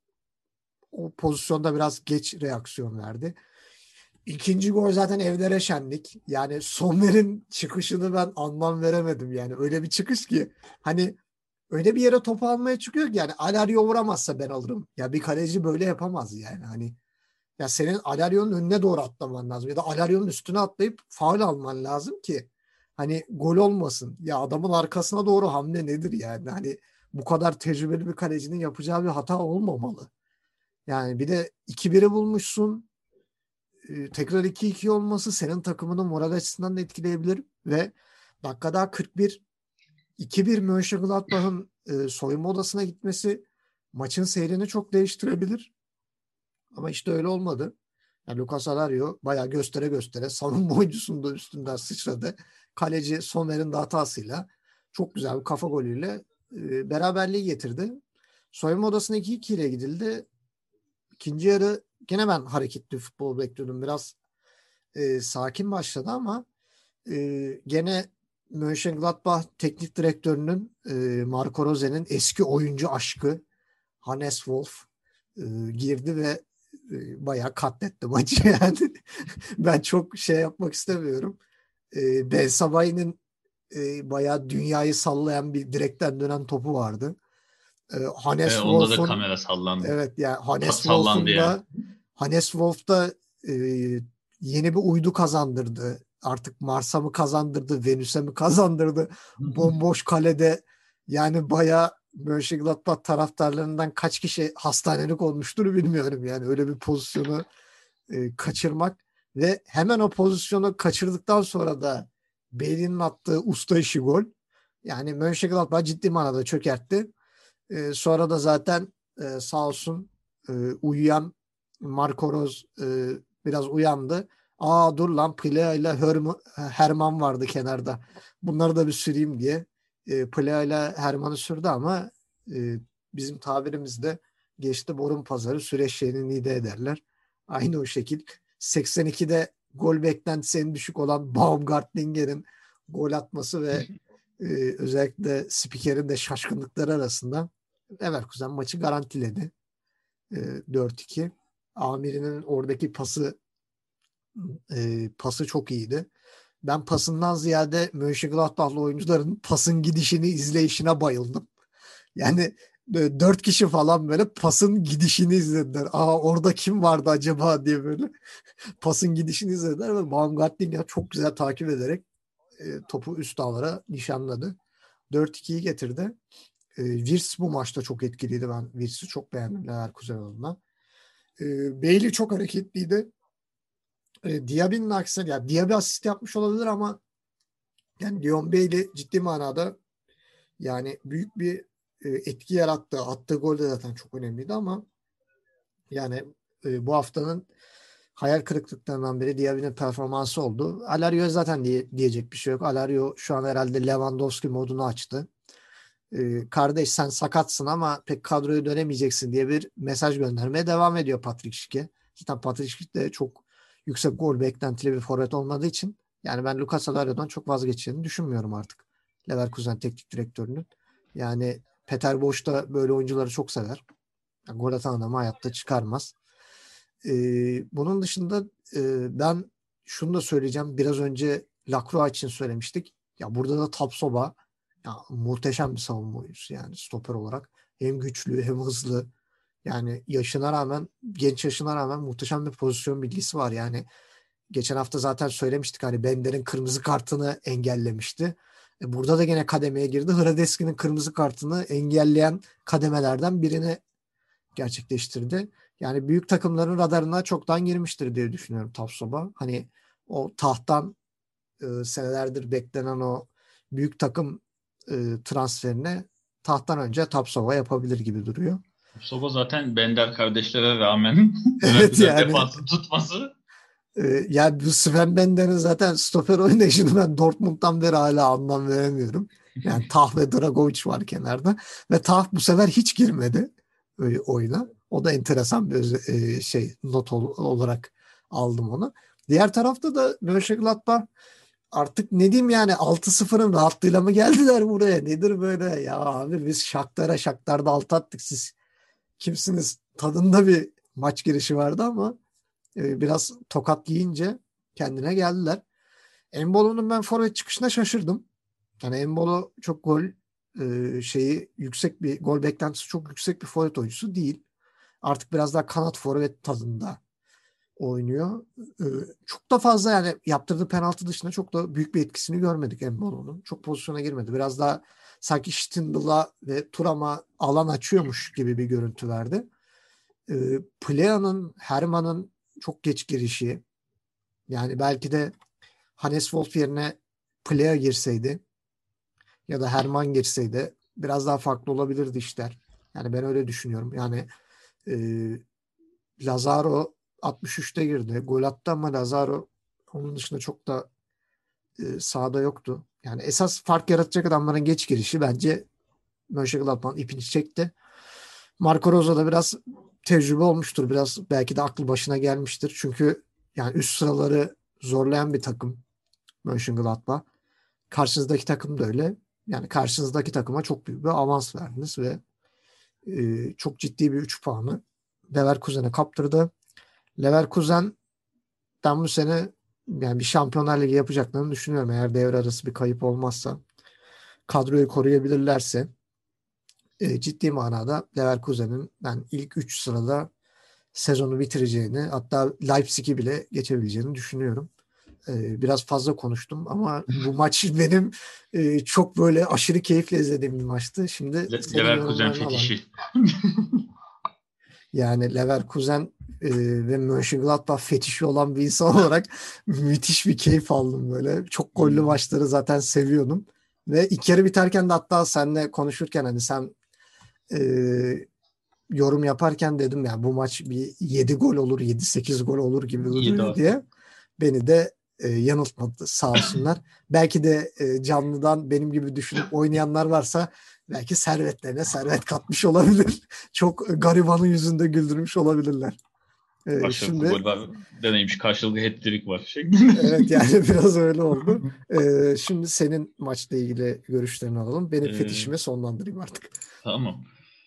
o pozisyonda biraz geç reaksiyon verdi. İkinci gol zaten evlere şenlik. Yani Sommer'in çıkışını ben anlam veremedim. Yani öyle bir çıkış ki hani öyle bir yere topu almaya çıkıyor ki yani Alario vuramazsa ben alırım. Ya bir kaleci böyle yapamaz yani. Hani ya senin Alario'nun önüne doğru atlaman lazım ya da Alario'nun üstüne atlayıp faul alman lazım ki hani gol olmasın. Ya adamın arkasına doğru hamle nedir yani? Hani bu kadar tecrübeli bir kalecinin yapacağı bir hata olmamalı. Yani bir de 2-1'i bulmuşsun. Tekrar 2-2 olması senin takımının moral açısından da etkileyebilir ve dakika daha 41 2-1 Mönchengladbach'ın soyunma odasına gitmesi maçın seyrini çok değiştirebilir. Ama işte öyle olmadı. Yani Lucas Alario bayağı göstere göstere savunma oyuncusunun da üstünden sıçradı. Kaleci Sommer'in de hatasıyla çok güzel bir kafa golüyle beraberliği getirdi. Soyunma odasına 2-2 ile gidildi. İkinci yarı gene ben hareketli futbol bekliyordum. Biraz sakin başladı ama gene Mönchengladbach teknik direktörünün Marco Rose'nin eski oyuncu aşkı Hannes Wolf girdi ve bayağı katletti maçı yani. Ben çok şey yapmak istemiyorum. Ben Sabah'ın bayağı dünyayı sallayan bir direkten dönen topu vardı. Hannes Onda da Wolf'un kamera sallandı. evet yani Stat sallandı yani. Hannes Wolf da e, yeni bir uydu kazandırdı artık Mars'a mı kazandırdı, Venüs'e mi kazandırdı? Bomboş kalede yani bayağı Mönchengladbach taraftarlarından kaç kişi hastanelik olmuştur bilmiyorum. Yani öyle bir pozisyonu kaçırmak ve hemen o pozisyonu kaçırdıktan sonra da Bailey'nin attığı usta işi gol. Yani Mönchengladbach ciddi manada çökertti. Sonra da zaten sağ olsun uyuyan Marco Rose biraz uyandı. Aa dur lan Plea ile Herman vardı kenarda. Bunları da bir süreyim diye. Plea ile Herman'ı sürdü ama bizim tabirimizde geçti borun pazarı süreçlerini nide ederler. Aynı o şekil. 82'de gol beklentisi en düşük olan Baumgartlinger'in gol atması ve özellikle spikerin de şaşkınlıkları arasında Leverkusen maçı garantiledi. 4-2. Amir'in oradaki pası çok iyiydi. Ben pasından ziyade Mönchengladbach'lı oyuncuların pasın gidişini izleyişine bayıldım. Yani 4 kişi falan böyle pasın gidişini izlediler. Aa orada kim vardı acaba diye böyle pasın gidişini izlediler ve Baumgartlinger çok güzel takip ederek topu üst ağlara nişanladı. 4-2'yi getirdi. Wirtz bu maçta çok etkiliydi. Ben Wirtz'i çok beğendim Leverkusen adına. Bailey çok hareketliydi. Diaby'nin aksine yani Diaby asist yapmış olabilir ama yani Leon Bailey ciddi manada yani büyük bir etki yarattı. Attığı gol de zaten çok önemliydi ama yani bu haftanın hayal kırıklıklarından biri Diaby'nin performansı oldu. Alario zaten diyecek bir şey yok. Alario şu an herhalde Lewandowski modunu açtı. Kardeş sen sakatsın ama pek kadroya dönemeyeceksin diye bir mesaj göndermeye devam ediyor Patrick Schick. Zaten Patrick Schick de çok yüksek gol beklentili bir forvet olmadığı için yani ben Lucas Alario'dan çok vazgeçeceğini düşünmüyorum artık. Leverkusen teknik direktörünün. Yani Peter Bosz da böyle oyuncuları çok sever. Yani gol atan adamı hayatta çıkarmaz. Bunun dışında ben şunu da söyleyeceğim. Biraz önce Lacroix için söylemiştik. Ya burada da Tapsoba ya, muhteşem bir savunma oyuncusu yani stoper olarak. Hem güçlü hem hızlı. Yani yaşına rağmen, genç yaşına rağmen muhteşem bir pozisyon bilgisi var. Yani geçen hafta zaten söylemiştik hani Bender'in kırmızı kartını engellemişti. Burada da gene kademeye girdi. Hradeski'nin kırmızı kartını engelleyen kademelerden birini gerçekleştirdi. Yani büyük takımların radarına çoktan girmiştir diye düşünüyorum Tapsoba. Hani o tahttan senelerdir beklenen o büyük takım transferine tahttan önce Tapsoba yapabilir gibi duruyor. Soba zaten Bender kardeşlere rağmen Evet Leverkusen yani defansını tutması. ya bu Sven Bender'in zaten stoper oynayışını ben Dortmund'dan beri hala anlam veremiyorum. Yani Tah ve Dragovic var kenarda ve Tah bu sefer hiç girmedi oyuna. O da enteresan bir not olarak aldım onu. Diğer tarafta da Mönchengladbach artık ne diyeyim yani 6-0'ın rahatlığıyla mı geldiler buraya? Nedir böyle? Ya abi biz Shakhtar'da 6 attık. Siz kimsiniz? Tadında bir maç girişi vardı ama biraz tokat yiyince kendine geldiler. Embolo'nun ben forvet çıkışına şaşırdım. Yani Embolo çok şeyi yüksek bir gol beklentisi çok yüksek bir forvet oyuncusu değil. Artık biraz daha kanat forvet tadında oynuyor. Ee, Çok da fazla yani yaptırdığı penaltı dışında çok da büyük bir etkisini görmedik Embolo'nun. Çok pozisyona girmedi. Biraz daha sanki Stindl'a ve Thuram'a alan açıyormuş gibi bir görüntü verdi. Plea'nın, Herman'ın çok geç girişi. Yani belki de Hannes Wolf yerine Plea girseydi ya da Herman girseydi biraz daha farklı olabilirdi işler. Yani ben öyle düşünüyorum. Yani e, Lazaro 63'te girdi. Gol attı ama Lazaro onun dışında çok da sahada yoktu. Yani esas fark yaratacak adamların geç girişi bence Mönchengladbach'ın ipini çekti. Marco Rose da biraz tecrübe olmuştur. Biraz belki de aklı başına gelmiştir. Çünkü yani üst sıraları zorlayan bir takım Mönchengladbach. Karşınızdaki takım da öyle. Yani karşınızdaki takıma çok büyük bir avans verdiniz ve çok ciddi bir 3 puanı Leverkusen'e kaptırdı. Leverkusen ben bu sene yani bir Şampiyonlar Ligi yapacaklarını düşünüyorum. Eğer devre arası bir kayıp olmazsa kadroyu koruyabilirlerse ciddi manada Leverkusen'in ben ilk 3 sırada sezonu bitireceğini hatta Leipzig'i bile geçebileceğini düşünüyorum. Biraz fazla konuştum ama bu maç benim çok böyle aşırı keyifle izlediğim bir maçtı. Şimdi senin Leverkusen yorumlarını alalım. fetişi. Yani Leverkusen ve Mönchengladbach fetişi olan bir insan olarak müthiş bir keyif aldım böyle. Çok gollü maçları zaten seviyordum. Ve ilk yarı biterken de hatta seninle konuşurken hani sen e, yorum yaparken dedim ya bu maç bir 7 gol olur, 7-8 gol olur gibi 7 duruyor artı. diye. Beni de yanıltmadı sağ olsunlar. Belki de canlıdan benim gibi düşünüp oynayanlar varsa belki servetlerine servet katmış olabilir. Çok garibanın yüzünde güldürmüş olabilirler. Karşılıklı Şimdi gol var. Deneymiş. Karşılıklı hat-trick var şeklinde. evet yani biraz öyle oldu. Şimdi senin maçla ilgili görüşlerini alalım. Benim Ee, fetişimi sonlandırayım artık. tamam.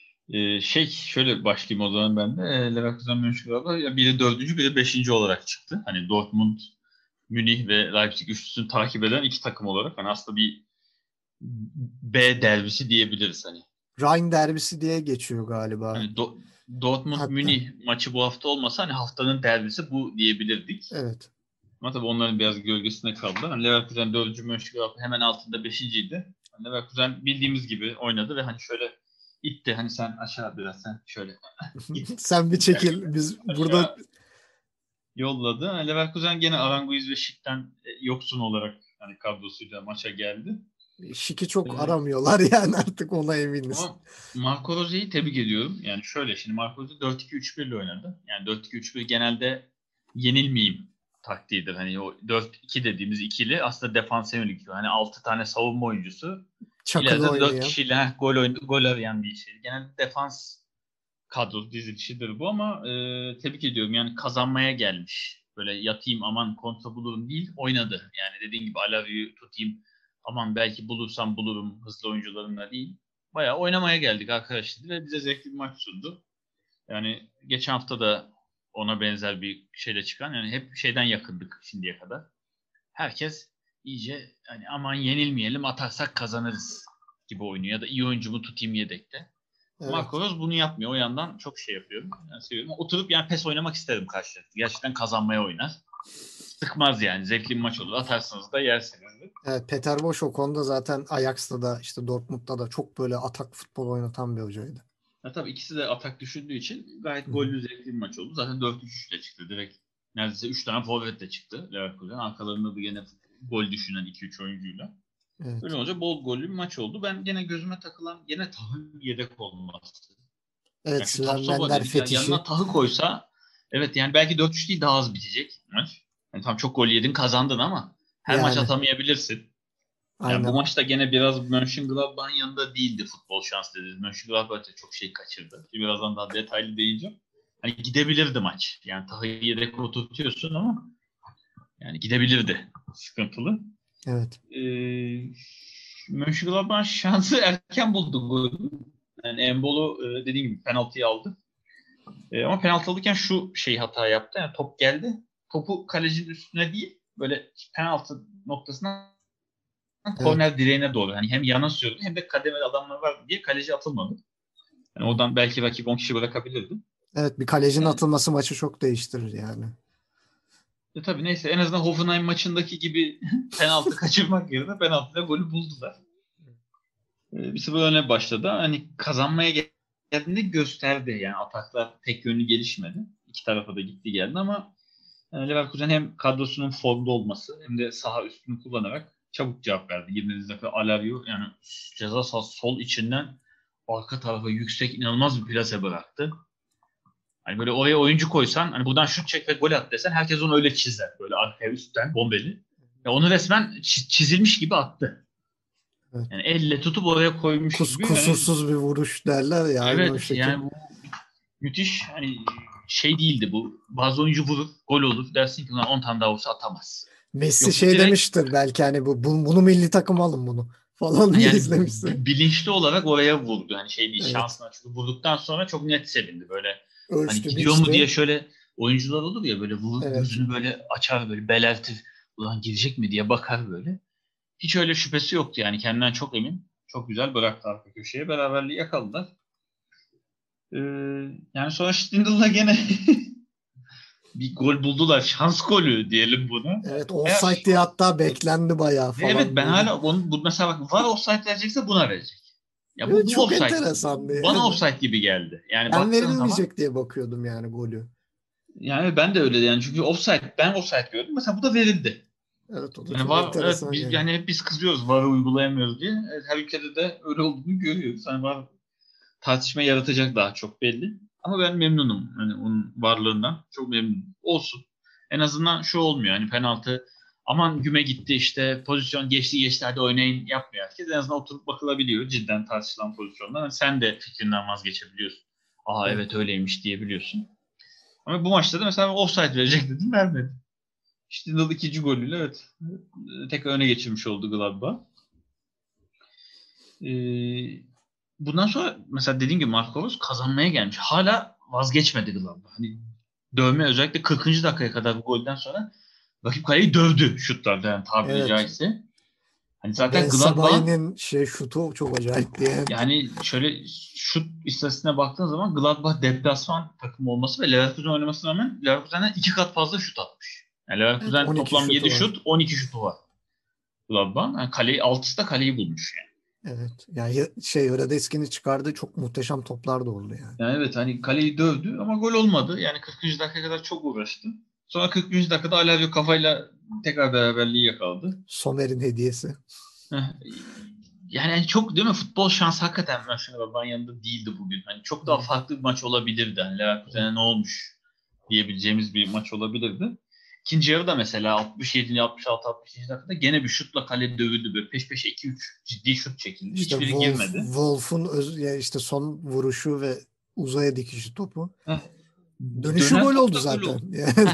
Şöyle başlayayım o zaman ben de. Leverkusen Mönchengladbach ya biri dördüncü biri beşinci olarak çıktı. Hani Dortmund, Münih ve Leipzig üçlüsünü takip eden iki takım olarak. Hani aslında bir B derbisi diyebiliriz hani. Rhein derbisi diye geçiyor galiba. Hani Dortmund Hatta Münih maçı bu hafta olmasa hani haftanın derbisi bu diyebilirdik. evet. Ama tabii onların biraz gölgesinde kaldı. Hani Leverkusen 4. Mönchengladbach hemen altında beşinciydi. Hani Leverkusen bildiğimiz gibi oynadı ve hani şöyle itti. Hani sen aşağı biraz sen şöyle git. Sen bir çekil. Biz burada Aşağı yolladı. Yani Leverkusen gene Aranguiz ve Şik'ten yoksun olarak hani kadrosuyla maça geldi. Şiki çok Ee, aramıyorlar yani artık ona eminiz. ama Marco Rose'yi tebrik ediyorum. Yani şöyle şimdi Marco Rose 4-2-3-1 ile oynadı. Yani 4-2-3-1 genelde yenilmeyeyim taktiğidir. Hani o 4-2 dediğimiz ikili aslında defans yönelik. Hani 6 tane savunma oyuncusu Çakılı ileride 4 oynayan. kişiyle gol arayan bir şey. Genelde defans kadro dizilişidir bu ama tebrik ediyorum. Yani kazanmaya gelmiş. Böyle yatayım aman kontra bulurum değil oynadı. Yani dediğin gibi Alavi'yi tutayım aman belki bulursam bulurum hızlı oyuncularımla değil. Bayağı oynamaya geldik arkadaşlar ve bize zevkli bir maç sundu. Yani geçen hafta da ona benzer bir şeyle çıkan yani hep şeyden yakındık şimdiye kadar. Herkes iyice hani aman yenilmeyelim atarsak kazanırız gibi oynuyor ya da iyi oyuncumu tutayım yedekte. Marco Evet. Rose bunu yapmıyor. O yandan çok şey yapıyorum. Yani seviyorum. Oturup yani PES oynamak isterim karşıda. Gerçekten kazanmaya oynar. Sıkmaz yani. Zevkli bir maç olur. Atarsınız da yersiniz de. Evet, Peter Bosz o konuda zaten Ajax'ta da işte Dortmund'da da çok böyle atak futbol oynatan bir hocaydı. Ya tabii ikisi de atak düşündüğü için Hı gayet hı. gollü zevkli bir maç oldu. Zaten 4-3 ile çıktı. Direkt neredeyse 3 tane forvet de çıktı Leverkusen. Arkalarında da yine gol düşünen 2-3 oyuncuyla. Öyle Evet. olunca bol gollü bir maç oldu. Ben gene gözüme takılan gene Tah'ın yedek olması. Evet, Ya şu Sven Tapsoba Bender dedik ya fetişi. yanına Tah'ı koysa evet yani belki 4-3 değil daha az bitecek maç. Yani tam çok gol yedin kazandın ama her maç Yani atamayabilirsin. Yani bu aynen. maçta gene biraz Mönchengladbach'ın yanında değildi futbol şans dedi. Mönchengladbach da çok şey kaçırdı. Birazdan daha detaylı değineceğim. Hani gidebilirdi maç. Yani Tah'ı yedek oturtuyorsun ama yani gidebilirdi. Sıkıntılı. Evet. Ee, Mönchengladbach şansı erken buldu golü. Yani Embolo dediğim gibi penaltıyı aldı. Ama penaltı alırken şu şey hata yaptı. Yani top geldi. Topu kalecinin üstüne değil böyle penaltı noktasına Evet. korner direğine doğru. Yani hem yana sürdü hem de kademeli adamlar var diye kaleci atılmadı. Yani Hı. oradan belki rakip 10 kişi bırakabilirdi. Evet, bir kalecinin Yani, atılması maçı çok değiştirir yani. tabii neyse en azından Hoffenheim maçındaki gibi penaltı kaçırmak yerine penaltıyla golü buldular. 1-0 öne başladı. Hani kazanmaya geldiğinde gösterdi. Yani ataklar tek yönlü gelişmedi. İki tarafa da gitti geldi ama Leverkusen hem kadrosunun formda olması hem de saha üstünü kullanarak çabuk cevap verdi. 20. dakika Alario yani ceza sahası sol içinden arka tarafa yüksek inanılmaz bir plase bıraktı. Hani böyle oraya oyuncu koysan hani buradan şut çek ve gol at desen herkes onu öyle çizer. Böyle arkaya üstten bombeli. Ya onu resmen çizilmiş gibi attı. Evet. Yani elle tutup oraya koymuş gibi. Yani Kusursuz bir vuruş derler ya, aynı o evet şekil. yani bu müthiş hani şey değildi bu. Bazı oyuncu vurur, gol olur. Dersin ki 10 tane daha olsa atamaz. Messi Yok bu şey direkt demiştir belki hani bunu milli takım alın bunu falan diye yani izlemişti. bilinçli olarak oraya vurdu. Hani şey değil Evet. şansına. Çünkü vurduktan sonra çok net sevindi. Böyle hani Ölçtü gidiyor mu diye biçti. şöyle oyuncular olur ya böyle vurur Evet. gözünü böyle açar böyle beleltir. Ulan girecek mi diye bakar böyle. Hiç öyle şüphesi yoktu yani kendinden çok emin. Çok güzel bıraktı arka köşeye. Beraberliği yakaladılar. Ee, yani sonra Stindl'la gene bir gol buldular. Şans golü diyelim buna. Evet, Eğer offside diye hatta beklendi bayağı evet falan ben böyle. hala onu mesela bak VAR offside verecekse buna verecek. Ya Evet, bu çok offside. enteresandı Bana yani. offside gibi geldi. Yani Ben baktığın zaman verilmeyecek diye bakıyordum yani golü. yani ben de öyle yani çünkü offside ben offside gördüm. Mesela bu da verildi. Evet, o da Yani çok VAR evet enteresan biz, yani. yani hep biz kızıyoruz VAR'ı uygulayamıyoruz diye. Evet, her ülkede de öyle olduğunu görüyoruz. Yani VAR tartışma yaratacak daha çok belli. Ama ben memnunum. Hani onun varlığından çok memnunum. Olsun. En azından şu olmuyor. Hani penaltı aman güme gitti işte pozisyon geçti hadi oynayın yapmıyor herkes. En azından oturup bakılabiliyor cidden tartışılan pozisyonlar. Hani sen de fikrinden vazgeçebiliyorsun. Aa Evet. evet öyleymiş diyebiliyorsun. Ama bu maçta da mesela offside verecek dedim vermedi. İşte Stindl ikinci golüyle evet tekrar öne geçirmiş oldu Gladbach. Bundan sonra mesela dediğim gibi Marco Rose kazanmaya gelmiş. Hala vazgeçmedi Gladbach. Hani dövme özellikle 40. dakikaya kadar bu golden sonra rakip kaleyi dövdü şutlarda yani tabiri Evet. caizse. Hani O zaten Ben Gladbach Sebaini'nin şutu çok acayipti yani. yani şöyle şut istatistiğine baktığın zaman Gladbach deplasman takımı olması ve Leverkusen oynamasına rağmen Leverkusen'den 2 kat fazla şut atmış. Yani Evet, Leverkusen 12 toplam 7 şutu var. şut 12 şutu var Gladbach'ın. Yani kaleyi, 6'sı da kaleyi bulmuş yani. Evet. Yani Hradeski'ni çıkardığı çok muhteşem toplar da oldu yani. Yani evet hani kaleyi dövdü ama gol olmadı. Yani 40. dakikaya kadar çok uğraştı. Sonra 40. dakikada Alario kafayla tekrar beraberliği yakaladı. Sommer'in hediyesi. Heh, yani çok değil mi? Futbol şansı hakikaten Mönchengladbach'ın yanında değildi bugün. Hani çok daha Evet. farklı bir maç olabilirdi. Hani Evet. Leverkusen'e ne olmuş diyebileceğimiz bir maç olabilirdi. İkinci yarı da mesela 67. 66. 67. dakikada gene bir şutla kale dövüldü. Böyle peş peşe 2-3 ciddi şut çekildi. İşte Hiçbiri girmedi. Wolf'un ya işte son vuruşu ve uzaya dikişi topu. Heh, Dönüşü dönen gol top oldu da gol zaten. oldu. Yani. Ha,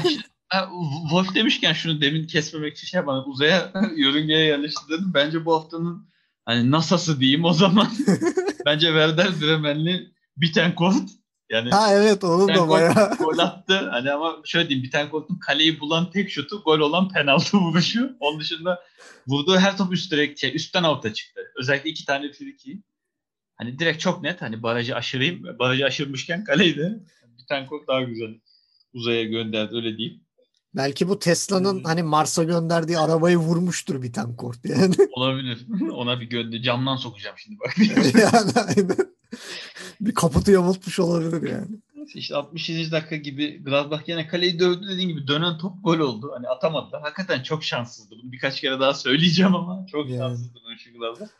Wolf demişken şunu demin kesmemek için şey yapmadım. Uzaya yörüngeye yerleştirdim. Bence bu haftanın hani NASA'sı diyeyim o zaman. Bence Werder Bremenli Bittencourt. Yani Ha evet, onun da Bittencourt bayağı. gol attı. Hani ama şöyle diyeyim Bittencourt'un kaleyi bulan tek şutu gol olan penaltı vuruşu. Onun dışında vurduğu her top üst direkt üstten alta çıktı. Özellikle 2 tane friki. Hani direkt çok net hani barajı aşırayım. Barajı aşırmışken kaleydi. Bittencourt daha güzel uzaya gönderdi öyle diyeyim. Belki bu Tesla'nın Ee, hani Mars'a gönderdiği arabayı vurmuştur Bittencourt yani. olabilir. Ona bir gönder camdan sokacağım şimdi bak. Yani aynen. Bir kaputu yamultmuş olabilir yani. İşte 67. dakika gibi Gladbach yine kaleyi dövdü dediğin gibi dönen top gol oldu. Hani atamadılar. Hakikaten çok şanssızdı. Bunu birkaç kere daha söyleyeceğim ama çok Yani. şanssızdı Mönchengladbach.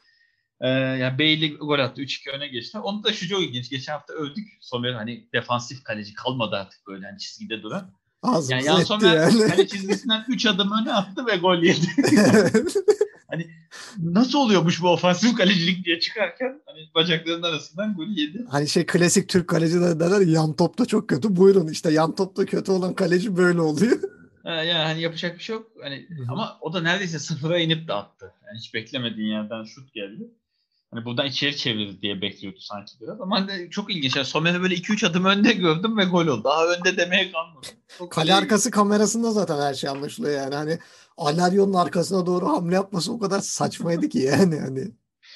Yani Bailey gol attı. 3-2 öne geçti. Onu da şu çok ilginç. Geçen hafta övdük. Sommer hani defansif kaleci kalmadı artık böyle hani çizgide duran. Yani Ağzımıza Jan etti Sommer yani. kale çizgisinden 3 adım öne attı ve gol yedi. Yani hani nasıl oluyormuş bu ofansif kalecilik diye çıkarken hani bacaklarının arasından golü yedi. Hani klasik Türk kaleciler derler ya, yan topta çok kötü. Buyurun işte, yan topta kötü olan kaleci böyle oluyor. Yani hani yapacak bir şey yok. Hani Hı hı. ama o da neredeyse sıfıra inip de attı. Yani hiç beklemediğin yerden şut geldi. Hani buradan içeri çevirir diye bekliyordu sanki biraz. Ama hani çok ilginç. Yani Sommer'i böyle 2-3 adım önde gördüm ve gol oldu. Daha önde demeye kalmadı. Çok Kale kaleye gördüm. arkası kamerasında zaten her şey anlaşılıyor yani. Hani Alaryon'un arkasına doğru hamle yapması o kadar saçmaydı ki yani. Hani.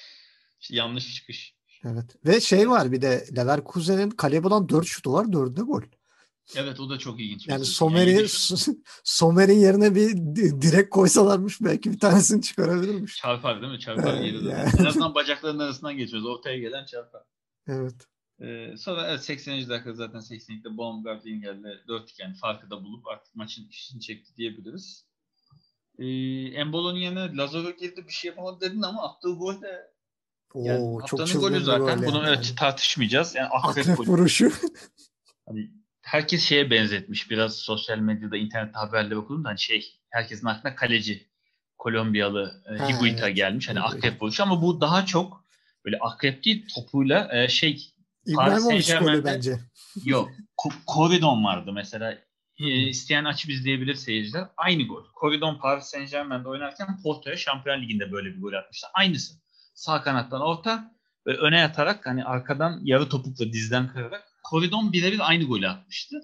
İşte yanlış çıkış. Evet. Ve var, bir de Leverkusen'in kaleye bulan 4 şutu var. 4'ü de gol. Evet o da çok ilginç Yani mesela. Yani 7 şut Sommer'in yerine bir direkt koysalarmış belki bir tanesini çıkarabilirmiş. çarpar değil mi? Çarpar geri döner. Yani. En azından bacaklarının arasından geçmez. Ortaya gelen çarpar. Evet. Sonra evet 80. dakika zaten 82'de Baumgartlinger geldi. 4-2 farkı da bulup artık maçın işini çekti diyebiliriz. Embolo'nun yerine Lazaro girdi bir şey yapamadı dedin ama attığı gol de yani Oo, çok haftanın golü çılgın bir gol zaten. Bunu yani. evet Hani. tartışmayacağız. Yani akrep Akrep golü. vuruşu. Hani herkes şeye benzetmiş. Biraz sosyal medyada, internet haberlere okudum da hani herkesin aklına kaleci Kolombiyalı Ha Higuita evet. gelmiş. Hani Higuita. akrep vuruşu ama bu daha çok böyle akrep değil topuyla Paris İbrahimovic golü Saint-Germain'de bence. yok. Koridon vardı mesela. Hmm. İsteyen açıp izleyebilir seyirciler. Aynı gol. Koridon Paris Saint-Germain'de oynarken Porto'ya Şampiyon Ligi'nde böyle bir gol atmıştı. Aynısı. Sağ kanattan orta ve öne yatarak hani arkadan yarı topukla dizden kırarak Koridon birebir aynı golü atmıştı.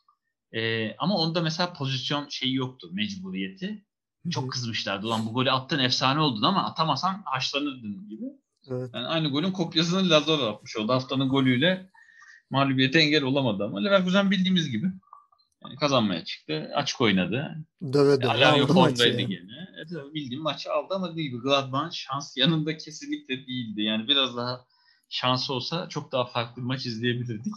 Ama onda mesela pozisyon şeyi yoktu. Mecburiyeti. Hı Çok hı. kızmışlardı. Ulan bu golü attın efsane oldun ama atamasan haşlanırdın gibi. Evet. Yani aynı golün kopyasını Lazaro atmış oldu. Haftanın golüyle mağlubiyete engel olamadı ama Leverkusen bildiğimiz gibi. Yani kazanmaya çıktı. Açık oynadı. Döve döve Alario aldı maçı formdaydı yani. gene. Bildiğim maçı aldı ama değil. Gladbach'ın şans yanında kesinlikle değildi. Yani biraz daha şans olsa çok daha farklı bir maç izleyebilirdik.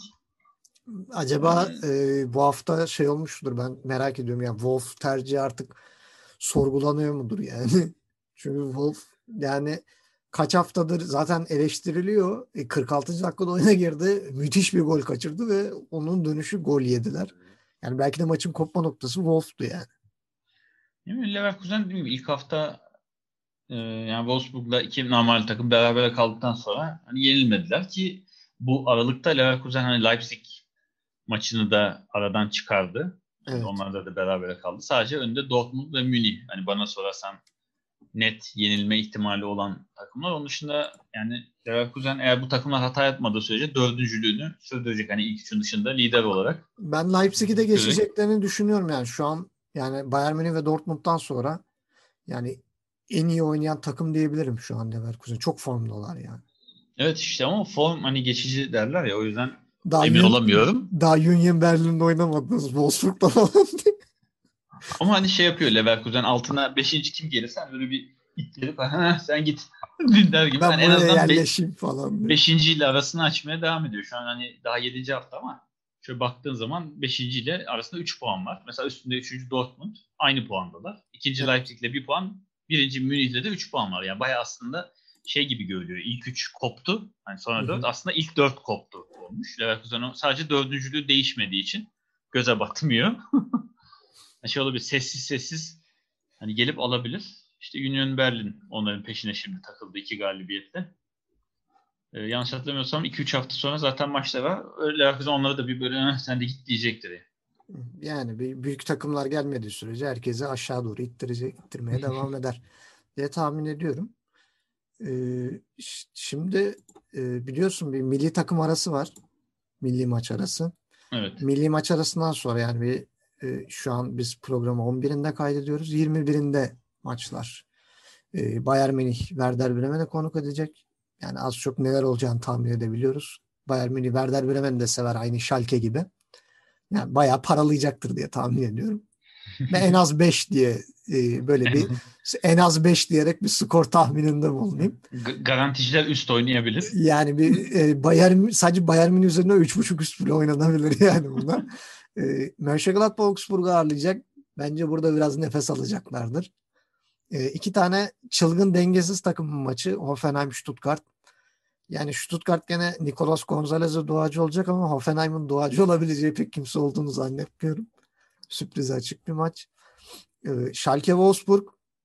Acaba bu hafta şey olmuştur, ben merak ediyorum. Yani Wolf tercihi artık sorgulanıyor mudur yani? Çünkü Wolf yani kaç haftadır zaten eleştiriliyor. 46. dakikada oyuna girdi. Müthiş bir gol kaçırdı ve onun dönüşü gol yediler. Yani belki de maçın kopma noktası Wolf'tu yani. Değil mi? Leverkusen dediğim gibi ilk hafta yani Wolfsburg'la iki normal takım beraber kaldıktan sonra hani yenilmediler ki bu aralıkta Leverkusen hani Leipzig maçını da aradan çıkardı. Yani Evet. onlar da beraber kaldı. Sadece önde Dortmund ve Münih. Hani bana sorarsan net yenilme ihtimali olan takımlar. Onun dışında yani Leverkusen eğer bu takımlar hata yapmadığı sürece dördüncülüğünü sürdürecek. Hani ilk üçün dışında lider olarak. Ben Leipzig'i de Görerek. geçeceklerini düşünüyorum yani şu an, yani Bayern Münih ve Dortmund'dan sonra yani en iyi oynayan takım diyebilirim şu an Leverkusen. Çok formdalar yani. Evet işte ama form hani geçici derler ya o yüzden Daha emin olamıyorum. Daha Union Berlin'de oynamadınız. Wolfsburg'da falan diye. Ama hani şey yapıyor Leverkusen altına beşinci kim gelirse hani böyle bir ittirip sen git der gibi. Ben Hani en buraya azından yerleşeyim falan diye. beşinciyle arasını açmaya devam ediyor. Şu an hani daha 7. hafta ama şöyle baktığın zaman beşinciyle arasında 3 puan var. Mesela üstünde üçüncü Dortmund aynı puandalar. İkinci Evet. Leipzig'le bir puan. Birinci Münih'le de 3 puan var. Yani bayağı aslında şey gibi görülüyor. İlk 3 koptu. Hani Hı sonra 4. hı. Aslında ilk 4 koptu olmuş. Leverkusen sadece dördüncülüğü değişmediği için göze batmıyor. Şey olabilir sessiz sessiz hani gelip alabilir. İşte Union Berlin onların peşine şimdi takıldı 2 galibiyetle. Yanlış hatırlamıyorsam 2-3 hafta sonra zaten maçta var. Öyle herkes onlara da bir böyle sen de git diyecektir. Yani. Yani büyük takımlar gelmediği sürece herkesi aşağı doğru ittirmeye devam eder diye tahmin ediyorum. Şimdi biliyorsun bir milli takım arası var. Milli maç arası. Evet. Milli maç arasından sonra yani şu an biz programı 11'inde kaydediyoruz. 21'inde maçlar. Bayern Münih Werder Bremen'e konuk edecek. Yani az çok neler olacağını tahmin edebiliyoruz. Bayern Münih Werder Bremen'i de sever, aynı Schalke gibi. Yani bayağı paralayacaktır diye tahmin ediyorum. Ve en az 5 diye böyle bir en az 5 diyerek bir skor tahmininde bulunayım. Garanticiler üst oynayabilir. Yani bir sadece Bayern Münih üzerine 3.5 üst bile oynanabilir yani buna. Mönchengladbach Augsburg'u ağırlayacak. Bence burada biraz nefes alacaklardır. İki tane çılgın dengesiz takım maçı. Hoffenheim Stuttgart. Yani Stuttgart gene Nicolas Gonzalez'e duacı olacak ama Hoffenheim'in duacı olabileceği pek kimse olduğunu zannetmiyorum. Sürprize açık bir maç. Schalke Wolfsburg.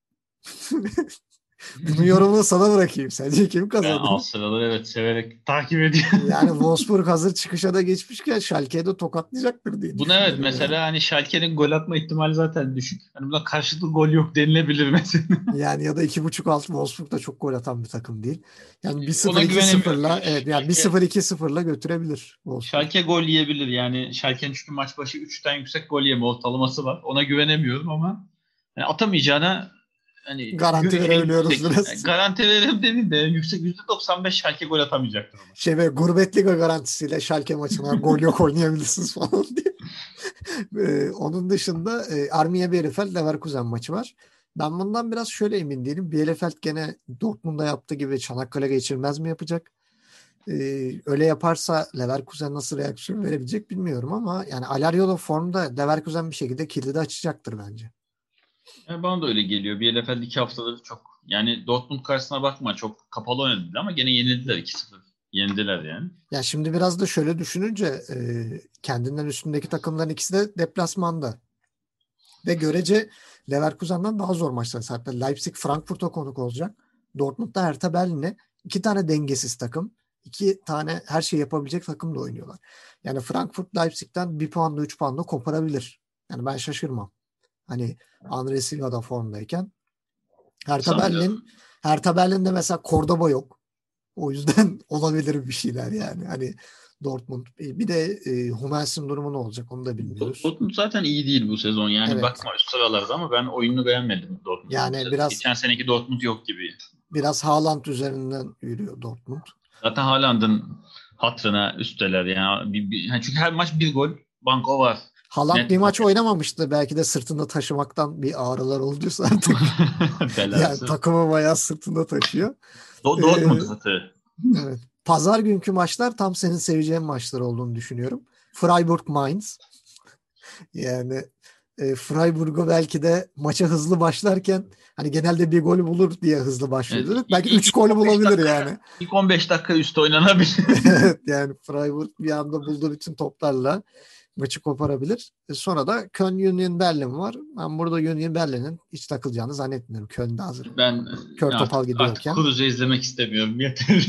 Bunun yorumunu sana bırakayım. Sence kim Ben kazanır? Avustralya'ları evet severek takip ediyorum. Yani Wolfsburg hazır çıkışa da geçmişken Schalke'yi de tokatlayacaktır diye Buna evet düşünüyorum yani. mesela hani Schalke'nin gol atma ihtimali zaten düşük. Hani buna karşılıklı gol yok denilebilir mesela. Yani ya da 2.5 alt, Wolfsburg da çok gol atan bir takım değil. Yani Ona 1-0 güvenemiyorum 2-0'la, ya. evet yani 1-0 2-0'la götürebilir Wolfsburg. Schalke gol yiyebilir yani. Schalke'nin çünkü maç başı 3'ten yüksek gol yeme ortalaması var. Ona güvenemiyorum ama yani atamayacağına hani Garanti şey verebiliyoruz yüksek. biraz. Garanti verelim demeyeyim de yüksek %95 Schalke gol atamayacaktır ona. Şey böyle Gurbet Liga garantisiyle Schalke maçına gol yok oynayabilirsiniz falan diye. Onun dışında Arminia Bielefeld Leverkusen maçı var. Ben bundan biraz şöyle emin değilim. Bielefeld gene Dortmund'da yaptığı gibi Çanakkale geçirmez mi yapacak? Öyle yaparsa Leverkusen nasıl reaksiyon verebilecek bilmiyorum ama yani Alario formda, Leverkusen bir şekilde kilidi açacaktır bence. Yani bana da öyle geliyor. Bielefeld 2 haftadır çok yani Dortmund karşısına bakma çok kapalı oynadılar ama gene yenildiler 2-0. Yenildiler yani. Ya şimdi biraz da şöyle düşününce kendinden üstündeki takımların ikisi de deplasmanda. Ve görece Leverkusen'den daha zor maçlar. Hatta Leipzig Frankfurt'a konuk olacak. Dortmund'da Hertha Berlin'e, iki tane dengesiz takım. İki tane her şeyi yapabilecek takım da oynuyorlar. Yani Frankfurt Leipzig'ten bir puanla 3 puanla koparabilir. Yani ben şaşırmam. Hani Andre Silva da formdayken. Hertha Sanmıyorum. Berlin Hertha Berlin'de mesela Cordoba yok. O yüzden olabilir bir şeyler yani. Hani Dortmund. Bir de Hummels'in durumu ne olacak onu da bilmiyoruz. Dortmund zaten iyi değil bu sezon. Yani Evet. bakma üst sıralarda ama ben oyununu beğenmedim Dortmund'un bu Yani sezon. biraz Geçen seneki Dortmund yok gibi. Haaland üzerinden yürüyor Dortmund. Zaten Haaland'ın hatırına üstteler yani. Yani çünkü her maç bir gol banko var. Haaland Net bir maç favori. oynamamıştı. Belki de sırtında taşımaktan bir ağrılar olduysa artık. Yani Belası. takımı bayağı sırtında taşıyor. Ee, Dortmund katı. evet. Pazar günkü maçlar tam senin seveceğin maçlar olduğunu düşünüyorum. Freiburg Mainz. Yani Freiburg'u belki de maça hızlı başlarken hani genelde bir gol bulur diye hızlı Evet, başlıyorduk. Belki 3 ilk gol 15 bulabilir dakika yani. ilk 15 dakika üstü oynanabilir. Evet, yani Freiburg bir anda bulduğu bütün toplarla maçı koparabilir. Sonra da Köln Union Berlin var. Ben burada Union Berlin'in hiç takılacağını zannetmiyorum. Köln'de hazır. Ben Kör artık topal artık gidiyorken. Kruz'u izlemek istemiyorum. Yeter.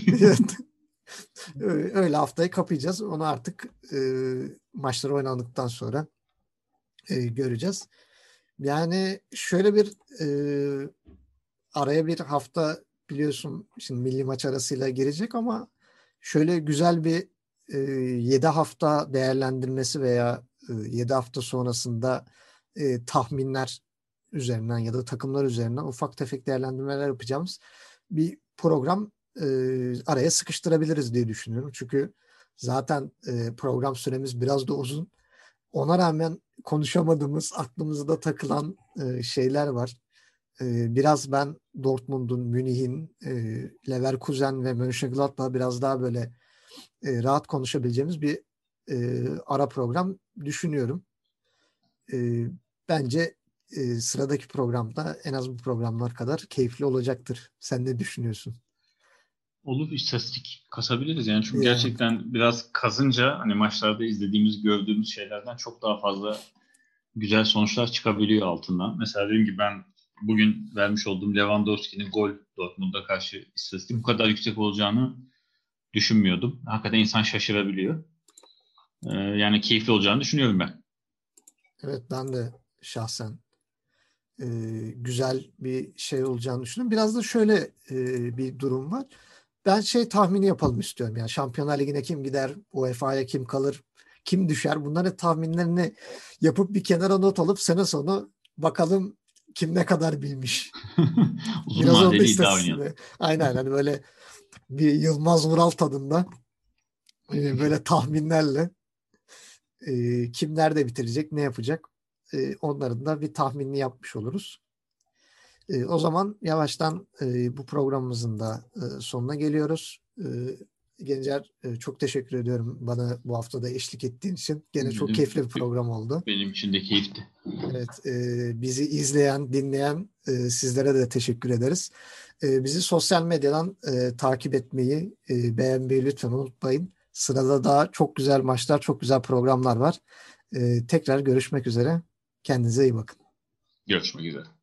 Öyle haftayı kapayacağız. Onu artık maçlar oynandıktan sonra göreceğiz. Yani şöyle bir araya bir hafta biliyorsun şimdi milli maç arasıyla girecek ama şöyle güzel bir 7 hafta değerlendirmesi veya 7 hafta sonrasında tahminler üzerinden ya da takımlar üzerinden ufak tefek değerlendirmeler yapacağımız bir program araya sıkıştırabiliriz diye düşünüyorum. Çünkü zaten program süremiz biraz da uzun. Ona rağmen konuşamadığımız, aklımızda takılan şeyler var. Biraz ben Dortmund'un, Münih'in, Leverkusen ve Mönchengladbach biraz daha böyle rahat konuşabileceğimiz bir ara program düşünüyorum. E, Bence sıradaki programda en az bu programlar kadar keyifli olacaktır. Sen ne düşünüyorsun? Olur, istatistik kasabiliriz yani, çünkü Yani, gerçekten biraz kazınca hani maçlarda izlediğimiz, gördüğümüz şeylerden çok daha fazla güzel sonuçlar çıkabiliyor altından. Mesela dediğim gibi ben bugün vermiş olduğum Lewandowski'nin gol Dortmund'a karşı istatistik bu kadar yüksek olacağını düşünmüyordum. Hakikaten insan şaşırabiliyor. Yani keyifli olacağını düşünüyorum ben. evet ben de şahsen e, güzel bir şey olacağını düşünüyorum. Biraz da şöyle bir durum var. Ben şey tahmini yapalım istiyorum. Yani Şampiyonlar Ligi'ne kim gider, UEFA'ya kim kalır, kim düşer? Bunların tahminlerini yapıp bir kenara not alıp sene sonu bakalım kim ne kadar bilmiş. Uzun Biraz onda vadeli iddia oynayalım. istatistiğini. Aynen hani böyle bir Yılmaz Vural tadında böyle tahminlerle kim nerede bitirecek, ne yapacak? Onların da bir tahminini yapmış oluruz. O zaman yavaştan bu programımızın da sonuna geliyoruz. Gencer çok teşekkür ediyorum bana bu haftada eşlik ettiğin için. Gene çok keyifli bir program oldu. Benim için de keyifti. Evet, bizi izleyen, dinleyen sizlere de teşekkür ederiz. Bizi sosyal medyadan takip etmeyi, beğenmeyi lütfen unutmayın. Sırada daha çok güzel maçlar, çok güzel programlar var. Tekrar görüşmek üzere. Kendinize iyi bakın. Görüşmek üzere.